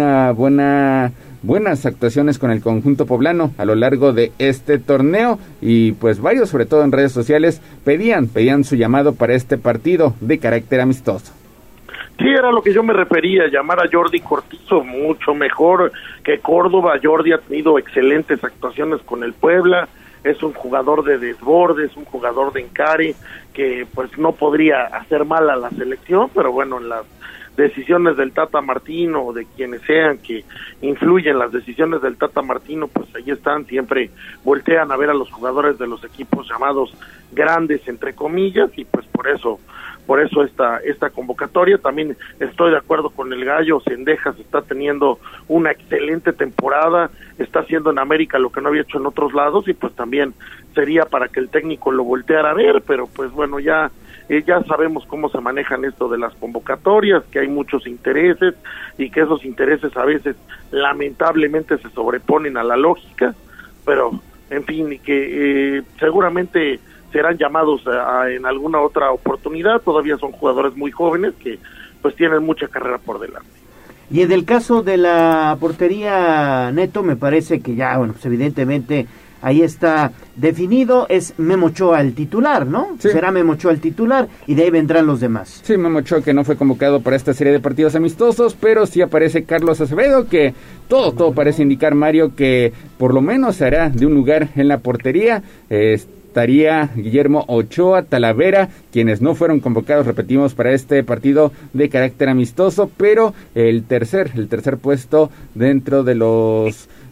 Speaker 8: buenas actuaciones con el conjunto poblano a lo largo de este torneo, y pues varios, sobre todo en redes sociales, pedían su llamado para este partido de carácter amistoso.
Speaker 23: Sí, era lo que yo me refería, llamar a Jordi Cortizo, mucho mejor que Córdoba. Jordi ha tenido excelentes actuaciones con el Puebla, es un jugador de desborde, es un jugador de encare, que pues no podría hacer mal a la selección, pero bueno, en las decisiones del Tata Martino, o de quienes sean que influyen las decisiones del Tata Martino, pues ahí están, siempre voltean a ver a los jugadores de los equipos llamados grandes, entre comillas, y pues por eso esta convocatoria. También estoy de acuerdo con el Gallo, Cendejas está teniendo una excelente temporada, está haciendo en América lo que no había hecho en otros lados, y pues también sería para que el técnico lo volteara a ver, pero pues bueno, ya sabemos cómo se manejan esto de las convocatorias, que hay muchos intereses, y que esos intereses a veces lamentablemente se sobreponen a la lógica, pero en fin, y que seguramente serán llamados en alguna otra oportunidad. Todavía son jugadores muy jóvenes que pues tienen mucha carrera por delante.
Speaker 2: Y en el caso de la portería, Neto, me parece que ya, bueno, pues evidentemente ahí está definido, es Memo Ochoa el titular, ¿no? Sí. Será Memo Ochoa el titular, y de ahí vendrán los demás.
Speaker 8: Sí, Memo Ochoa, que no fue convocado para esta serie de partidos amistosos, pero sí aparece Carlos Acevedo, que todo parece indicar, Mario, que por lo menos se hará de un lugar en la portería. Estaría Guillermo Ochoa, Talavera, quienes no fueron convocados, repetimos, para este partido de carácter amistoso, pero el tercer puesto dentro de los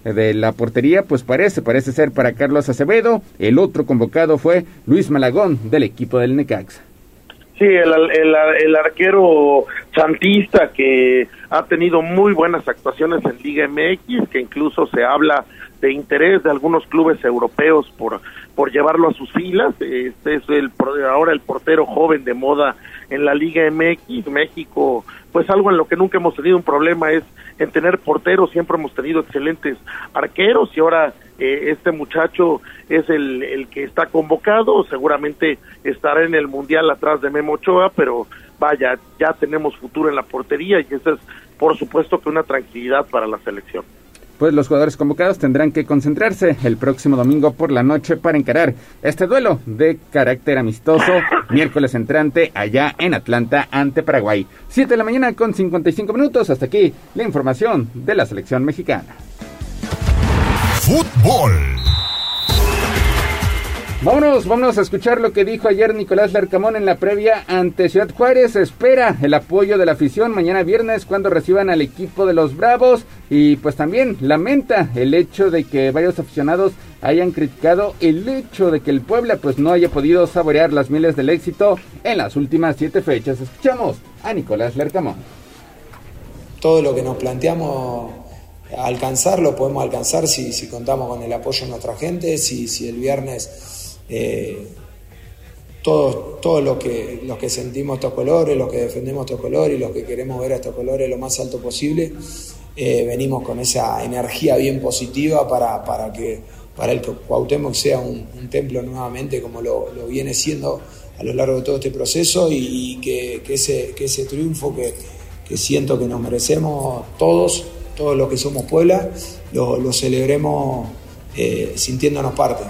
Speaker 8: de la portería, pues parece ser para Carlos Acevedo. El otro convocado fue Luis Malagón del equipo del Necaxa.
Speaker 23: Sí, el arquero santista que ha tenido muy buenas actuaciones en Liga MX, que incluso se habla de interés de algunos clubes europeos por llevarlo a sus filas. Este es ahora el portero joven de moda en la Liga MX. México, pues algo en lo que nunca hemos tenido un problema es en tener porteros, siempre hemos tenido excelentes arqueros y ahora este muchacho es el que está convocado, seguramente estará en el Mundial atrás de Memo Ochoa, pero vaya, ya tenemos futuro en la portería y eso es por supuesto que una tranquilidad para la selección.
Speaker 8: Pues los jugadores convocados tendrán que concentrarse el próximo domingo por la noche para encarar este duelo de carácter amistoso, miércoles entrante allá en Atlanta ante Paraguay. 7 de la mañana con 55 minutos, hasta aquí la información de la selección mexicana.
Speaker 1: Fútbol.
Speaker 8: Vámonos a escuchar lo que dijo ayer Nicolás Larcamón en la previa ante Ciudad Juárez. Espera el apoyo de la afición mañana viernes cuando reciban al equipo de los Bravos y pues también lamenta el hecho de que varios aficionados hayan criticado el hecho de que el Puebla pues no haya podido saborear las mieles del éxito en las últimas 7 fechas. Escuchamos a Nicolás Larcamón.
Speaker 7: Todo lo que nos planteamos alcanzarlo podemos alcanzar si contamos con el apoyo de nuestra gente, si el viernes todo lo que sentimos estos colores, los que defendemos estos colores y los que queremos ver a estos colores lo más alto posible, venimos con esa energía bien positiva para el Cuauhtémoc sea un templo nuevamente como lo viene siendo a lo largo de todo este proceso y que ese triunfo que siento que nos merecemos todos los que somos Puebla, lo celebremos sintiéndonos parte,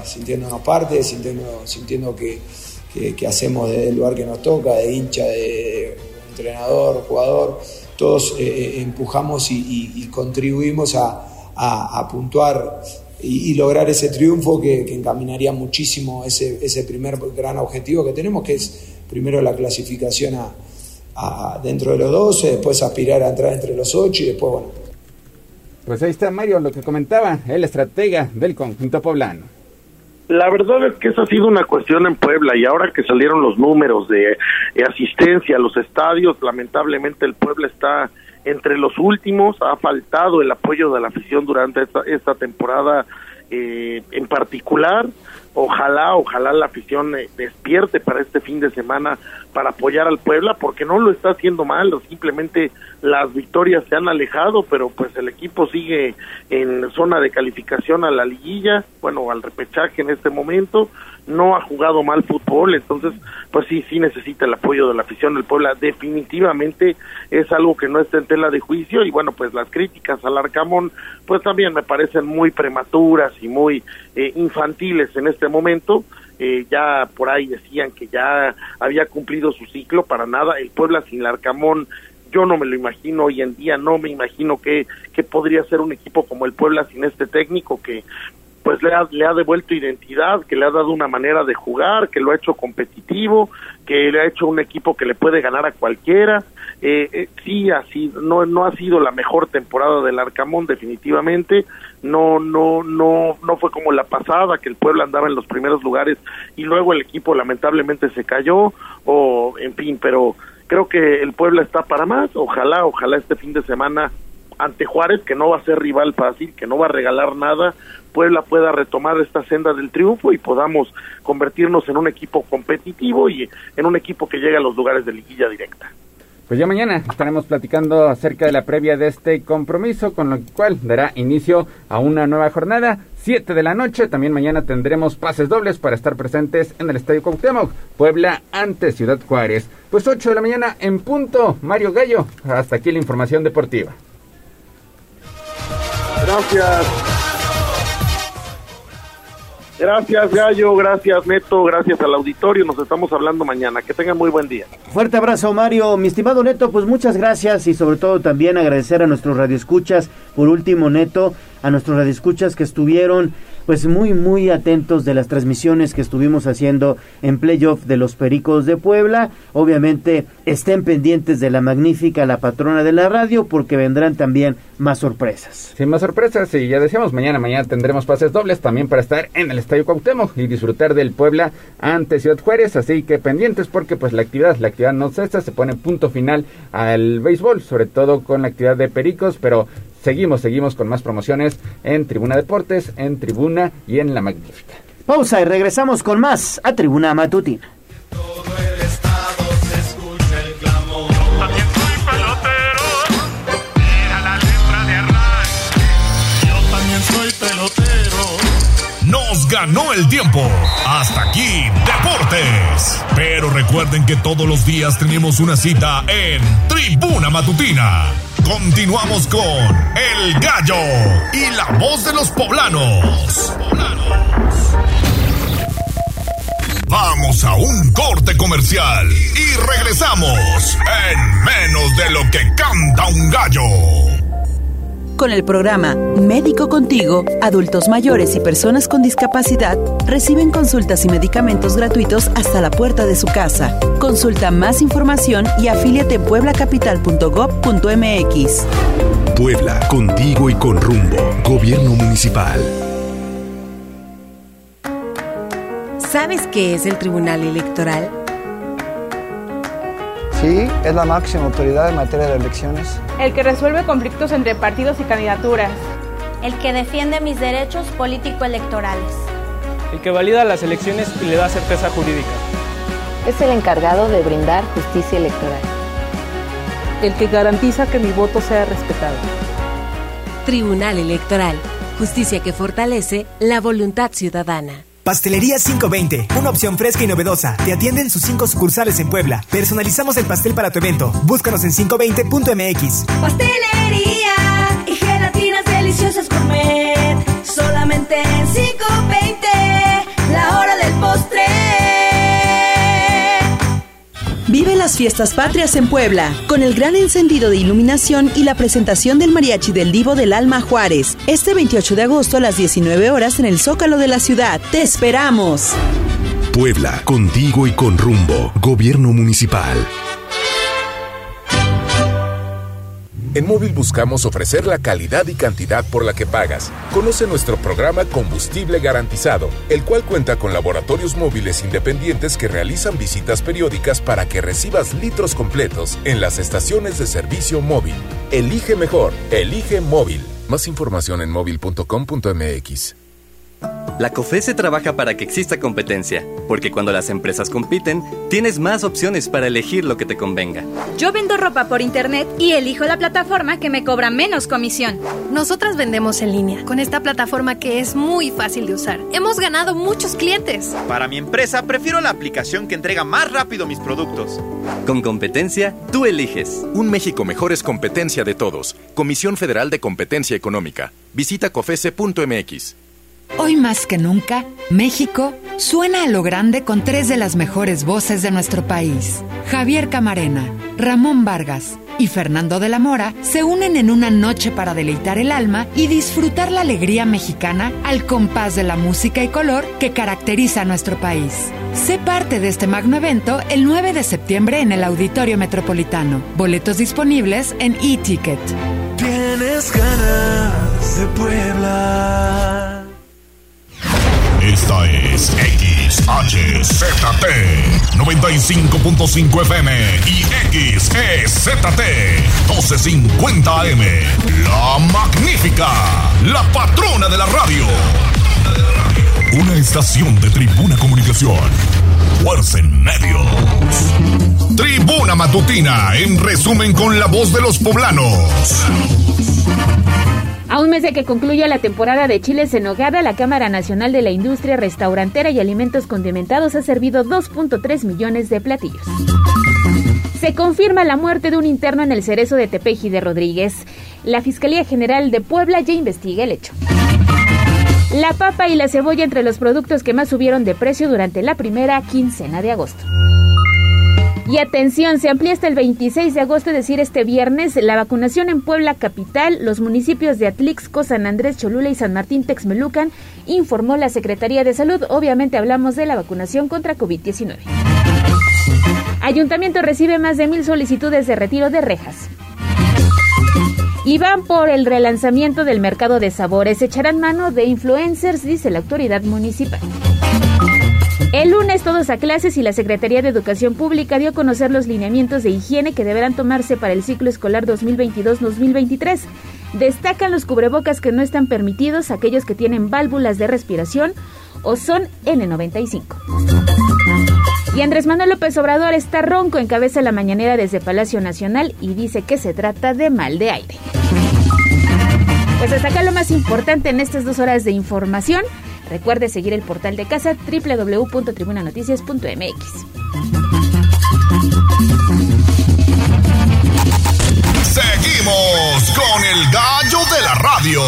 Speaker 7: sintiendo que hacemos desde el lugar que nos toca, de hincha, de entrenador, jugador, todos empujamos y contribuimos a puntuar y lograr ese triunfo que encaminaría muchísimo ese primer gran objetivo que tenemos, que es primero la clasificación a dentro de los 12, después aspirar a entrar entre los 8 y después, bueno.
Speaker 8: Pues ahí está Mario, lo que comentaba el estratega del conjunto poblano.
Speaker 23: La verdad es que esa ha sido una cuestión en Puebla y ahora que salieron los números de asistencia a los estadios, lamentablemente el Puebla está entre los últimos, ha faltado el apoyo de la afición durante esta temporada en particular. Ojalá la afición despierte para este fin de semana para apoyar al Puebla, porque no lo está haciendo mal, simplemente las victorias se han alejado, pero pues el equipo sigue en zona de calificación a la liguilla, bueno, al repechaje en este momento, no ha jugado mal fútbol, entonces pues sí necesita el apoyo de la afición del Puebla, definitivamente es algo que no está en tela de juicio, y bueno, pues las críticas al Arcamón pues también me parecen muy prematuras y muy infantiles en este momento. Ya por ahí decían que ya había cumplido su ciclo, para nada, el Puebla sin Larcamón yo no me lo imagino hoy en día, no me imagino que podría ser un equipo como el Puebla sin este técnico que pues le ha devuelto identidad, que le ha dado una manera de jugar, que lo ha hecho competitivo, que le ha hecho un equipo que le puede ganar a cualquiera. Sí, así no ha sido la mejor temporada del Arcamón, definitivamente. No fue como la pasada, que el Puebla andaba en los primeros lugares y luego el equipo lamentablemente se cayó, o en fin, pero creo que el Puebla está para más. Ojalá este fin de semana ante Juárez, que no va a ser rival fácil, que no va a regalar nada, Puebla pueda retomar esta senda del triunfo y podamos convertirnos en un equipo competitivo y en un equipo que llegue a los lugares de liguilla directa.
Speaker 8: Pues ya mañana estaremos platicando acerca de la previa de este compromiso, con lo cual dará inicio a una nueva jornada, 7 de la noche. También mañana tendremos pases dobles para estar presentes en el Estadio Cuauhtémoc, Puebla ante Ciudad Juárez. Pues 8 de la mañana en punto. Mario Gallo, hasta aquí la información deportiva.
Speaker 23: Gracias Gallo, gracias Neto, gracias al auditorio, nos estamos hablando mañana, que tengan muy buen día.
Speaker 2: Fuerte abrazo Mario, mi estimado Neto, pues muchas gracias y sobre todo también agradecer a nuestros radioescuchas, por último Neto, a nuestros radioescuchas que estuvieron pues muy atentos de las transmisiones que estuvimos haciendo en playoff de los Pericos de Puebla. Obviamente estén pendientes de la magnífica, la patrona de la radio, porque vendrán también más sorpresas.
Speaker 8: Sí, más sorpresas, y ya decíamos, mañana tendremos pases dobles también para estar en el Estadio Cuauhtémoc y disfrutar del Puebla ante Ciudad Juárez, así que pendientes porque pues la actividad no cesa, se pone punto final al béisbol, sobre todo con la actividad de Pericos, pero seguimos con más promociones en Tribuna Deportes, en Tribuna y en La Magnífica.
Speaker 2: Pausa y regresamos con más a Tribuna Matutina.
Speaker 1: Nos ganó el tiempo. Hasta aquí, Deportes. Pero recuerden que todos los días tenemos una cita en Tribuna Matutina. Continuamos con El Gallo y la voz de los poblanos. Vamos a un corte comercial y regresamos en menos de lo que canta un gallo.
Speaker 9: Con el programa Médico Contigo, adultos mayores y personas con discapacidad reciben consultas y medicamentos gratuitos hasta la puerta de su casa. Consulta más información y afíliate en pueblacapital.gov.mx.
Speaker 19: Puebla, contigo y con rumbo. Gobierno Municipal.
Speaker 11: ¿Sabes qué es el Tribunal Electoral?
Speaker 21: Sí, es la máxima autoridad en materia de elecciones.
Speaker 24: El que resuelve conflictos entre partidos y candidaturas.
Speaker 25: El que defiende mis derechos político-electorales.
Speaker 26: El que valida las elecciones y le da certeza jurídica.
Speaker 27: Es el encargado de brindar justicia electoral.
Speaker 28: El que garantiza que mi voto sea respetado.
Speaker 11: Tribunal Electoral. Justicia que fortalece la voluntad ciudadana.
Speaker 16: Pastelería 520, una opción fresca y novedosa. Te atienden sus 5 sucursales en Puebla. Personalizamos el pastel para tu evento. Búscanos en 520.mx.
Speaker 17: Pastelería y gelatinas deliciosas gourmet. Solamente en 520, la hora del postre.
Speaker 9: Vive las fiestas patrias en Puebla, con el gran encendido de iluminación y la presentación del mariachi del Divo del Alma Juárez. Este 28 de agosto a las 19 horas en el Zócalo de la ciudad. ¡Te esperamos!
Speaker 19: Puebla, contigo y con rumbo. Gobierno Municipal. En Móvil buscamos ofrecer la calidad y cantidad por la que pagas. Conoce nuestro programa Combustible Garantizado, el cual cuenta con laboratorios móviles independientes que realizan visitas periódicas para que recibas litros completos en las estaciones de servicio móvil. Elige mejor, elige Móvil. Más información en móvil.com.mx.
Speaker 29: La COFESE trabaja para que exista competencia, porque cuando las empresas compiten, tienes más opciones para elegir lo que te convenga.
Speaker 30: Yo vendo ropa por internet y elijo la plataforma que me cobra menos comisión.
Speaker 31: Nosotras vendemos en línea, con esta plataforma que es muy fácil de usar. Hemos ganado muchos clientes.
Speaker 10: Para mi empresa, prefiero la aplicación que entrega más rápido mis productos.
Speaker 29: Con competencia, tú eliges.
Speaker 19: Un México mejor es competencia de todos. Comisión Federal de Competencia Económica. Visita cofese.mx.
Speaker 20: Hoy más que nunca, México suena a lo grande con 3 de las mejores voces de nuestro país. Javier Camarena, Ramón Vargas y Fernando de la Mora se unen en una noche para deleitar el alma y disfrutar la alegría mexicana al compás de la música y color que caracteriza a nuestro país. Sé parte de este magno evento el 9 de septiembre en el Auditorio Metropolitano. Boletos disponibles en eTicket.
Speaker 4: Tienes ganas de Puebla.
Speaker 1: Esta es XHZT 95.5 FM y XEZT 1250 AM. La Magnífica, la patrona de la radio. Una estación de Tribuna Comunicación. Fuerza en medios. Tribuna Matutina, en resumen con la voz de los poblanos.
Speaker 3: A un mes de que concluya la temporada de chiles en nogada, la Cámara Nacional de la Industria Restaurantera y Alimentos Condimentados ha servido 2.3 millones de platillos. Se confirma la muerte de un interno en el Cerezo de Tepeji de Rodríguez. La Fiscalía General de Puebla ya investiga el hecho. La papa y la cebolla entre los productos que más subieron de precio durante la primera quincena de agosto. Y atención, se amplía hasta el 26 de agosto, es decir, este viernes, la vacunación en Puebla capital, los municipios de Atlixco, San Andrés Cholula y San Martín Texmelucan, informó la Secretaría de Salud. Obviamente hablamos de la vacunación contra COVID-19. Ayuntamiento recibe más de 1,000 solicitudes de retiro de rejas. Y van por el relanzamiento del mercado de sabores. Echarán mano de influencers, dice la autoridad municipal. El lunes todos a clases y la Secretaría de Educación Pública dio a conocer los lineamientos de higiene que deberán tomarse para el ciclo escolar 2022-2023. Destacan los cubrebocas que no están permitidos, aquellos que tienen válvulas de respiración o son N95. Y Andrés Manuel López Obrador está ronco, encabeza la mañanera desde Palacio Nacional y dice que se trata de mal de aire. Pues hasta acá lo más importante en estas 2 horas de información. Recuerde seguir el portal de casa www.tribunanoticias.mx.
Speaker 1: Seguimos con el gallo de la radio.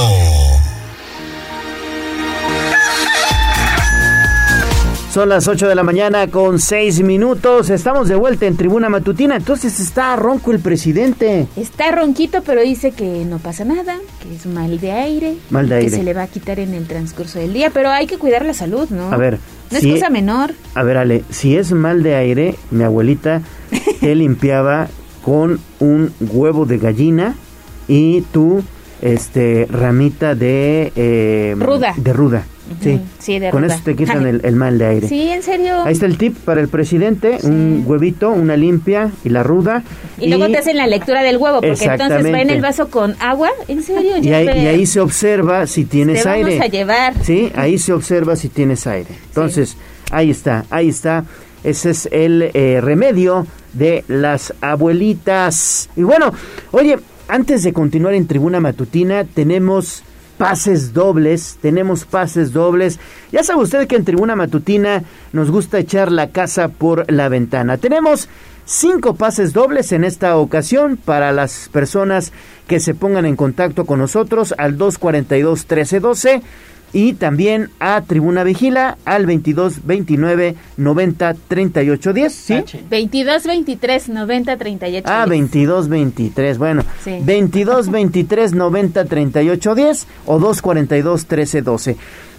Speaker 2: Son las 8 de la mañana con 6 minutos. Estamos de vuelta en Tribuna Matutina. Entonces está ronco el presidente.
Speaker 3: Está ronquito, pero dice que no pasa nada, que es mal de aire.
Speaker 2: Mal de aire.
Speaker 3: Que se le va a quitar en el transcurso del día, pero hay que cuidar la salud, ¿no?
Speaker 2: A ver.
Speaker 3: No es cosa menor.
Speaker 2: A ver, Ale, si es mal de aire, mi abuelita te limpiaba con un huevo de gallina y tu ramita de
Speaker 3: ruda.
Speaker 2: De ruda. Sí,
Speaker 3: sí, de
Speaker 2: con
Speaker 3: ruda.
Speaker 2: eso te quitan el mal de aire.
Speaker 3: Sí, en serio.
Speaker 2: Ahí está el tip para el presidente, sí. Un huevito, una limpia y la ruda.
Speaker 3: Y luego te hacen la lectura del huevo, porque entonces va en el vaso con agua. ¿En serio?
Speaker 2: Y ahí se observa si tienes aire.
Speaker 3: Vamos a llevar.
Speaker 2: Sí, ahí se observa si tienes aire. Entonces, sí. Ahí está. Ese es el remedio de las abuelitas. Y bueno, oye, antes de continuar en Tribuna Matutina, tenemos pases dobles. Ya sabe usted que en Tribuna Matutina nos gusta echar la casa por la ventana. Tenemos 5 pases dobles en esta ocasión para las personas que se pongan en contacto con nosotros al 242-1312 y también a Tribuna Vigila al 2229-903810, ¿sí?
Speaker 3: 2223-903810.
Speaker 2: Ah, 2223, bueno, sí. 2223-903810 o 242-1312.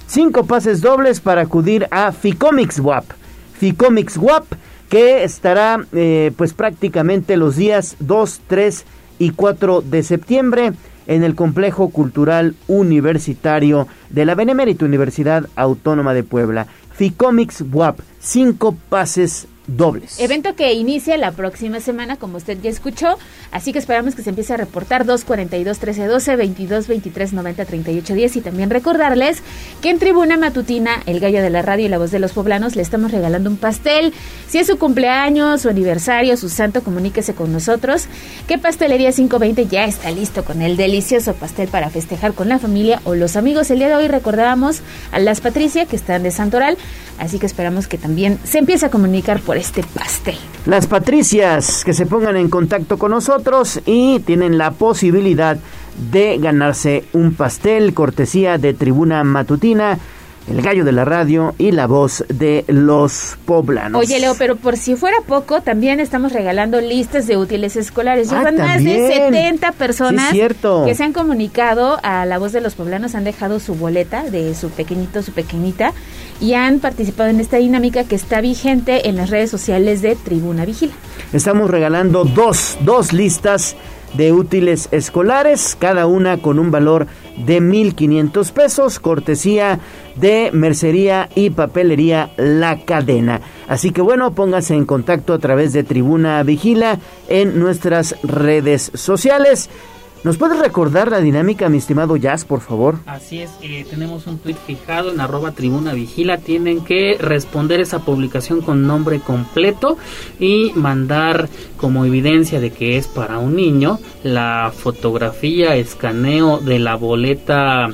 Speaker 2: 5 pases dobles para acudir a Ficomics WAP. Ficomics WAP, que estará pues prácticamente los días 2, 3 y 4 de septiembre en el Complejo Cultural Universitario de la Benemérita Universidad Autónoma de Puebla. Ficomics WAP, 5 pases dobles.
Speaker 3: Evento que inicia la próxima semana, como usted ya escuchó, así que esperamos que se empiece a reportar 242-1312, 2223-903810 y también recordarles que en Tribuna Matutina, el gallo de la radio y la voz de los poblanos, le estamos regalando un pastel. Si es su cumpleaños, su aniversario, su santo, comuníquese con nosotros, que Pastelería 520 ya está listo con el delicioso pastel para festejar con la familia o los amigos. El día de hoy recordábamos a las Patricia, que están de Santoral, así que esperamos que también se empiece a comunicar por este pastel.
Speaker 2: Las Patricias que se pongan en contacto con nosotros y tienen la posibilidad de ganarse un pastel cortesía de Tribuna Matutina, el gallo de la radio y la voz de los poblanos.
Speaker 3: Oye, Leo, pero por si fuera poco, también estamos regalando listas de útiles escolares. Llevan más de 70 personas que se han comunicado a la voz de los poblanos, han dejado su boleta de su pequeñito, su pequeñita, y han participado en esta dinámica que está vigente en las redes sociales de Tribuna Vigila.
Speaker 2: Estamos regalando dos listas de útiles escolares, cada una con un valor de 1,500 pesos, cortesía de Mercería y Papelería La Cadena. Así que bueno, póngase en contacto a través de Tribuna Vigila en nuestras redes sociales. ¿Nos puedes recordar la dinámica, mi estimado Jazz, por favor?
Speaker 5: Así es, tenemos un tuit fijado en @tribunavigila. Tienen que responder esa publicación con nombre completo y mandar como evidencia de que es para un niño la fotografía, escaneo de la boleta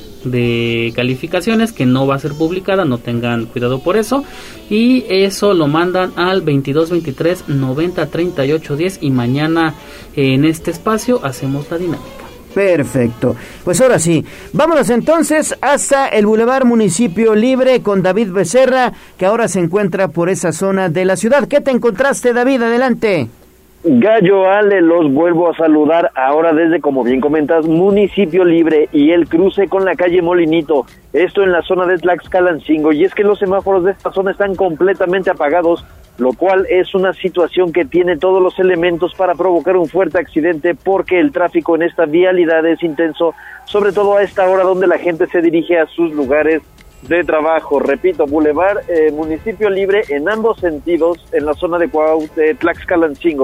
Speaker 5: de calificaciones que no va a ser publicada, no tengan cuidado por eso, y eso lo mandan al 2223-903810 y mañana en este espacio hacemos la dinámica.
Speaker 2: Perfecto. Pues ahora sí, vámonos entonces hasta el Boulevard Municipio Libre con David Becerra, que ahora se encuentra por esa zona de la ciudad. ¿Qué te encontraste, David? Adelante.
Speaker 6: Gallo, Ale, los vuelvo a saludar ahora desde, como bien comentas, Municipio Libre y el cruce con la calle Molinito, esto en la zona de Tlaxcalancingo, y es que los semáforos de esta zona están completamente apagados, lo cual es una situación que tiene todos los elementos para provocar un fuerte accidente porque el tráfico en esta vialidad es intenso, sobre todo a esta hora donde la gente se dirige a sus lugares de trabajo. Repito, Boulevard Municipio Libre en ambos sentidos, en la zona de Tlaxcalancingo,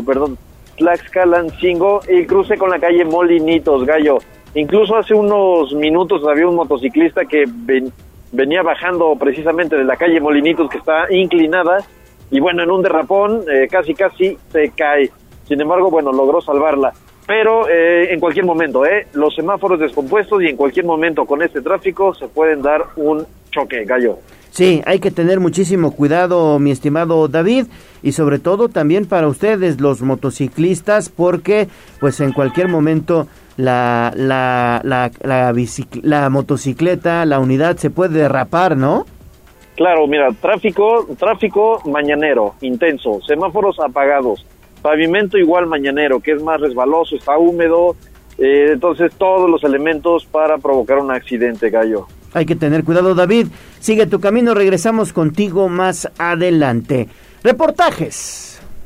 Speaker 6: y cruce con la calle Molinitos, Gallo. Incluso hace unos minutos había un motociclista que venía bajando precisamente de la calle Molinitos, que está inclinada, y bueno, en un derrapón casi se cae. Sin embargo, bueno, logró salvarla. Pero en cualquier momento, los semáforos descompuestos, y en cualquier momento con este tráfico se pueden dar un choque, Gallo.
Speaker 2: Sí, hay que tener muchísimo cuidado, mi estimado David, y sobre todo también para ustedes, los motociclistas, porque pues en cualquier momento la motocicleta, la unidad se puede derrapar, ¿no?
Speaker 6: Claro, mira, tráfico mañanero, intenso, semáforos apagados, pavimento igual mañanero, que es más resbaloso, está húmedo, entonces todos los elementos para provocar un accidente, Gallo.
Speaker 2: Hay que tener cuidado, David. Sigue tu camino, regresamos contigo más adelante. Reportajes.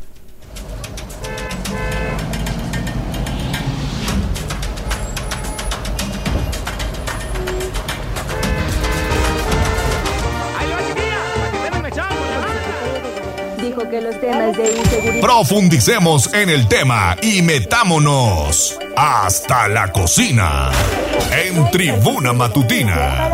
Speaker 7: Que los temas de inseguridad.
Speaker 1: Profundicemos en el tema y metámonos hasta la cocina en Tribuna Matutina.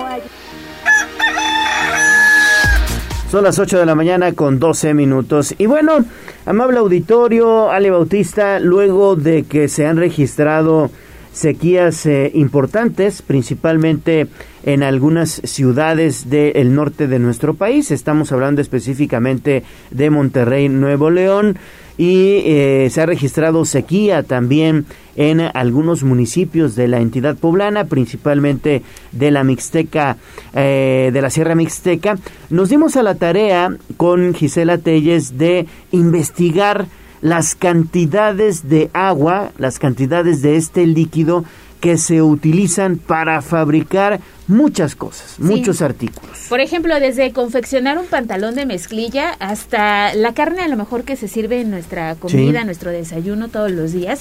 Speaker 2: Son las 8 de la mañana con 12 minutos. Y bueno, amable auditorio, Ale Bautista, luego de que se han registrado sequías importantes, principalmente en algunas ciudades del norte de nuestro país. Estamos hablando específicamente de Monterrey, Nuevo León, y se ha registrado sequía también en algunos municipios de la entidad poblana, principalmente de la Mixteca, de la Sierra Mixteca. Nos dimos a la tarea con Gisela Telles de investigar las cantidades de agua, las cantidades de este líquido que se utilizan para fabricar muchas cosas, muchos artículos.
Speaker 3: Por ejemplo, desde confeccionar un pantalón de mezclilla hasta la carne a lo mejor que se sirve en nuestra comida, nuestro desayuno todos los días.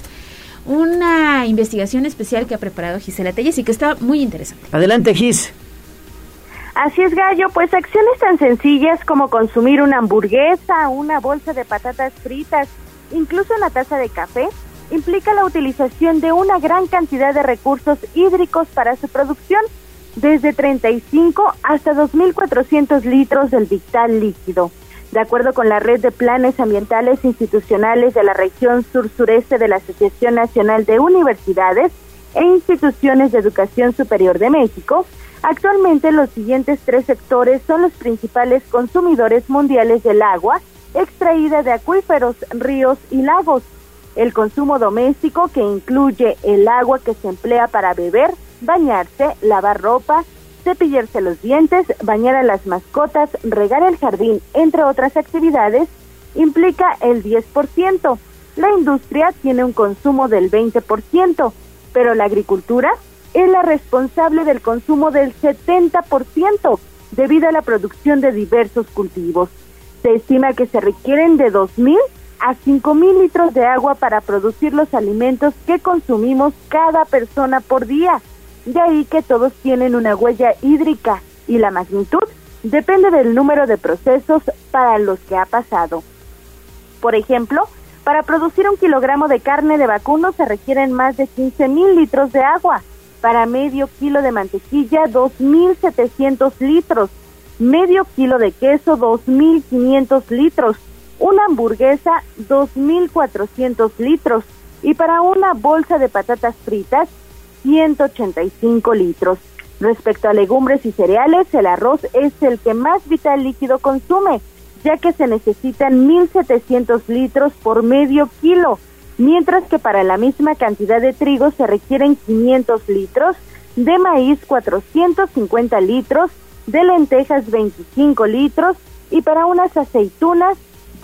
Speaker 3: Una investigación especial que ha preparado Gisela Telles y que está muy interesante.
Speaker 2: Adelante, Gis.
Speaker 7: Así es, Gallo, pues acciones tan sencillas como consumir una hamburguesa, una bolsa de patatas fritas, incluso una taza de café, implica la utilización de una gran cantidad de recursos hídricos para su producción, desde 35 hasta 2.400 litros del vital líquido. De acuerdo con la Red de Planes Ambientales Institucionales de la región sur-sureste de la Asociación Nacional de Universidades e Instituciones de Educación Superior de México, actualmente los siguientes 3 sectores son los principales consumidores mundiales del agua extraída de acuíferos, ríos y lagos. El consumo doméstico, que incluye el agua que se emplea para beber, bañarse, lavar ropa, cepillarse los dientes, bañar a las mascotas, regar el jardín, entre otras actividades, implica el 10%. La industria tiene un consumo del 20%, pero la agricultura es la responsable del consumo del 70%, debido a la producción de diversos cultivos. Se estima que se requieren de 2.000 a 5.000 litros de agua para producir los alimentos que consumimos cada persona por día. De ahí que todos tienen una huella hídrica y la magnitud depende del número de procesos para los que ha pasado. Por ejemplo, para producir 1 kilogramo de carne de vacuno se requieren más de 15.000 litros de agua. Para medio kilo de mantequilla, 2.700 litros. Medio kilo de queso, 2.500 litros. Una hamburguesa, 2.400 litros. Y para una bolsa de patatas fritas, 185 litros. Respecto a legumbres y cereales, el arroz es el que más vital líquido consume, ya que se necesitan 1.700 litros por medio kilo. mientras que para la misma cantidad de trigo se requieren 500 litros, de maíz 450 litros, de lentejas 25 litros y para unas aceitunas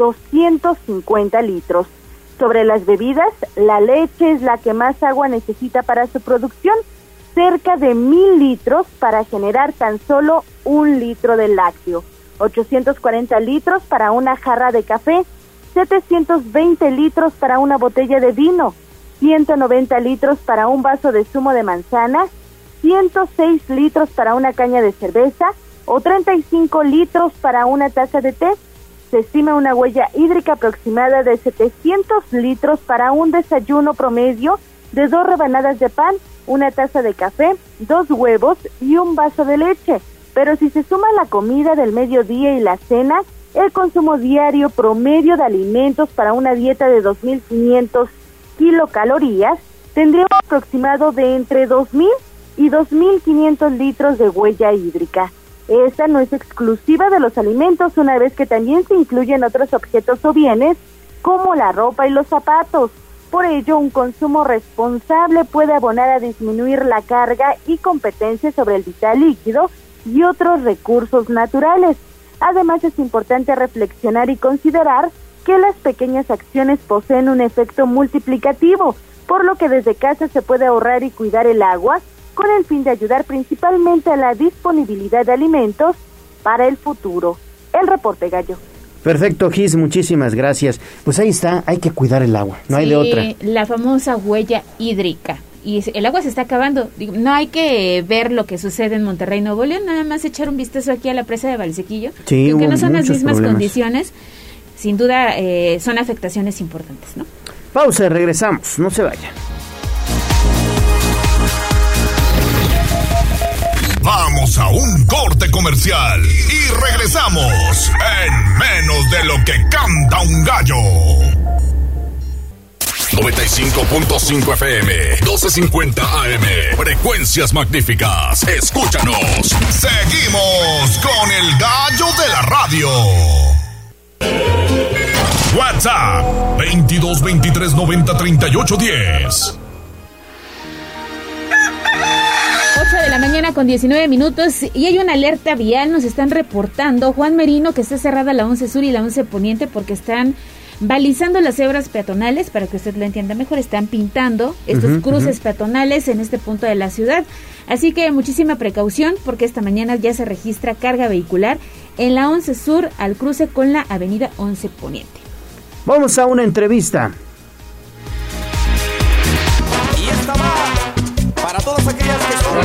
Speaker 7: 250 litros. Sobre las bebidas, la leche es la que más agua necesita para su producción, cerca de 1,000 litros para generar tan solo 1 litro de lácteo, 840 litros para una jarra de café, 720 litros para una botella de vino, 190 litros para un vaso de zumo de manzana, 106 litros para una caña de cerveza o 35 litros para una taza de té. Se estima una huella hídrica aproximada de 700 litros para un desayuno promedio de 2 rebanadas de pan, una taza de café, 2 huevos y un vaso de leche. Pero si se suma la comida del mediodía y la cena, el consumo diario promedio de alimentos para una dieta de 2.500 kilocalorías tendría un aproximado de entre 2.000 y 2.500 litros de huella hídrica. Esta no es exclusiva de los alimentos, una vez que también se incluyen otros objetos o bienes, como la ropa y los zapatos. Por ello, un consumo responsable puede abonar a disminuir la carga y competencia sobre el vital líquido y otros recursos naturales. Además, es importante reflexionar y considerar que las pequeñas acciones poseen un efecto multiplicativo, por lo que desde casa se puede ahorrar y cuidar el agua, con el fin de ayudar principalmente a la disponibilidad de alimentos para el futuro. El reporte, Gallo.
Speaker 2: Perfecto, Gis, muchísimas gracias. Pues ahí está, hay que cuidar el agua, no hay de otra.
Speaker 3: La famosa huella hídrica. Y el agua se está acabando. No hay que ver lo que sucede en Monterrey, Nuevo León, nada más echar un vistazo aquí a la presa de Valsequillo, que aunque no son las mismas condiciones, sin duda son afectaciones importantes, ¿no?
Speaker 2: Pausa, regresamos, no se vayan.
Speaker 1: Vamos a un corte comercial y regresamos en menos de lo que canta un gallo. 95.5 FM, 1250 AM, frecuencias magníficas. Escúchanos. Seguimos con el gallo de la radio. WhatsApp 22 23 90 38 10.
Speaker 3: 8 de la mañana con 19 minutos y hay una alerta vial, nos están reportando, Juan Merino, que está cerrada la 11 Sur y la 11 Poniente porque están balizando las cebras peatonales, para que usted lo entienda mejor, están pintando estos cruces peatonales en este punto de la ciudad, así que muchísima precaución porque esta mañana ya se registra carga vehicular en la 11 Sur al cruce con la avenida 11 Poniente.
Speaker 2: Vamos a una entrevista.
Speaker 8: Y esta va para todas aquellas que son...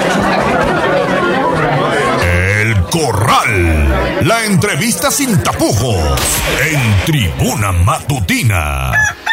Speaker 1: El Corral, la entrevista sin tapujos en Tribuna Matutina.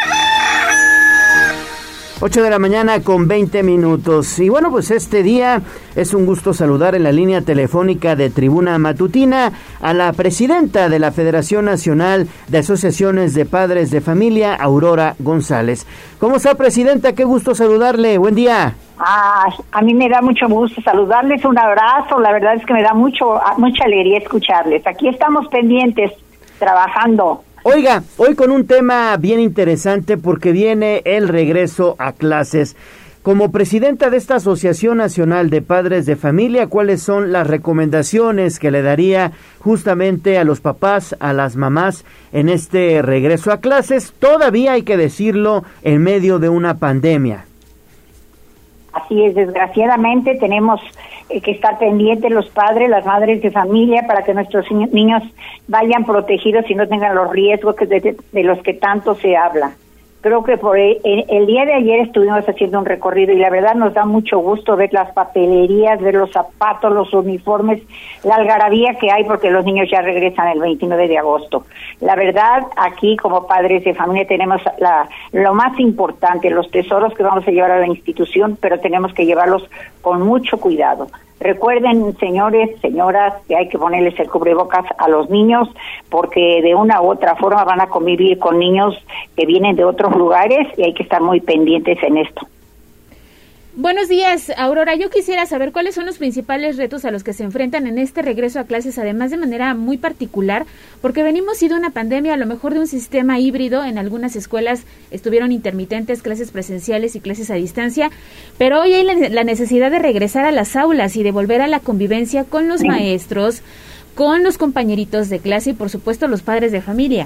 Speaker 2: 8 de la mañana con 20 minutos. Y bueno, pues este día es un gusto saludar en la línea telefónica de Tribuna Matutina a la presidenta de la Federación Nacional de Asociaciones de Padres de Familia, Aurora González. ¿Cómo está, presidenta? Qué gusto saludarle. Buen día.
Speaker 12: A mí me da mucho gusto saludarles, un abrazo, la verdad es que me da mucha alegría escucharles. Aquí estamos pendientes, trabajando.
Speaker 2: Oiga, hoy con un tema bien interesante porque viene el regreso a clases. Como presidenta de esta Asociación Nacional de Padres de Familia, ¿cuáles son las recomendaciones que le daría justamente a los papás, a las mamás en este regreso a clases? Todavía hay que decirlo, en medio de una pandemia.
Speaker 12: Así es, desgraciadamente tenemos que estar pendientes los padres, las madres de familia, para que nuestros niños vayan protegidos y no tengan los riesgos de los que tanto se habla. Creo que el día de ayer estuvimos haciendo un recorrido y la verdad nos da mucho gusto ver las papelerías, ver los zapatos, los uniformes, la algarabía que hay porque los niños ya regresan el 29 de agosto. La verdad, aquí como padres de familia tenemos lo más importante, los tesoros que vamos a llevar a la institución, pero tenemos que llevarlos con mucho cuidado. Recuerden, señores, señoras, que hay que ponerles el cubrebocas a los niños porque de una u otra forma van a convivir con niños que vienen de otros lugares y hay que estar muy pendientes en esto.
Speaker 3: Buenos días, Aurora. Yo quisiera saber cuáles son los principales retos a los que se enfrentan en este regreso a clases, además de manera muy particular, porque venimos de una pandemia, a lo mejor de un sistema híbrido. En algunas escuelas estuvieron intermitentes, clases presenciales y clases a distancia, pero hoy hay la necesidad de regresar a las aulas y de volver a la convivencia con los maestros, con los compañeritos de clase y, por supuesto, los padres de familia.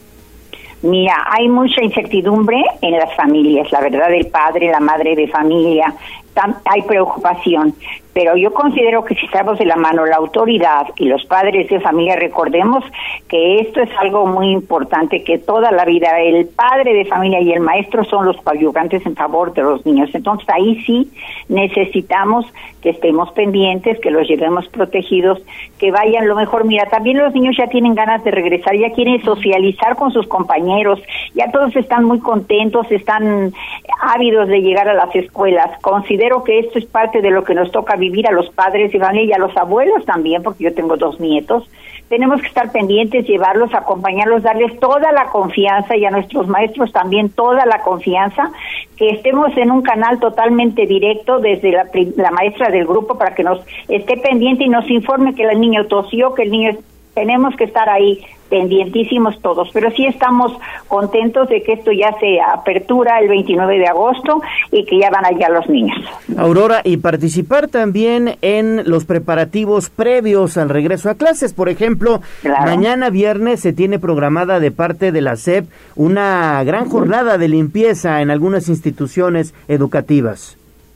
Speaker 12: Mira, hay mucha incertidumbre en las familias, la verdad, el padre, la madre de familia, hay preocupación, pero yo considero que si estamos de la mano la autoridad y los padres de familia, recordemos que esto es algo muy importante, que toda la vida el padre de familia y el maestro son los coadyuvantes en favor de los niños. Entonces ahí sí necesitamos que estemos pendientes, que los llevemos protegidos, que vayan lo mejor. Mira, también los niños ya tienen ganas de regresar, ya quieren socializar con sus compañeros, ya todos están muy contentos, están ávidos de llegar a las escuelas. Considero que esto es parte de lo que nos toca vivir a los padres de familia y a los abuelos también, porque yo tengo 2 nietos. Tenemos que estar pendientes, llevarlos, acompañarlos, darles toda la confianza, y a nuestros maestros también toda la confianza, que estemos en un canal totalmente directo desde la maestra del grupo para que nos esté pendiente y nos informe que el niño tosió, que el niño... Tenemos que estar ahí pendientísimos todos, pero sí estamos contentos de que esto ya se apertura el 29 de agosto y que ya van allá los niños.
Speaker 2: Aurora, y participar también en los preparativos previos al regreso a clases. Por ejemplo, mañana viernes se tiene programada de parte de la SEP una gran jornada de limpieza en algunas instituciones educativas.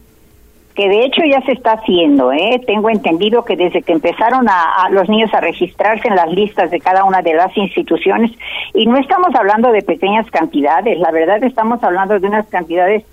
Speaker 12: Que de hecho ya se está haciendo, Tengo entendido que desde que empezaron a los niños a registrarse en las listas de cada una de las instituciones, y no estamos hablando de pequeñas cantidades, la verdad estamos hablando de unas cantidades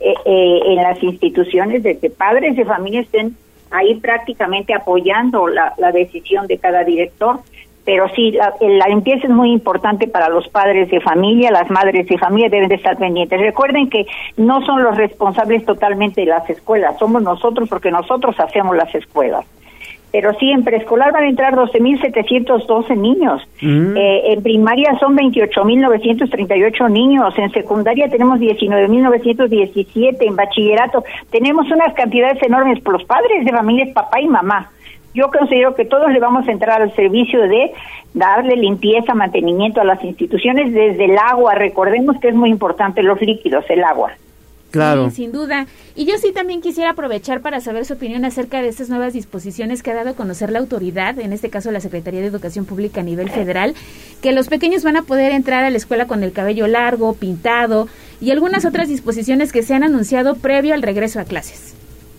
Speaker 12: en las instituciones, de que padres de familia estén ahí prácticamente apoyando la decisión de cada director. Pero sí, la limpieza es muy importante para los padres de familia, las madres de familia deben de estar pendientes. Recuerden que no son los responsables totalmente de las escuelas, somos nosotros, porque nosotros hacemos las escuelas. Pero sí, en preescolar van a entrar 12.712 niños, en primaria son 28.938 niños, en secundaria tenemos 19.917, en bachillerato tenemos unas cantidades enormes. Por los padres de familia es papá y mamá. Yo considero que todos le vamos a entrar al servicio de darle limpieza, mantenimiento a las instituciones desde el agua. Recordemos que es muy importante los líquidos, el agua.
Speaker 2: Claro.
Speaker 3: Sí, sin duda. Y yo sí también quisiera aprovechar para saber su opinión acerca de estas nuevas disposiciones que ha dado a conocer la autoridad, en este caso la Secretaría de Educación Pública a nivel federal, que los pequeños van a poder entrar a la escuela con el cabello largo, pintado, y algunas otras disposiciones que se han anunciado previo al regreso a clases.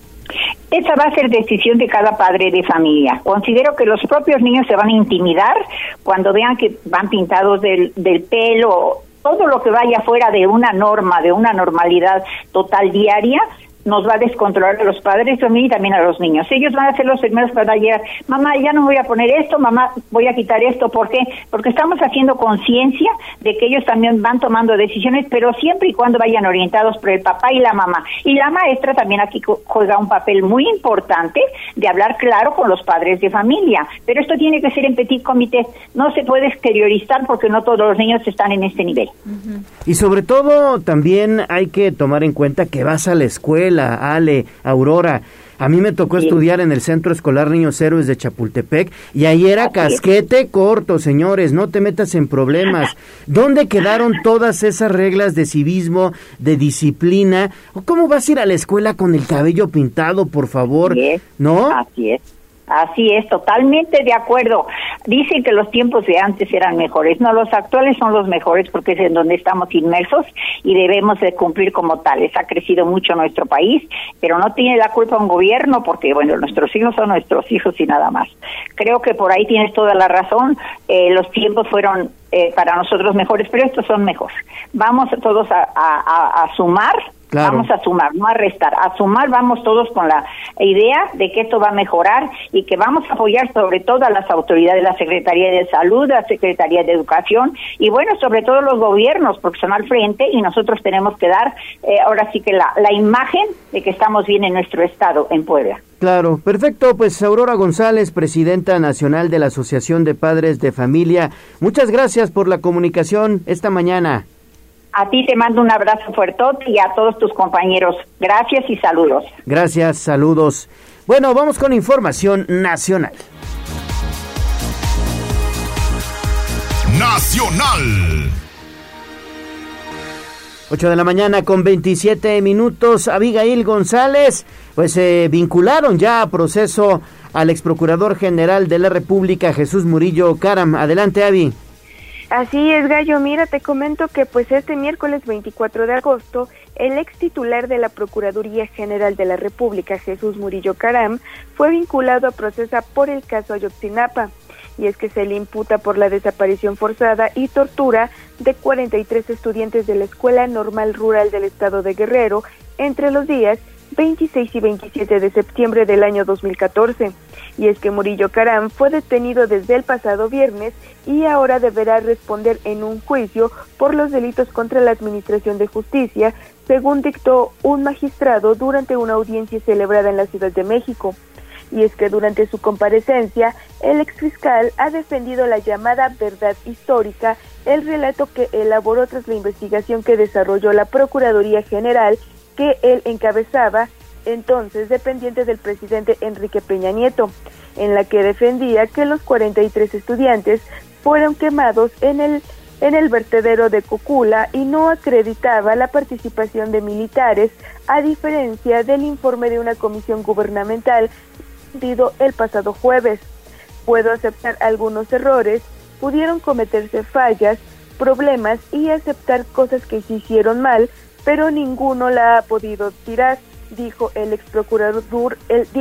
Speaker 12: Esa va a ser decisión de cada padre de familia. Considero que los propios niños se van a intimidar cuando vean que van pintados del pelo, todo lo que vaya fuera de una norma, de una normalidad total diaria, nos va a descontrolar a los padres de familia y también a los niños. Ellos van a ser los primeros para llegar, mamá, ya no voy a poner esto, mamá, voy a quitar esto. ¿Por qué? Porque estamos haciendo conciencia de que ellos también van tomando decisiones, pero siempre y cuando vayan orientados por el papá y la mamá. Y la maestra también aquí juega un papel muy importante de hablar claro con los padres de familia. Pero esto tiene que ser en petit comité, no se puede exteriorizar porque no todos los niños están en este nivel.
Speaker 2: Y sobre todo también hay que tomar en cuenta que vas a la escuela, Ale, Aurora. A mí me tocó estudiar en el Centro Escolar Niños Héroes de Chapultepec y ahí era casquete corto, señores, no te metas en problemas. ¿Dónde quedaron todas esas reglas de civismo, de disciplina? ¿Cómo vas a ir a la escuela con el cabello pintado, por favor? ¿No?
Speaker 12: Así es. Así es, totalmente de acuerdo. Dicen que los tiempos de antes eran mejores. No, los actuales son los mejores porque es en donde estamos inmersos y debemos de cumplir como tales. Ha crecido mucho nuestro país, pero no tiene la culpa un gobierno porque, bueno, nuestros hijos son nuestros hijos y nada más. Creo que por ahí tienes toda la razón. Los tiempos fueron para nosotros mejores, pero estos son mejores. Vamos todos a sumar. Claro. Vamos a sumar, no a restar, a sumar vamos todos con la idea de que esto va a mejorar y que vamos a apoyar sobre todo a las autoridades, la Secretaría de Salud, la Secretaría de Educación y bueno, sobre todo los gobiernos, porque son al frente y nosotros tenemos que dar ahora sí que la imagen de que estamos bien en nuestro estado, en Puebla.
Speaker 2: Claro, perfecto, pues Aurora González, presidenta nacional de la Asociación de Padres de Familia, muchas gracias por la comunicación esta mañana.
Speaker 12: A ti te mando un abrazo fuertote y a todos tus compañeros. Gracias y saludos.
Speaker 2: Gracias, saludos. Bueno, vamos con información nacional.
Speaker 1: Nacional.
Speaker 2: 8 de la mañana con 27 minutos. Abigail González, pues vincularon ya a proceso al exprocurador general de la República, Jesús Murillo Caram. Adelante, Avi.
Speaker 13: Así es, Gallo. Mira, te comento que pues este miércoles 24 de agosto, el ex titular de la Procuraduría General de la República, Jesús Murillo Caram, fue vinculado a proceso por el caso Ayotzinapa. Y es que se le imputa por la desaparición forzada y tortura de 43 estudiantes de la Escuela Normal Rural del Estado de Guerrero entre los días 26 y 27 de septiembre del año 2014. Y es que Murillo Caram fue detenido desde el pasado viernes y ahora deberá responder en un juicio por los delitos contra la Administración de Justicia, según dictó un magistrado durante una audiencia celebrada en la Ciudad de México. Y es que durante su comparecencia, el exfiscal ha defendido la llamada verdad histórica, el relato que elaboró tras la investigación que desarrolló la Procuraduría General, que él encabezaba, entonces dependiente del presidente Enrique Peña Nieto, en la que defendía que los 43 estudiantes fueron quemados en el vertedero de Cocula y no acreditaba la participación de militares, a diferencia del informe de una comisión gubernamental el pasado jueves. Puedo aceptar algunos errores, pudieron cometerse fallas, problemas y aceptar cosas que se hicieron mal, pero ninguno la ha podido tirar, dijo el exprocurador,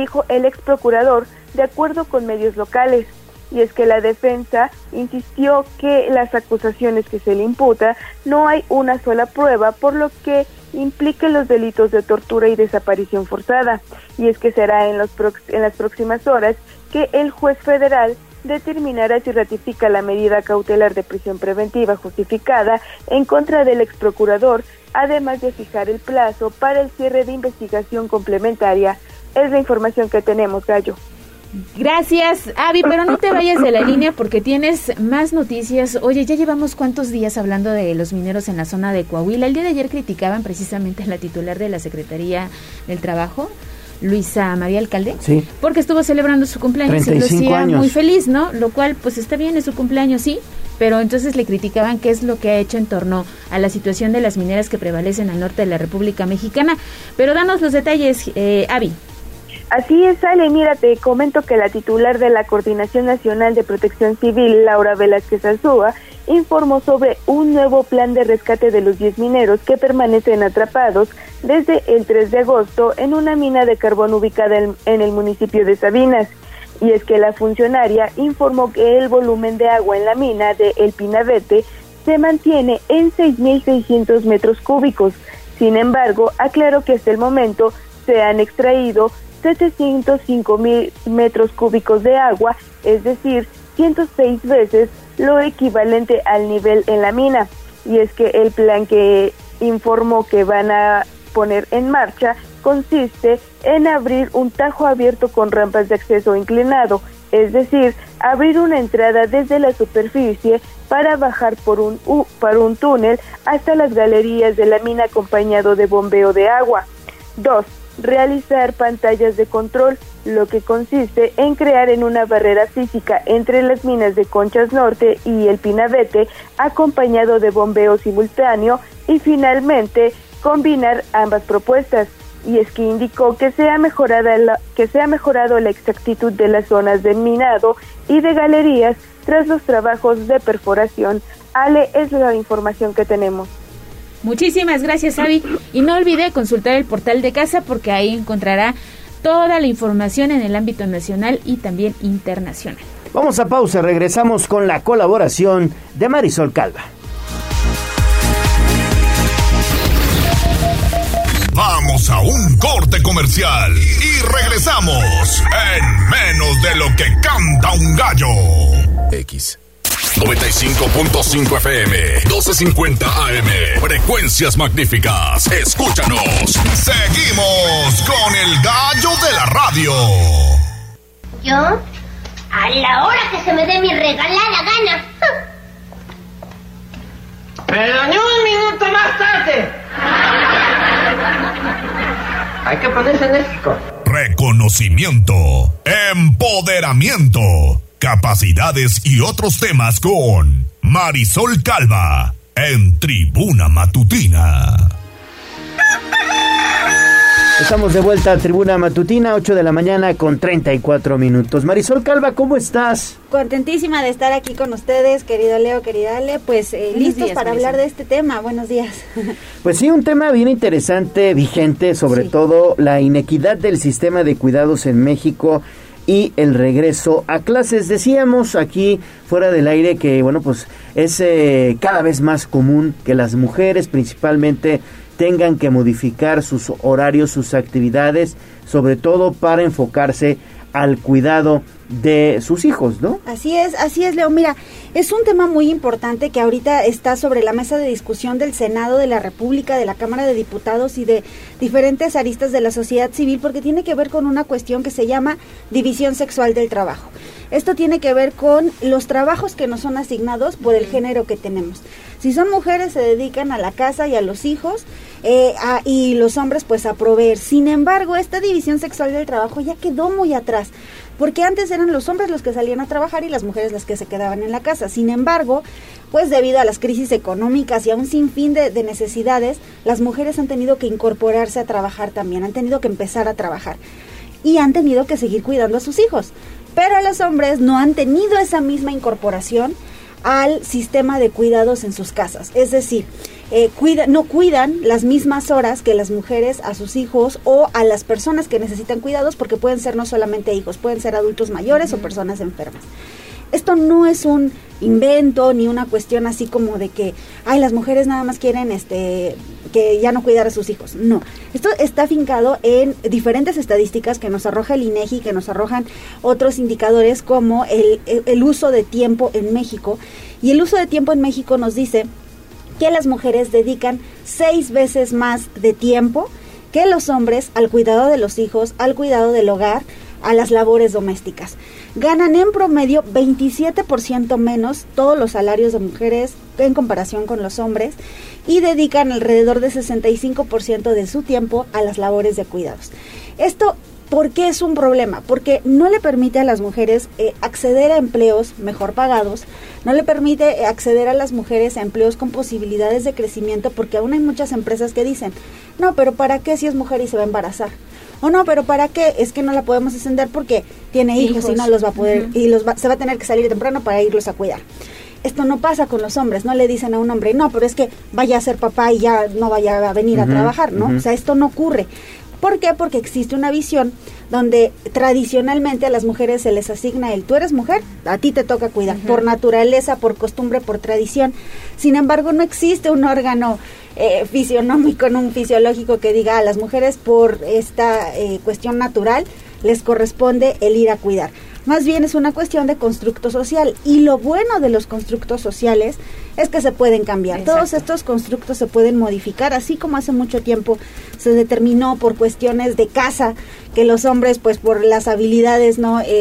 Speaker 13: de acuerdo con medios locales. Y es que la defensa insistió que las acusaciones que se le imputa no hay una sola prueba, por lo que implica los delitos de tortura y desaparición forzada. Y es que será en las próximas horas que el juez federal determinará si ratifica la medida cautelar de prisión preventiva justificada en contra del exprocurador, además de fijar el plazo para el cierre de investigación complementaria. Es la información que tenemos, Gallo.
Speaker 3: Gracias, Avi, pero no te vayas de la línea porque tienes más noticias. Oye, ya llevamos cuántos días hablando de los mineros en la zona de Coahuila. El día de ayer criticaban precisamente a la titular de la Secretaría del Trabajo, Luisa María Alcalde, sí, porque estuvo celebrando su cumpleaños y lo hacía muy feliz, ¿no? Lo cual, pues está bien, es su cumpleaños, sí, pero entonces le criticaban qué es lo que ha hecho en torno a la situación de las mineras que prevalecen al norte de la República Mexicana. Pero danos los detalles, Avi.
Speaker 13: Así es, Ale, mira, te comento que la titular de la Coordinación Nacional de Protección Civil, Laura Velázquez Alzúa, informó sobre un nuevo plan de rescate de los 10 mineros que permanecen atrapados desde el 3 de agosto en una mina de carbón ubicada en el municipio de Sabinas. Y es que la funcionaria informó que el volumen de agua en la mina de El Pinabete se mantiene en 6.600 metros cúbicos. Sin embargo, aclaró que hasta el momento se han extraído 705.000 metros cúbicos de agua, es decir, 106 veces lo equivalente al nivel en la mina. Y es que el plan que informó que van a poner en marcha consiste en abrir un tajo abierto con rampas de acceso inclinado, es decir, abrir una entrada desde la superficie para bajar por un túnel hasta las galerías de la mina acompañado de bombeo de agua. 2. Realizar pantallas de control, lo que consiste en crear en una barrera física entre las minas de Conchas Norte y El Pinabete, acompañado de bombeo simultáneo, y finalmente combinar ambas propuestas. Y es que indicó que se ha mejorado la exactitud de las zonas de minado y de galerías tras los trabajos de perforación. Ale, es la información que tenemos.
Speaker 3: Muchísimas gracias, Avi. Y no olvide consultar el portal de casa porque ahí encontrará toda la información en el ámbito nacional y también internacional.
Speaker 2: Vamos a pausa, regresamos con la colaboración de Marisol Calva.
Speaker 1: Vamos a un corte comercial y regresamos en menos de lo que canta un gallo.
Speaker 19: X
Speaker 1: 95.5 FM, 1250 AM, frecuencias magníficas. Escúchanos. Seguimos con el gallo de la radio.
Speaker 14: ¿Yo? A la hora que se me dé mi regalada gana.
Speaker 11: Pero ni un minuto más tarde. Hay que ponerse enérgico.
Speaker 1: Reconocimiento, empoderamiento, capacidades y otros temas con Marisol Calva en Tribuna Matutina.
Speaker 2: Estamos de vuelta a Tribuna Matutina, 8 de la mañana con 34 minutos. Marisol Calva, ¿cómo estás?
Speaker 15: Contentísima de estar aquí con ustedes, querido Leo, querida Ale, pues listos días, para hablar de este tema. Buenos días.
Speaker 2: Pues sí, un tema bien interesante, vigente, sobre todo la inequidad del sistema de cuidados en México y el regreso a clases. Decíamos aquí fuera del aire que, bueno, pues es cada vez más común que las mujeres principalmente tengan que modificar sus horarios, sus actividades, sobre todo para enfocarse al cuidado de sus hijos, ¿no?
Speaker 15: Así es, Leo. Mira, es un tema muy importante que ahorita está sobre la mesa de discusión del Senado de la República, de la Cámara de Diputados y de diferentes aristas de la sociedad civil, porque tiene que ver con una cuestión que se llama división sexual del trabajo. Esto tiene que ver con los trabajos que nos son asignados por el género que tenemos. Si son mujeres, se dedican a la casa y a los hijos, y los hombres pues a proveer. Sin embargo, esta división sexual del trabajo ya quedó muy atrás, porque antes eran los hombres los que salían a trabajar y las mujeres las que se quedaban en la casa. Sin embargo, pues debido a las crisis económicas y a un sinfín de necesidades, las mujeres han tenido que incorporarse a trabajar también, han tenido que empezar a trabajar y han tenido que seguir cuidando a sus hijos. Pero los hombres no han tenido esa misma incorporación al sistema de cuidados en sus casas. Es decir, no cuidan las mismas horas que las mujeres a sus hijos o a las personas que necesitan cuidados, porque pueden ser no solamente hijos, pueden ser adultos mayores o personas enfermas. Esto no es un invento ni una cuestión así como de que las mujeres nada más quieren que ya no cuidar a sus hijos. No, esto está afincado en diferentes estadísticas que nos arroja el INEGI, que nos arrojan otros indicadores como el uso de tiempo en México. Y el uso de tiempo en México nos dice que las mujeres dedican 6 veces más de tiempo que los hombres al cuidado de los hijos, al cuidado del hogar, a las labores domésticas. Ganan en promedio 27% menos todos los salarios de mujeres en comparación con los hombres y dedican alrededor de 65% de su tiempo a las labores de cuidados. Esto, ¿por qué es un problema? Porque no le permite a las mujeres acceder a empleos mejor pagados, no le permite acceder a las mujeres a empleos con posibilidades de crecimiento, porque aún hay muchas empresas que dicen, no, pero ¿para qué si es mujer y se va a embarazar? O no, pero ¿para qué? Es que no la podemos ascender porque tiene hijos y no los va a poder, se va a tener que salir temprano para irlos a cuidar. Esto no pasa con los hombres, no le dicen a un hombre, no, pero es que vaya a ser papá y ya no vaya a venir a trabajar, ¿no? O sea, esto no ocurre. ¿Por qué? Porque existe una visión donde tradicionalmente a las mujeres se les asigna tú eres mujer, a ti te toca cuidar, por naturaleza, por costumbre, por tradición. Sin embargo, no existe un órgano fisionómico, un fisiológico que diga a las mujeres por esta cuestión natural les corresponde el ir a cuidar. Más bien es una cuestión de constructo social, y lo bueno de los constructos sociales es que se pueden cambiar. Exacto. Todos estos constructos se pueden modificar, así como hace mucho tiempo se determinó por cuestiones de caza que los hombres, pues por las habilidades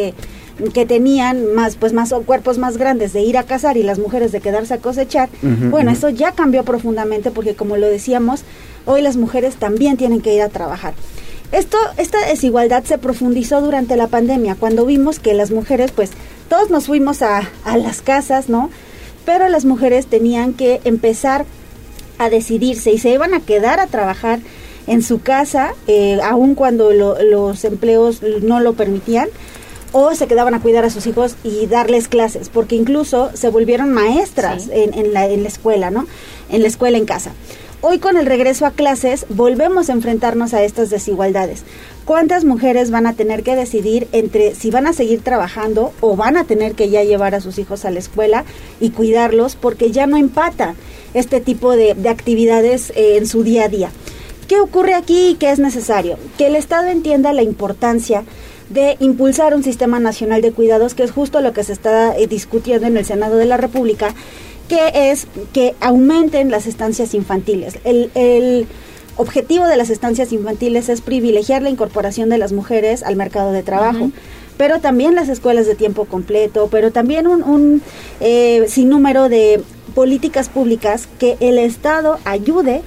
Speaker 15: que tenían más cuerpos más grandes de ir a cazar y las mujeres de quedarse a cosechar. Bueno, eso ya cambió profundamente, porque como lo decíamos, hoy las mujeres también tienen que ir a trabajar. Esta desigualdad se profundizó durante la pandemia, cuando vimos que las mujeres, pues todos nos fuimos a las casas, ¿no? Pero las mujeres tenían que empezar a decidirse y se iban a quedar a trabajar en su casa, aun cuando los empleos no lo permitían, o se quedaban a cuidar a sus hijos y darles clases, porque incluso se volvieron maestras en la escuela, ¿no? En la escuela en casa. Hoy, con el regreso a clases, volvemos a enfrentarnos a estas desigualdades. ¿Cuántas mujeres van a tener que decidir entre si van a seguir trabajando o van a tener que ya llevar a sus hijos a la escuela y cuidarlos, porque ya no empata este tipo de actividades en su día a día? ¿Qué ocurre aquí y qué es necesario? Que el Estado entienda la importancia de impulsar un sistema nacional de cuidados, que es justo lo que se está discutiendo en el Senado de la República, que es que aumenten las estancias infantiles. El objetivo de las estancias infantiles es privilegiar la incorporación de las mujeres al mercado de trabajo, pero también las escuelas de tiempo completo, pero también un sinnúmero de políticas públicas que el Estado ayude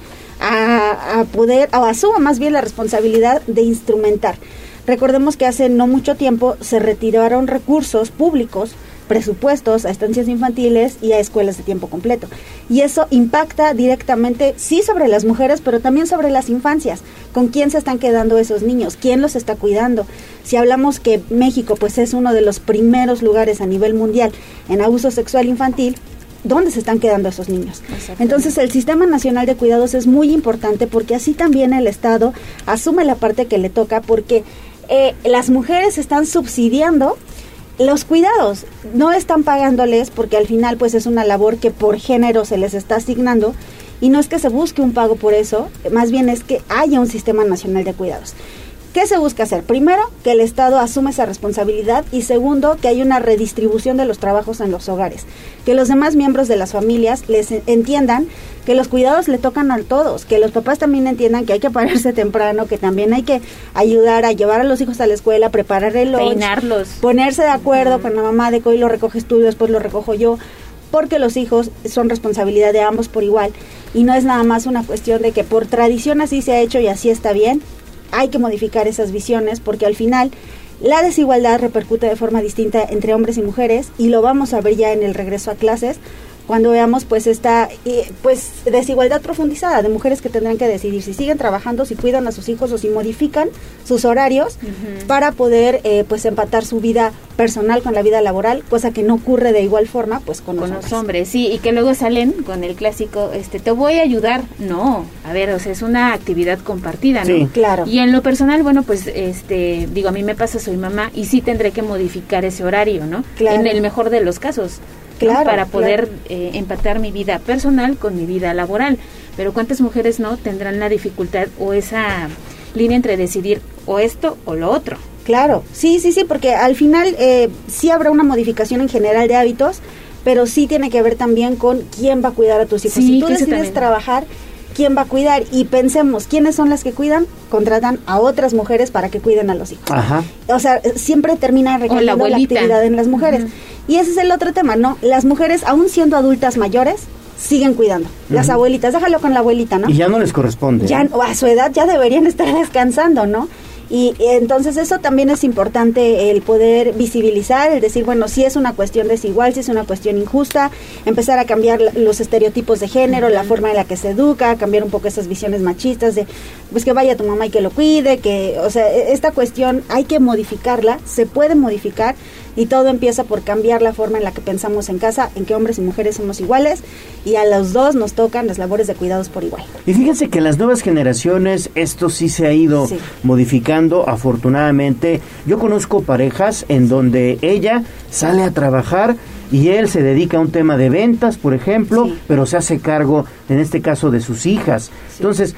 Speaker 15: a poder, o asuma más bien la responsabilidad de instrumentar. Recordemos que hace no mucho tiempo se retiraron recursos públicos, presupuestos a estancias infantiles y a escuelas de tiempo completo. Y eso impacta directamente, sí, sobre las mujeres, pero también sobre las infancias. ¿Con quién se están quedando esos niños? ¿Quién los está cuidando? Si hablamos que México pues es uno de los primeros lugares a nivel mundial en abuso sexual infantil, ¿dónde se están quedando esos niños? Entonces el Sistema Nacional de Cuidados es muy importante porque así también el Estado asume la parte que le toca, porque las mujeres están subsidiando los cuidados, no están pagándoles porque al final pues es una labor que por género se les está asignando y no es que se busque un pago por eso, más bien es que haya un Sistema Nacional de Cuidados. ¿Qué se busca hacer? Primero, que el Estado asume esa responsabilidad y segundo, que haya una redistribución de los trabajos en los hogares. Que los demás miembros de las familias les entiendan que los cuidados le tocan a todos, que los papás también entiendan que hay que pararse temprano, que también hay que ayudar a llevar a los hijos a la escuela, preparar el lunch,
Speaker 3: peinarlos,
Speaker 15: ponerse de acuerdo con la mamá de que hoy lo recoges tú y después lo recojo yo, porque los hijos son responsabilidad de ambos por igual y no es nada más una cuestión de que por tradición así se ha hecho y así está bien. Hay que modificar esas visiones porque al final la desigualdad repercute de forma distinta entre hombres y mujeres y lo vamos a ver ya en el regreso a clases cuando veamos pues esta desigualdad profundizada de mujeres que tendrán que decidir si siguen trabajando, si cuidan a sus hijos o si modifican sus horarios para poder pues empatar su vida personal con la vida laboral, cosa que no ocurre de igual forma pues con los
Speaker 3: hombres. Sí, y que luego salen con el clásico, te voy a ayudar. No, a ver, o sea, es una actividad compartida, ¿no?
Speaker 15: Sí, claro.
Speaker 3: Y en lo personal, bueno, pues, digo, a mí me pasa, soy mamá y sí tendré que modificar ese horario, ¿no?
Speaker 15: Claro.
Speaker 3: En el mejor de los casos.
Speaker 15: Claro,
Speaker 3: ¿no? Para poder
Speaker 15: claro.
Speaker 3: empatar mi vida personal con mi vida laboral. Pero ¿cuántas mujeres no tendrán la dificultad o esa línea entre decidir o esto o lo otro?
Speaker 15: Claro, sí, porque al final sí habrá una modificación en general de hábitos, pero sí tiene que ver también con quién va a cuidar a tus hijos.
Speaker 3: Sí,
Speaker 15: si tú decides trabajar, ¿quién va a cuidar? Y pensemos, ¿quiénes son las que cuidan? Contratan a otras mujeres para que cuiden a los hijos.
Speaker 2: Ajá.
Speaker 15: O sea, siempre termina recayendo la actividad en las mujeres. Y ese es el otro tema, ¿no? Las mujeres, aún siendo adultas mayores, siguen cuidando. Las abuelitas, déjalo con la abuelita, ¿no?
Speaker 2: Y ya no les corresponde.
Speaker 15: Ya, o a su edad ya deberían estar descansando, ¿no? Y entonces eso también es importante, el poder visibilizar, el decir, bueno, si es una cuestión desigual, si es una cuestión injusta, empezar a cambiar los estereotipos de género, la forma en la que se educa, cambiar un poco esas visiones machistas de, pues que vaya tu mamá y que lo cuide, que, o sea, esta cuestión hay que modificarla, se puede modificar y todo empieza por cambiar la forma en la que pensamos en casa, en que hombres y mujeres somos iguales y a los dos nos tocan las labores de cuidados por igual.
Speaker 2: Y fíjense que en las nuevas generaciones esto sí se ha ido modificando, afortunadamente. Yo conozco parejas en donde ella sale a trabajar y él se dedica a un tema de ventas, por ejemplo, pero se hace cargo, en este caso, de sus hijas. Entonces,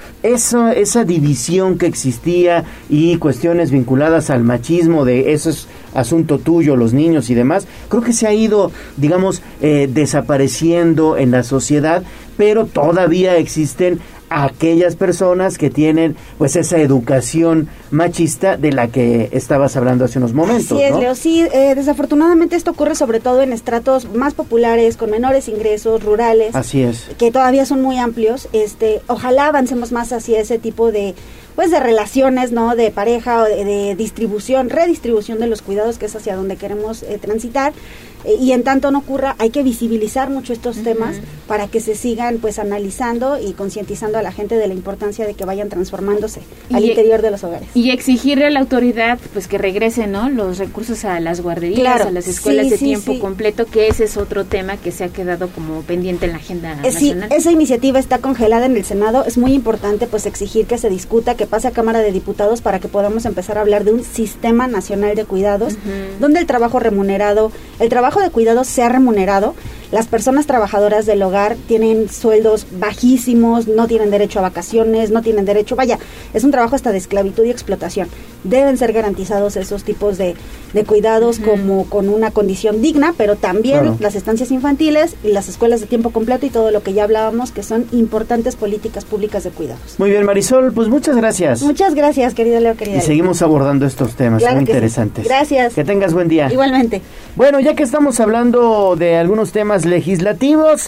Speaker 2: esa división que existía y cuestiones vinculadas al machismo, de eso es asunto tuyo, los niños y demás, creo que se ha ido, digamos, desapareciendo en la sociedad, pero todavía existen aquellas personas que tienen pues esa educación machista de la que estabas hablando hace unos momentos.
Speaker 15: Así es,
Speaker 2: ¿no?
Speaker 15: Leo, sí, desafortunadamente esto ocurre sobre todo en estratos más populares, con menores ingresos, rurales.
Speaker 2: Así es.
Speaker 15: Que todavía son muy amplios. Ojalá avancemos más hacia ese tipo de pues de relaciones, ¿no? De pareja o de distribución, redistribución de los cuidados, que es hacia donde queremos transitar. Y en tanto no ocurra, hay que visibilizar mucho estos temas para que se sigan pues analizando y concientizando a la gente de la importancia de que vayan transformándose al interior de los hogares.
Speaker 3: Y exigirle a la autoridad pues que regrese, ¿no? Los recursos a las guarderías, a las escuelas de tiempo completo, que ese es otro tema que se ha quedado como pendiente en la agenda nacional.
Speaker 15: Sí, esa iniciativa está congelada en el Senado. Es muy importante pues exigir que se discuta, que pase a Cámara de Diputados para que podamos empezar a hablar de un sistema nacional de cuidados, donde el trabajo remunerado, el trabajo de cuidados sea remunerado. Las personas trabajadoras del hogar tienen sueldos bajísimos, no tienen derecho a vacaciones, no tienen derecho, es un trabajo hasta de esclavitud y explotación. Deben ser garantizados esos tipos de cuidados como con una condición digna, pero también las estancias infantiles y las escuelas de tiempo completo y todo lo que ya hablábamos, que son importantes políticas públicas de cuidados.
Speaker 2: Muy bien, Marisol, pues muchas gracias.
Speaker 15: Muchas gracias, querida Leo, querida.
Speaker 2: Y seguimos abordando estos temas muy interesantes.
Speaker 15: Sí. Gracias.
Speaker 2: Que tengas buen día.
Speaker 15: Igualmente.
Speaker 2: Bueno, ya que estamos hablando de algunos temas legislativos,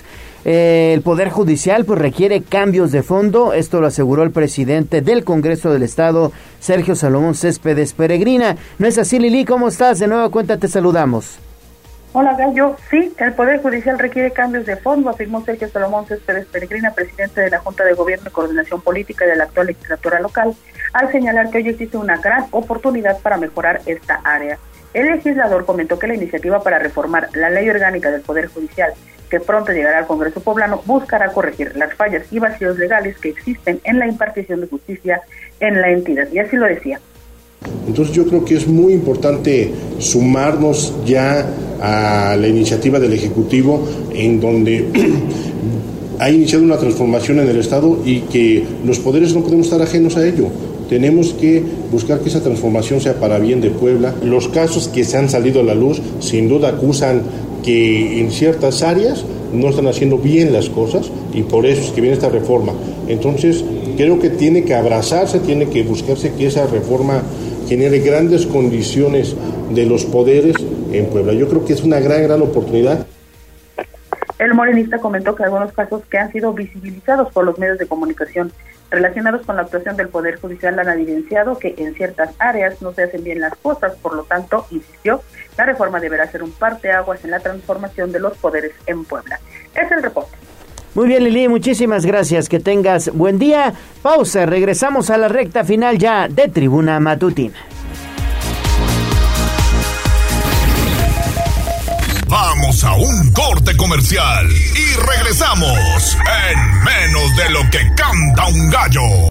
Speaker 2: El Poder Judicial pues requiere cambios de fondo, esto lo aseguró el presidente del Congreso del Estado, Sergio Salomón Céspedes Peregrina. ¿No es así, Lili? ¿Cómo estás? De nueva cuenta te saludamos.
Speaker 16: Hola, Gallo. Sí, el Poder Judicial requiere cambios de fondo, afirmó Sergio Salomón Céspedes Peregrina, presidente de la Junta de Gobierno y Coordinación Política de la actual legislatura local, al señalar que hoy existe una gran oportunidad para mejorar esta área. El legislador comentó que la iniciativa para reformar la ley orgánica del Poder Judicial, que pronto llegará al Congreso poblano, buscará corregir las fallas y vacíos legales que existen en la impartición de justicia en la entidad. Y así lo decía.
Speaker 17: Entonces yo creo que es muy importante sumarnos ya a la iniciativa del Ejecutivo, en donde ha iniciado una transformación en el Estado y que los poderes no podemos estar ajenos a ello. Tenemos que buscar que esa transformación sea para bien de Puebla. Los casos que se han salido a la luz sin duda acusan que en ciertas áreas no están haciendo bien las cosas y por eso es que viene esta reforma. Entonces creo que tiene que abrazarse, tiene que buscarse que esa reforma genere grandes condiciones de los poderes en Puebla. Yo creo que es una gran oportunidad.
Speaker 16: El morenista comentó que algunos casos que han sido visibilizados por los medios de comunicación relacionados con la actuación del Poder Judicial han evidenciado que en ciertas áreas no se hacen bien las cosas, por lo tanto, insistió, la reforma deberá ser un parteaguas en la transformación de los poderes en Puebla. Es el reporte.
Speaker 2: Muy bien, Lili, muchísimas gracias, que tengas buen día. Pausa, regresamos a la recta final ya de Tribuna Matutina.
Speaker 1: Vamos a un corte comercial y regresamos en menos de lo que canta un gallo.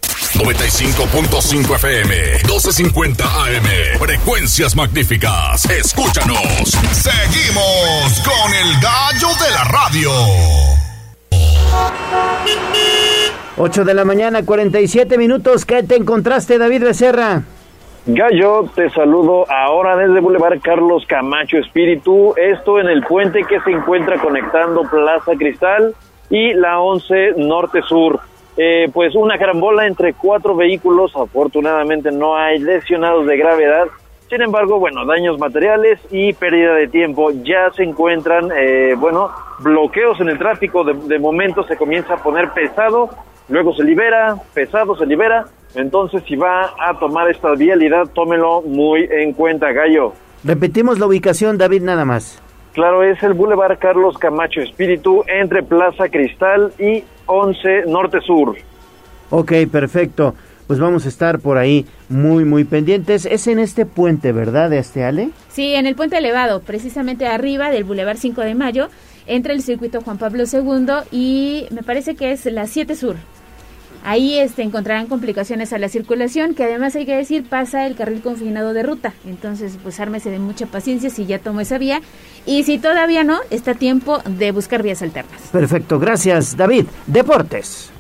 Speaker 1: 95.5 FM, 1250 AM, frecuencias magníficas. Escúchanos. Seguimos con el gallo de la radio.
Speaker 2: 8 de la mañana, 47 minutos. ¿Qué te encontraste, David Becerra?
Speaker 6: Gallo, te saludo ahora desde Boulevard Carlos Camacho Espíritu, esto en el puente que se encuentra conectando Plaza Cristal y la 11 Norte Sur. Pues una carambola entre 4 vehículos, afortunadamente no hay lesionados de gravedad, sin embargo, bueno, daños materiales y pérdida de tiempo. Ya se encuentran, bloqueos en el tráfico, de momento se comienza a poner pesado, luego se libera, pesado, se libera. Entonces, si va a tomar esta vialidad, tómelo muy en cuenta, Gallo.
Speaker 2: Repetimos la ubicación, David, nada más.
Speaker 6: Claro, es el Boulevard Carlos Camacho Espíritu, entre Plaza Cristal y 11 Norte Sur.
Speaker 2: Ok, perfecto. Pues vamos a estar por ahí muy pendientes. Es en este puente, ¿verdad, Ale?
Speaker 3: Sí, en el puente elevado, precisamente arriba del Boulevard 5 de Mayo, entre el circuito Juan Pablo II y me parece que es la 7 Sur. Ahí encontrarán complicaciones a la circulación, que además hay que decir pasa el carril confinado de ruta. Entonces, pues ármese de mucha paciencia si ya tomó esa vía. Y si todavía no, está tiempo de buscar vías alternas.
Speaker 2: Perfecto, gracias, David. Deportes.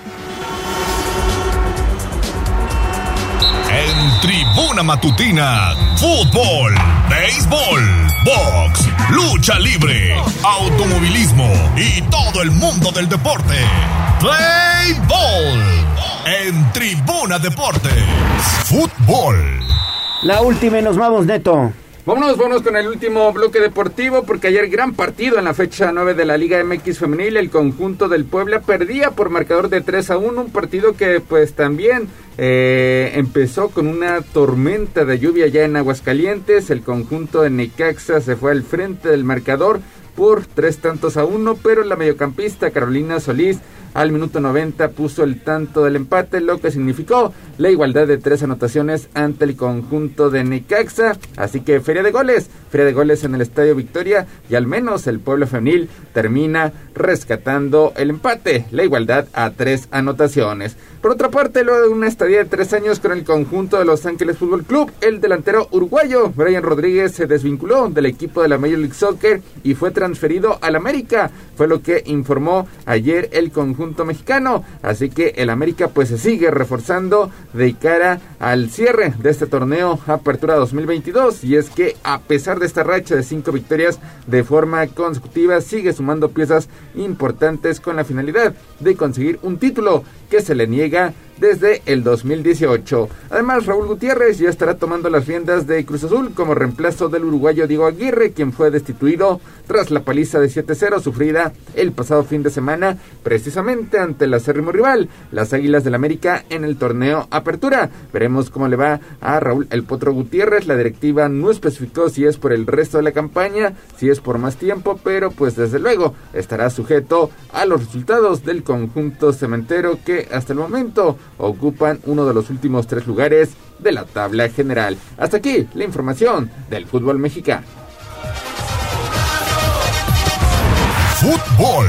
Speaker 1: En Tribuna Matutina, fútbol, béisbol, box, lucha libre, automovilismo y todo el mundo del deporte. Play Ball en Tribuna Deportes. Fútbol.
Speaker 2: La última y nos vamos, Neto.
Speaker 18: Vámonos con el último bloque deportivo, porque ayer gran partido en la fecha 9 de la Liga MX Femenil. El conjunto del Puebla perdía por marcador de 3-1, un partido que pues también empezó con una tormenta de lluvia ya en Aguascalientes. El conjunto de Necaxa se fue al frente del marcador por 3-1, pero la mediocampista Carolina Solís al minuto 90 puso el tanto del empate, lo que significó la igualdad de 3 anotaciones ante el conjunto de Necaxa. Así que feria de goles en el Estadio Victoria, y al menos el Puebla femenil termina rescatando el empate, la igualdad a 3 anotaciones. Por otra parte, luego de una estadía de 3 años con el conjunto de Los Ángeles Fútbol Club, el delantero uruguayo Brian Rodríguez se desvinculó del equipo de la Major League Soccer y fue transferido al América, fue lo que informó ayer el conjunto mexicano. Así que el América pues se sigue reforzando de cara al cierre de este torneo Apertura 2022, y es que a pesar de esta racha de 5 victorias de forma consecutiva, sigue sumando piezas importantes con la finalidad de conseguir un título que se le niega desde el 2018. Además, Raúl Gutiérrez ya estará tomando las riendas de Cruz Azul como reemplazo del uruguayo Diego Aguirre, quien fue destituido tras la paliza de 7-0 sufrida el pasado fin de semana, precisamente ante el acérrimo rival, las Águilas del América, en el torneo Apertura. Veremos cómo le va a Raúl El Potro Gutiérrez. La directiva no especificó si es por el resto de la campaña, si es por más tiempo, pero pues desde luego estará sujeto a los resultados del conjunto cementero, que hasta el momento ocupan uno de los últimos 3 lugares de la tabla general. Hasta aquí la información del fútbol mexicano.
Speaker 1: Fútbol.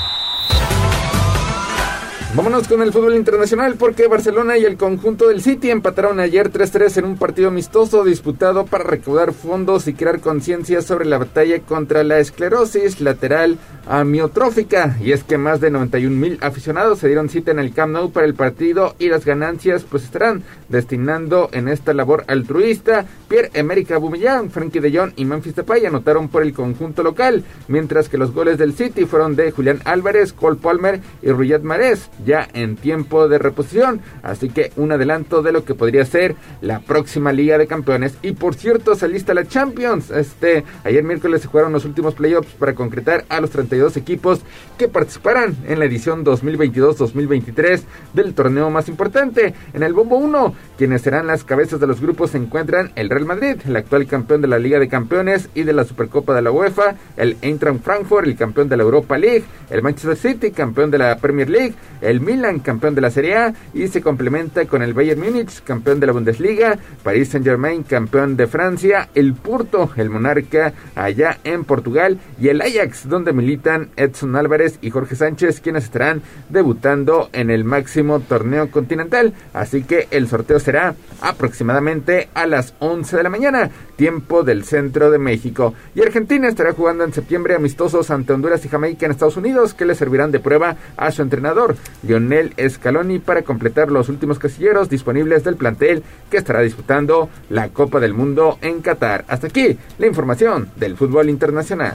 Speaker 18: Vámonos con el fútbol internacional, porque Barcelona y el conjunto del City empataron ayer 3-3 en un partido amistoso disputado para recaudar fondos y crear conciencia sobre la batalla contra la esclerosis lateral amiotrófica. Y es que más de 91,000 aficionados se dieron cita en el Camp Nou para el partido, y las ganancias pues estarán destinando en esta labor altruista. Pierre-Emerick Aubameyang, Frenkie de Jong y Memphis Depay anotaron por el conjunto local, mientras que los goles del City fueron de Julián Álvarez, Cole Palmer y Riyad Mahrez, ya en tiempo de reposición. Así que un adelanto de lo que podría ser la próxima Liga de Campeones. Y por cierto, se alista la Champions. Ayer miércoles se jugaron los últimos playoffs para concretar a los 32 equipos que participarán en la edición 2022-2023 del torneo más importante. En el bombo 1, quienes serán las cabezas de los grupos, se encuentran el Real Madrid, el actual campeón de la Liga de Campeones y de la Supercopa de la UEFA, el Eintracht Frankfurt, el campeón de la Europa League, el Manchester City, campeón de la Premier League, el Milan, campeón de la Serie A, y se complementa con el Bayern Múnich, campeón de la Bundesliga, Paris Saint-Germain, campeón de Francia, el Porto, el monarca allá en Portugal, y el Ajax, donde militan Edson Álvarez y Jorge Sánchez, quienes estarán debutando en el máximo torneo continental. Así que el sorteo será aproximadamente a las 11 de la mañana, tiempo del centro de México. Y Argentina estará jugando en septiembre amistosos ante Honduras y Jamaica en Estados Unidos, que le servirán de prueba a su entrenador, Lionel Scaloni, para completar los últimos casilleros disponibles del plantel que estará disputando la Copa del Mundo en Qatar. Hasta aquí la información del fútbol internacional.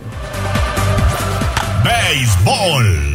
Speaker 1: Béisbol.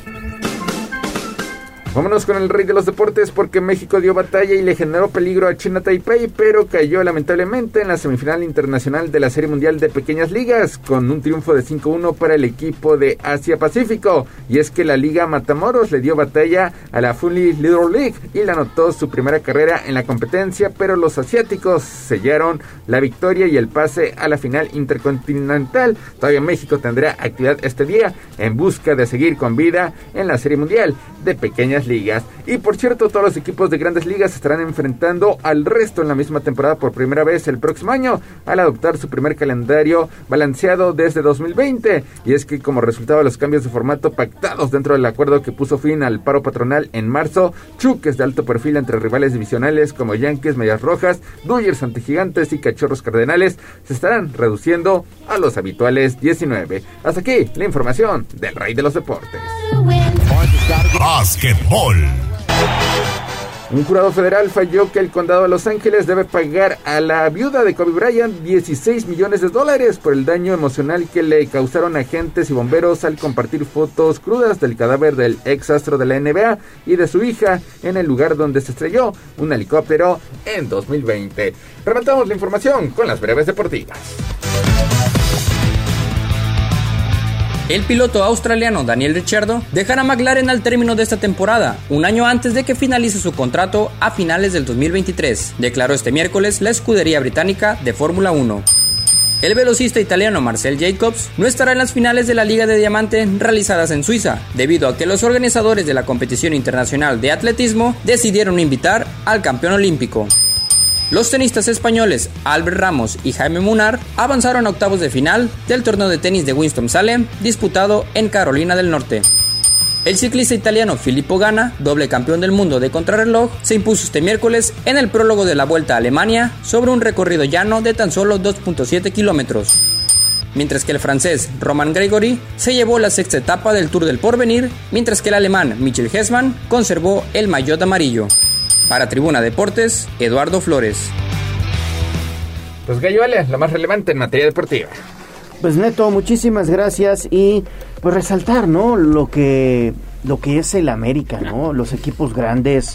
Speaker 18: Vámonos con el rey de los deportes, porque México dio batalla y le generó peligro a China Taipei, pero cayó lamentablemente en la semifinal internacional de la Serie Mundial de Pequeñas Ligas, con un triunfo de 5-1 para el equipo de Asia Pacífico. Y es que la Liga Matamoros le dio batalla a la Funli Little League y le anotó su primera carrera en la competencia, pero los asiáticos sellaron la victoria y el pase a la final intercontinental. Todavía México tendrá actividad este día en busca de seguir con vida en la Serie Mundial de Pequeñas Ligas. Y por cierto, todos los equipos de Grandes Ligas se estarán enfrentando al resto en la misma temporada por primera vez el próximo año, al adoptar su primer calendario balanceado desde 2020. Y es que, como resultado de los cambios de formato pactados dentro del acuerdo que puso fin al paro patronal en marzo, choques de alto perfil entre rivales divisionales como Yankees, Medias Rojas, Dodgers ante Gigantes y Cachorros Cardenales se estarán reduciendo a los habituales 19. Hasta aquí la información del rey de los deportes.
Speaker 1: Básquetbol.
Speaker 18: Un jurado federal falló que el condado de Los Ángeles debe pagar a la viuda de Kobe Bryant $16 millones por el daño emocional que le causaron agentes y bomberos al compartir fotos crudas del cadáver del ex astro de la NBA y de su hija en el lugar donde se estrelló un helicóptero en 2020. Rematamos la información con las breves deportivas.
Speaker 9: El piloto australiano Daniel Ricciardo dejará McLaren al término de esta temporada, un año antes de que finalice su contrato a finales del 2023, declaró este miércoles la escudería británica de Fórmula 1. El velocista italiano Marcel Jacobs no estará en las finales de la Liga de Diamante realizadas en Suiza, debido a que los organizadores de la competición internacional de atletismo decidieron invitar al campeón olímpico. Los tenistas españoles Albert Ramos y Jaime Munar avanzaron a octavos de final del torneo de tenis de Winston-Salem disputado en Carolina del Norte. El ciclista italiano Filippo Ganna, doble campeón del mundo de contrarreloj, se impuso este miércoles en el prólogo de la Vuelta a Alemania sobre un recorrido llano de tan solo 2.7 kilómetros. Mientras que el francés Romain Grigori se llevó la sexta etapa del Tour del Porvenir, mientras que el alemán Michael Hessmann conservó el maillot amarillo. Para Tribuna Deportes, Eduardo Flores.
Speaker 18: Pues Gallo Ale, lo más relevante en materia deportiva.
Speaker 2: Pues Neto, muchísimas gracias y pues resaltar, ¿no? Lo que es el América, ¿no? Los equipos grandes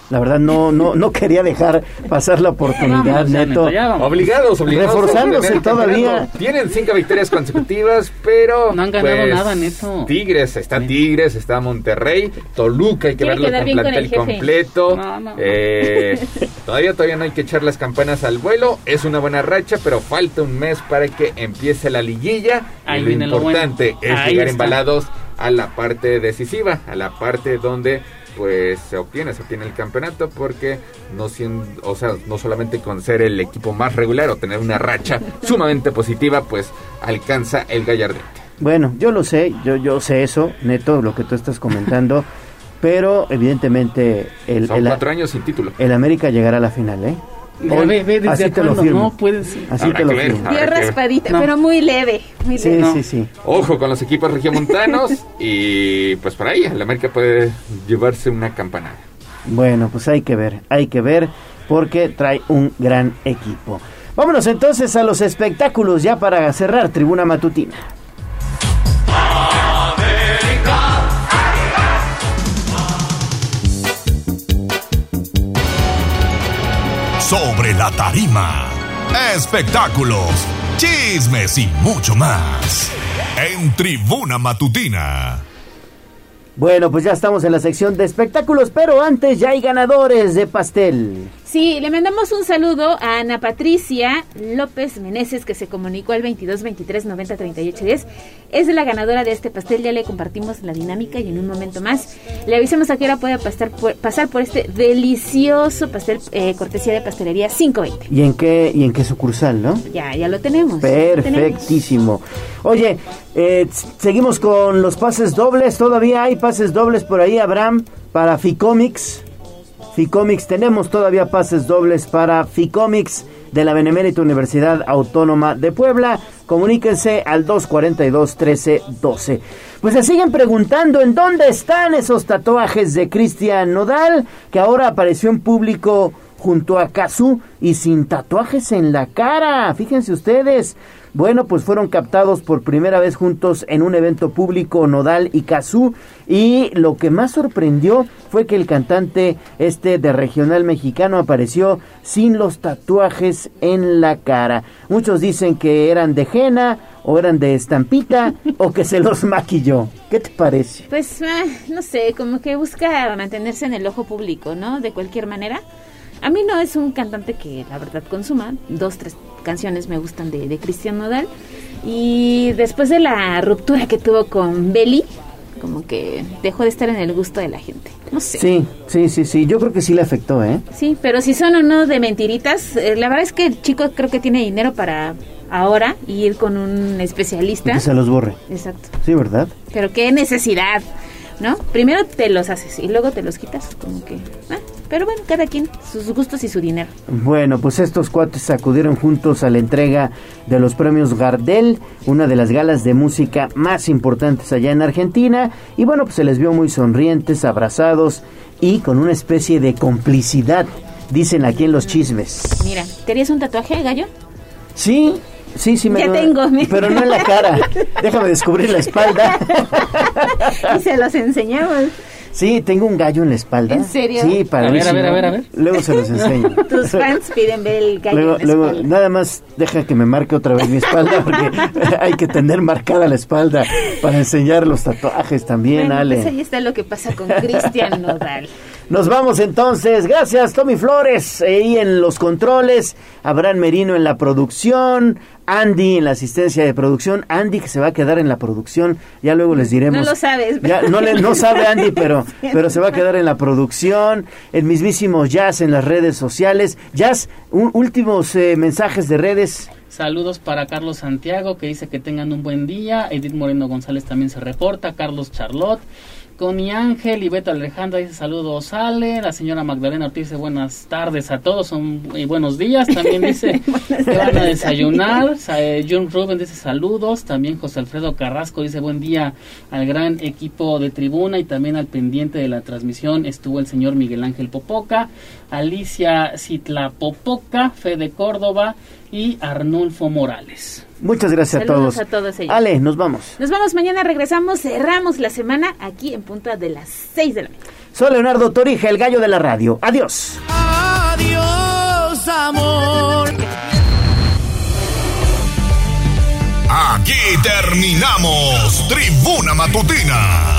Speaker 2: La verdad no quería dejar pasar la oportunidad, Neto.
Speaker 18: Obligados.
Speaker 2: Reforzándose todavía.
Speaker 18: Tienen 5 victorias consecutivas, pero
Speaker 5: no han ganado nada, Neto.
Speaker 18: Tigres, está Monterrey, Toluca, hay que verlo con plantel completo. Todavía no hay que echar las campanas al vuelo. Es una buena racha, pero falta un mes para que empiece la liguilla. Y lo importante es llegar embalados a la parte decisiva, a la parte donde pues se obtiene el campeonato, porque no solamente con ser el equipo más regular o tener una racha sumamente positiva, pues alcanza el gallardete.
Speaker 2: Bueno, yo lo sé, yo sé eso, Neto, lo que tú estás comentando, pero evidentemente
Speaker 18: son 4 años sin título.
Speaker 2: El América llegará a la final, ¿eh?
Speaker 5: Hoy, desde así te lo firmo. No puede ser.
Speaker 2: Así te lo firmo.
Speaker 3: Bien raspadita, pero muy leve.
Speaker 2: Sí.
Speaker 18: Ojo con los equipos regiomontanos y pues por ahí el América puede llevarse una campanada.
Speaker 2: Bueno, pues hay que ver porque trae un gran equipo. Vámonos entonces a los espectáculos ya para cerrar Tribuna Matutina.
Speaker 1: Sobre la tarima, espectáculos, chismes y mucho más en Tribuna Matutina.
Speaker 2: Bueno, pues ya estamos en la sección de espectáculos, pero antes ya hay ganadores de pastel.
Speaker 3: Sí, le mandamos un saludo a Ana Patricia López Meneses, que se comunicó al 22 23 90 38 10. Es la ganadora de este pastel, ya le compartimos la dinámica y en un momento más le avisamos a qué hora puede pasar por este delicioso pastel, cortesía de Pastelería 520.
Speaker 2: ¿Y en qué sucursal, no?
Speaker 3: Ya lo tenemos.
Speaker 2: Perfectísimo. Oye, seguimos con los pases dobles, todavía hay pases dobles por ahí, Abraham, para Ficomics. Tenemos todavía pases dobles para Ficomics de la Benemérita Universidad Autónoma de Puebla. Comuníquense al 242-1312. Pues se siguen preguntando en dónde están esos tatuajes de Cristian Nodal, que ahora apareció en público junto a Cazzu y sin tatuajes en la cara. Fíjense ustedes. Bueno, pues fueron captados por primera vez juntos en un evento público Nodal y Cazzu, y lo que más sorprendió fue que el cantante de regional mexicano apareció sin los tatuajes en la cara. Muchos dicen que eran de henna o eran de estampita o que se los maquilló. ¿Qué te parece?
Speaker 3: Pues no sé, como que busca mantenerse en el ojo público, ¿no? De cualquier manera. A mí no es un cantante que la verdad consuma. 2-3 canciones me gustan de Cristian Nodal. Y después de la ruptura que tuvo con Belly, como que dejó de estar en el gusto de la gente. No sé.
Speaker 2: Sí. Yo creo que sí le afectó, ¿eh?
Speaker 3: Sí, pero si son o no de mentiritas, la verdad es que el chico creo que tiene dinero para ahora ir con un especialista.
Speaker 2: Y que se los borre.
Speaker 3: Exacto.
Speaker 2: Sí, ¿verdad?
Speaker 3: Pero qué necesidad, ¿no? Primero te los haces y luego te los quitas, como que... Pero bueno, cada quien, sus gustos y su dinero.
Speaker 2: Bueno, pues estos cuates acudieron juntos a la entrega de los premios Gardel, una de las galas de música más importantes allá en Argentina. Y bueno, pues se les vio muy sonrientes, abrazados y con una especie de complicidad, dicen aquí en los chismes.
Speaker 3: Mira, ¿querías un tatuaje, Gallo?
Speaker 2: Sí, me
Speaker 3: ya tengo.
Speaker 2: Pero no en la cara. Déjame descubrir la espalda.
Speaker 3: Y se los enseñamos.
Speaker 2: Sí, tengo un gallo en la espalda.
Speaker 3: ¿En serio?
Speaker 2: Sí, para
Speaker 5: a ver.
Speaker 2: Luego se los enseño.
Speaker 3: Tus fans piden ver el gallo en la
Speaker 2: luego,
Speaker 3: espalda.
Speaker 2: Nada más deja que me marque otra vez mi espalda, porque hay que tener marcada la espalda para enseñar los tatuajes también,
Speaker 3: bueno,
Speaker 2: Ale.
Speaker 3: Pues ahí está lo que pasa con Cristian Nodal.
Speaker 2: Nos vamos entonces. Gracias, Tommy Flores, ahí en los controles. Abraham Merino en la producción. Andy en la asistencia de producción. Andy, que se va a quedar en la producción. Ya luego les diremos.
Speaker 3: No lo sabes.
Speaker 2: Ya, no sabe Andy, pero se va a quedar en la producción. El mismísimo Jazz en las redes sociales. Jazz, últimos mensajes de redes.
Speaker 5: Saludos para Carlos Santiago, que dice que tengan un buen día. Edith Moreno González también se reporta. Carlos Charlotte. Connie Ángel y Beto Alejandra dice saludos, Ale. La señora Magdalena Ortiz dice buenas tardes a todos, y buenos días. También dice que van a desayunar. John Rubén dice saludos. También José Alfredo Carrasco dice buen día al gran equipo de Tribuna, y también al pendiente de la transmisión estuvo el señor Miguel Ángel Popoca, Alicia Citlapopoca, Fede Córdoba y Arnulfo Morales.
Speaker 2: Muchas gracias
Speaker 3: Saludos a todos ellos.
Speaker 2: Ale, nos vamos.
Speaker 3: Nos vamos, mañana regresamos, cerramos la semana aquí en punto de las 6 de la mañana.
Speaker 2: Soy Leonardo Torija, el gallo de la radio. Adiós.
Speaker 4: Adiós, amor.
Speaker 1: Aquí terminamos Tribuna Matutina.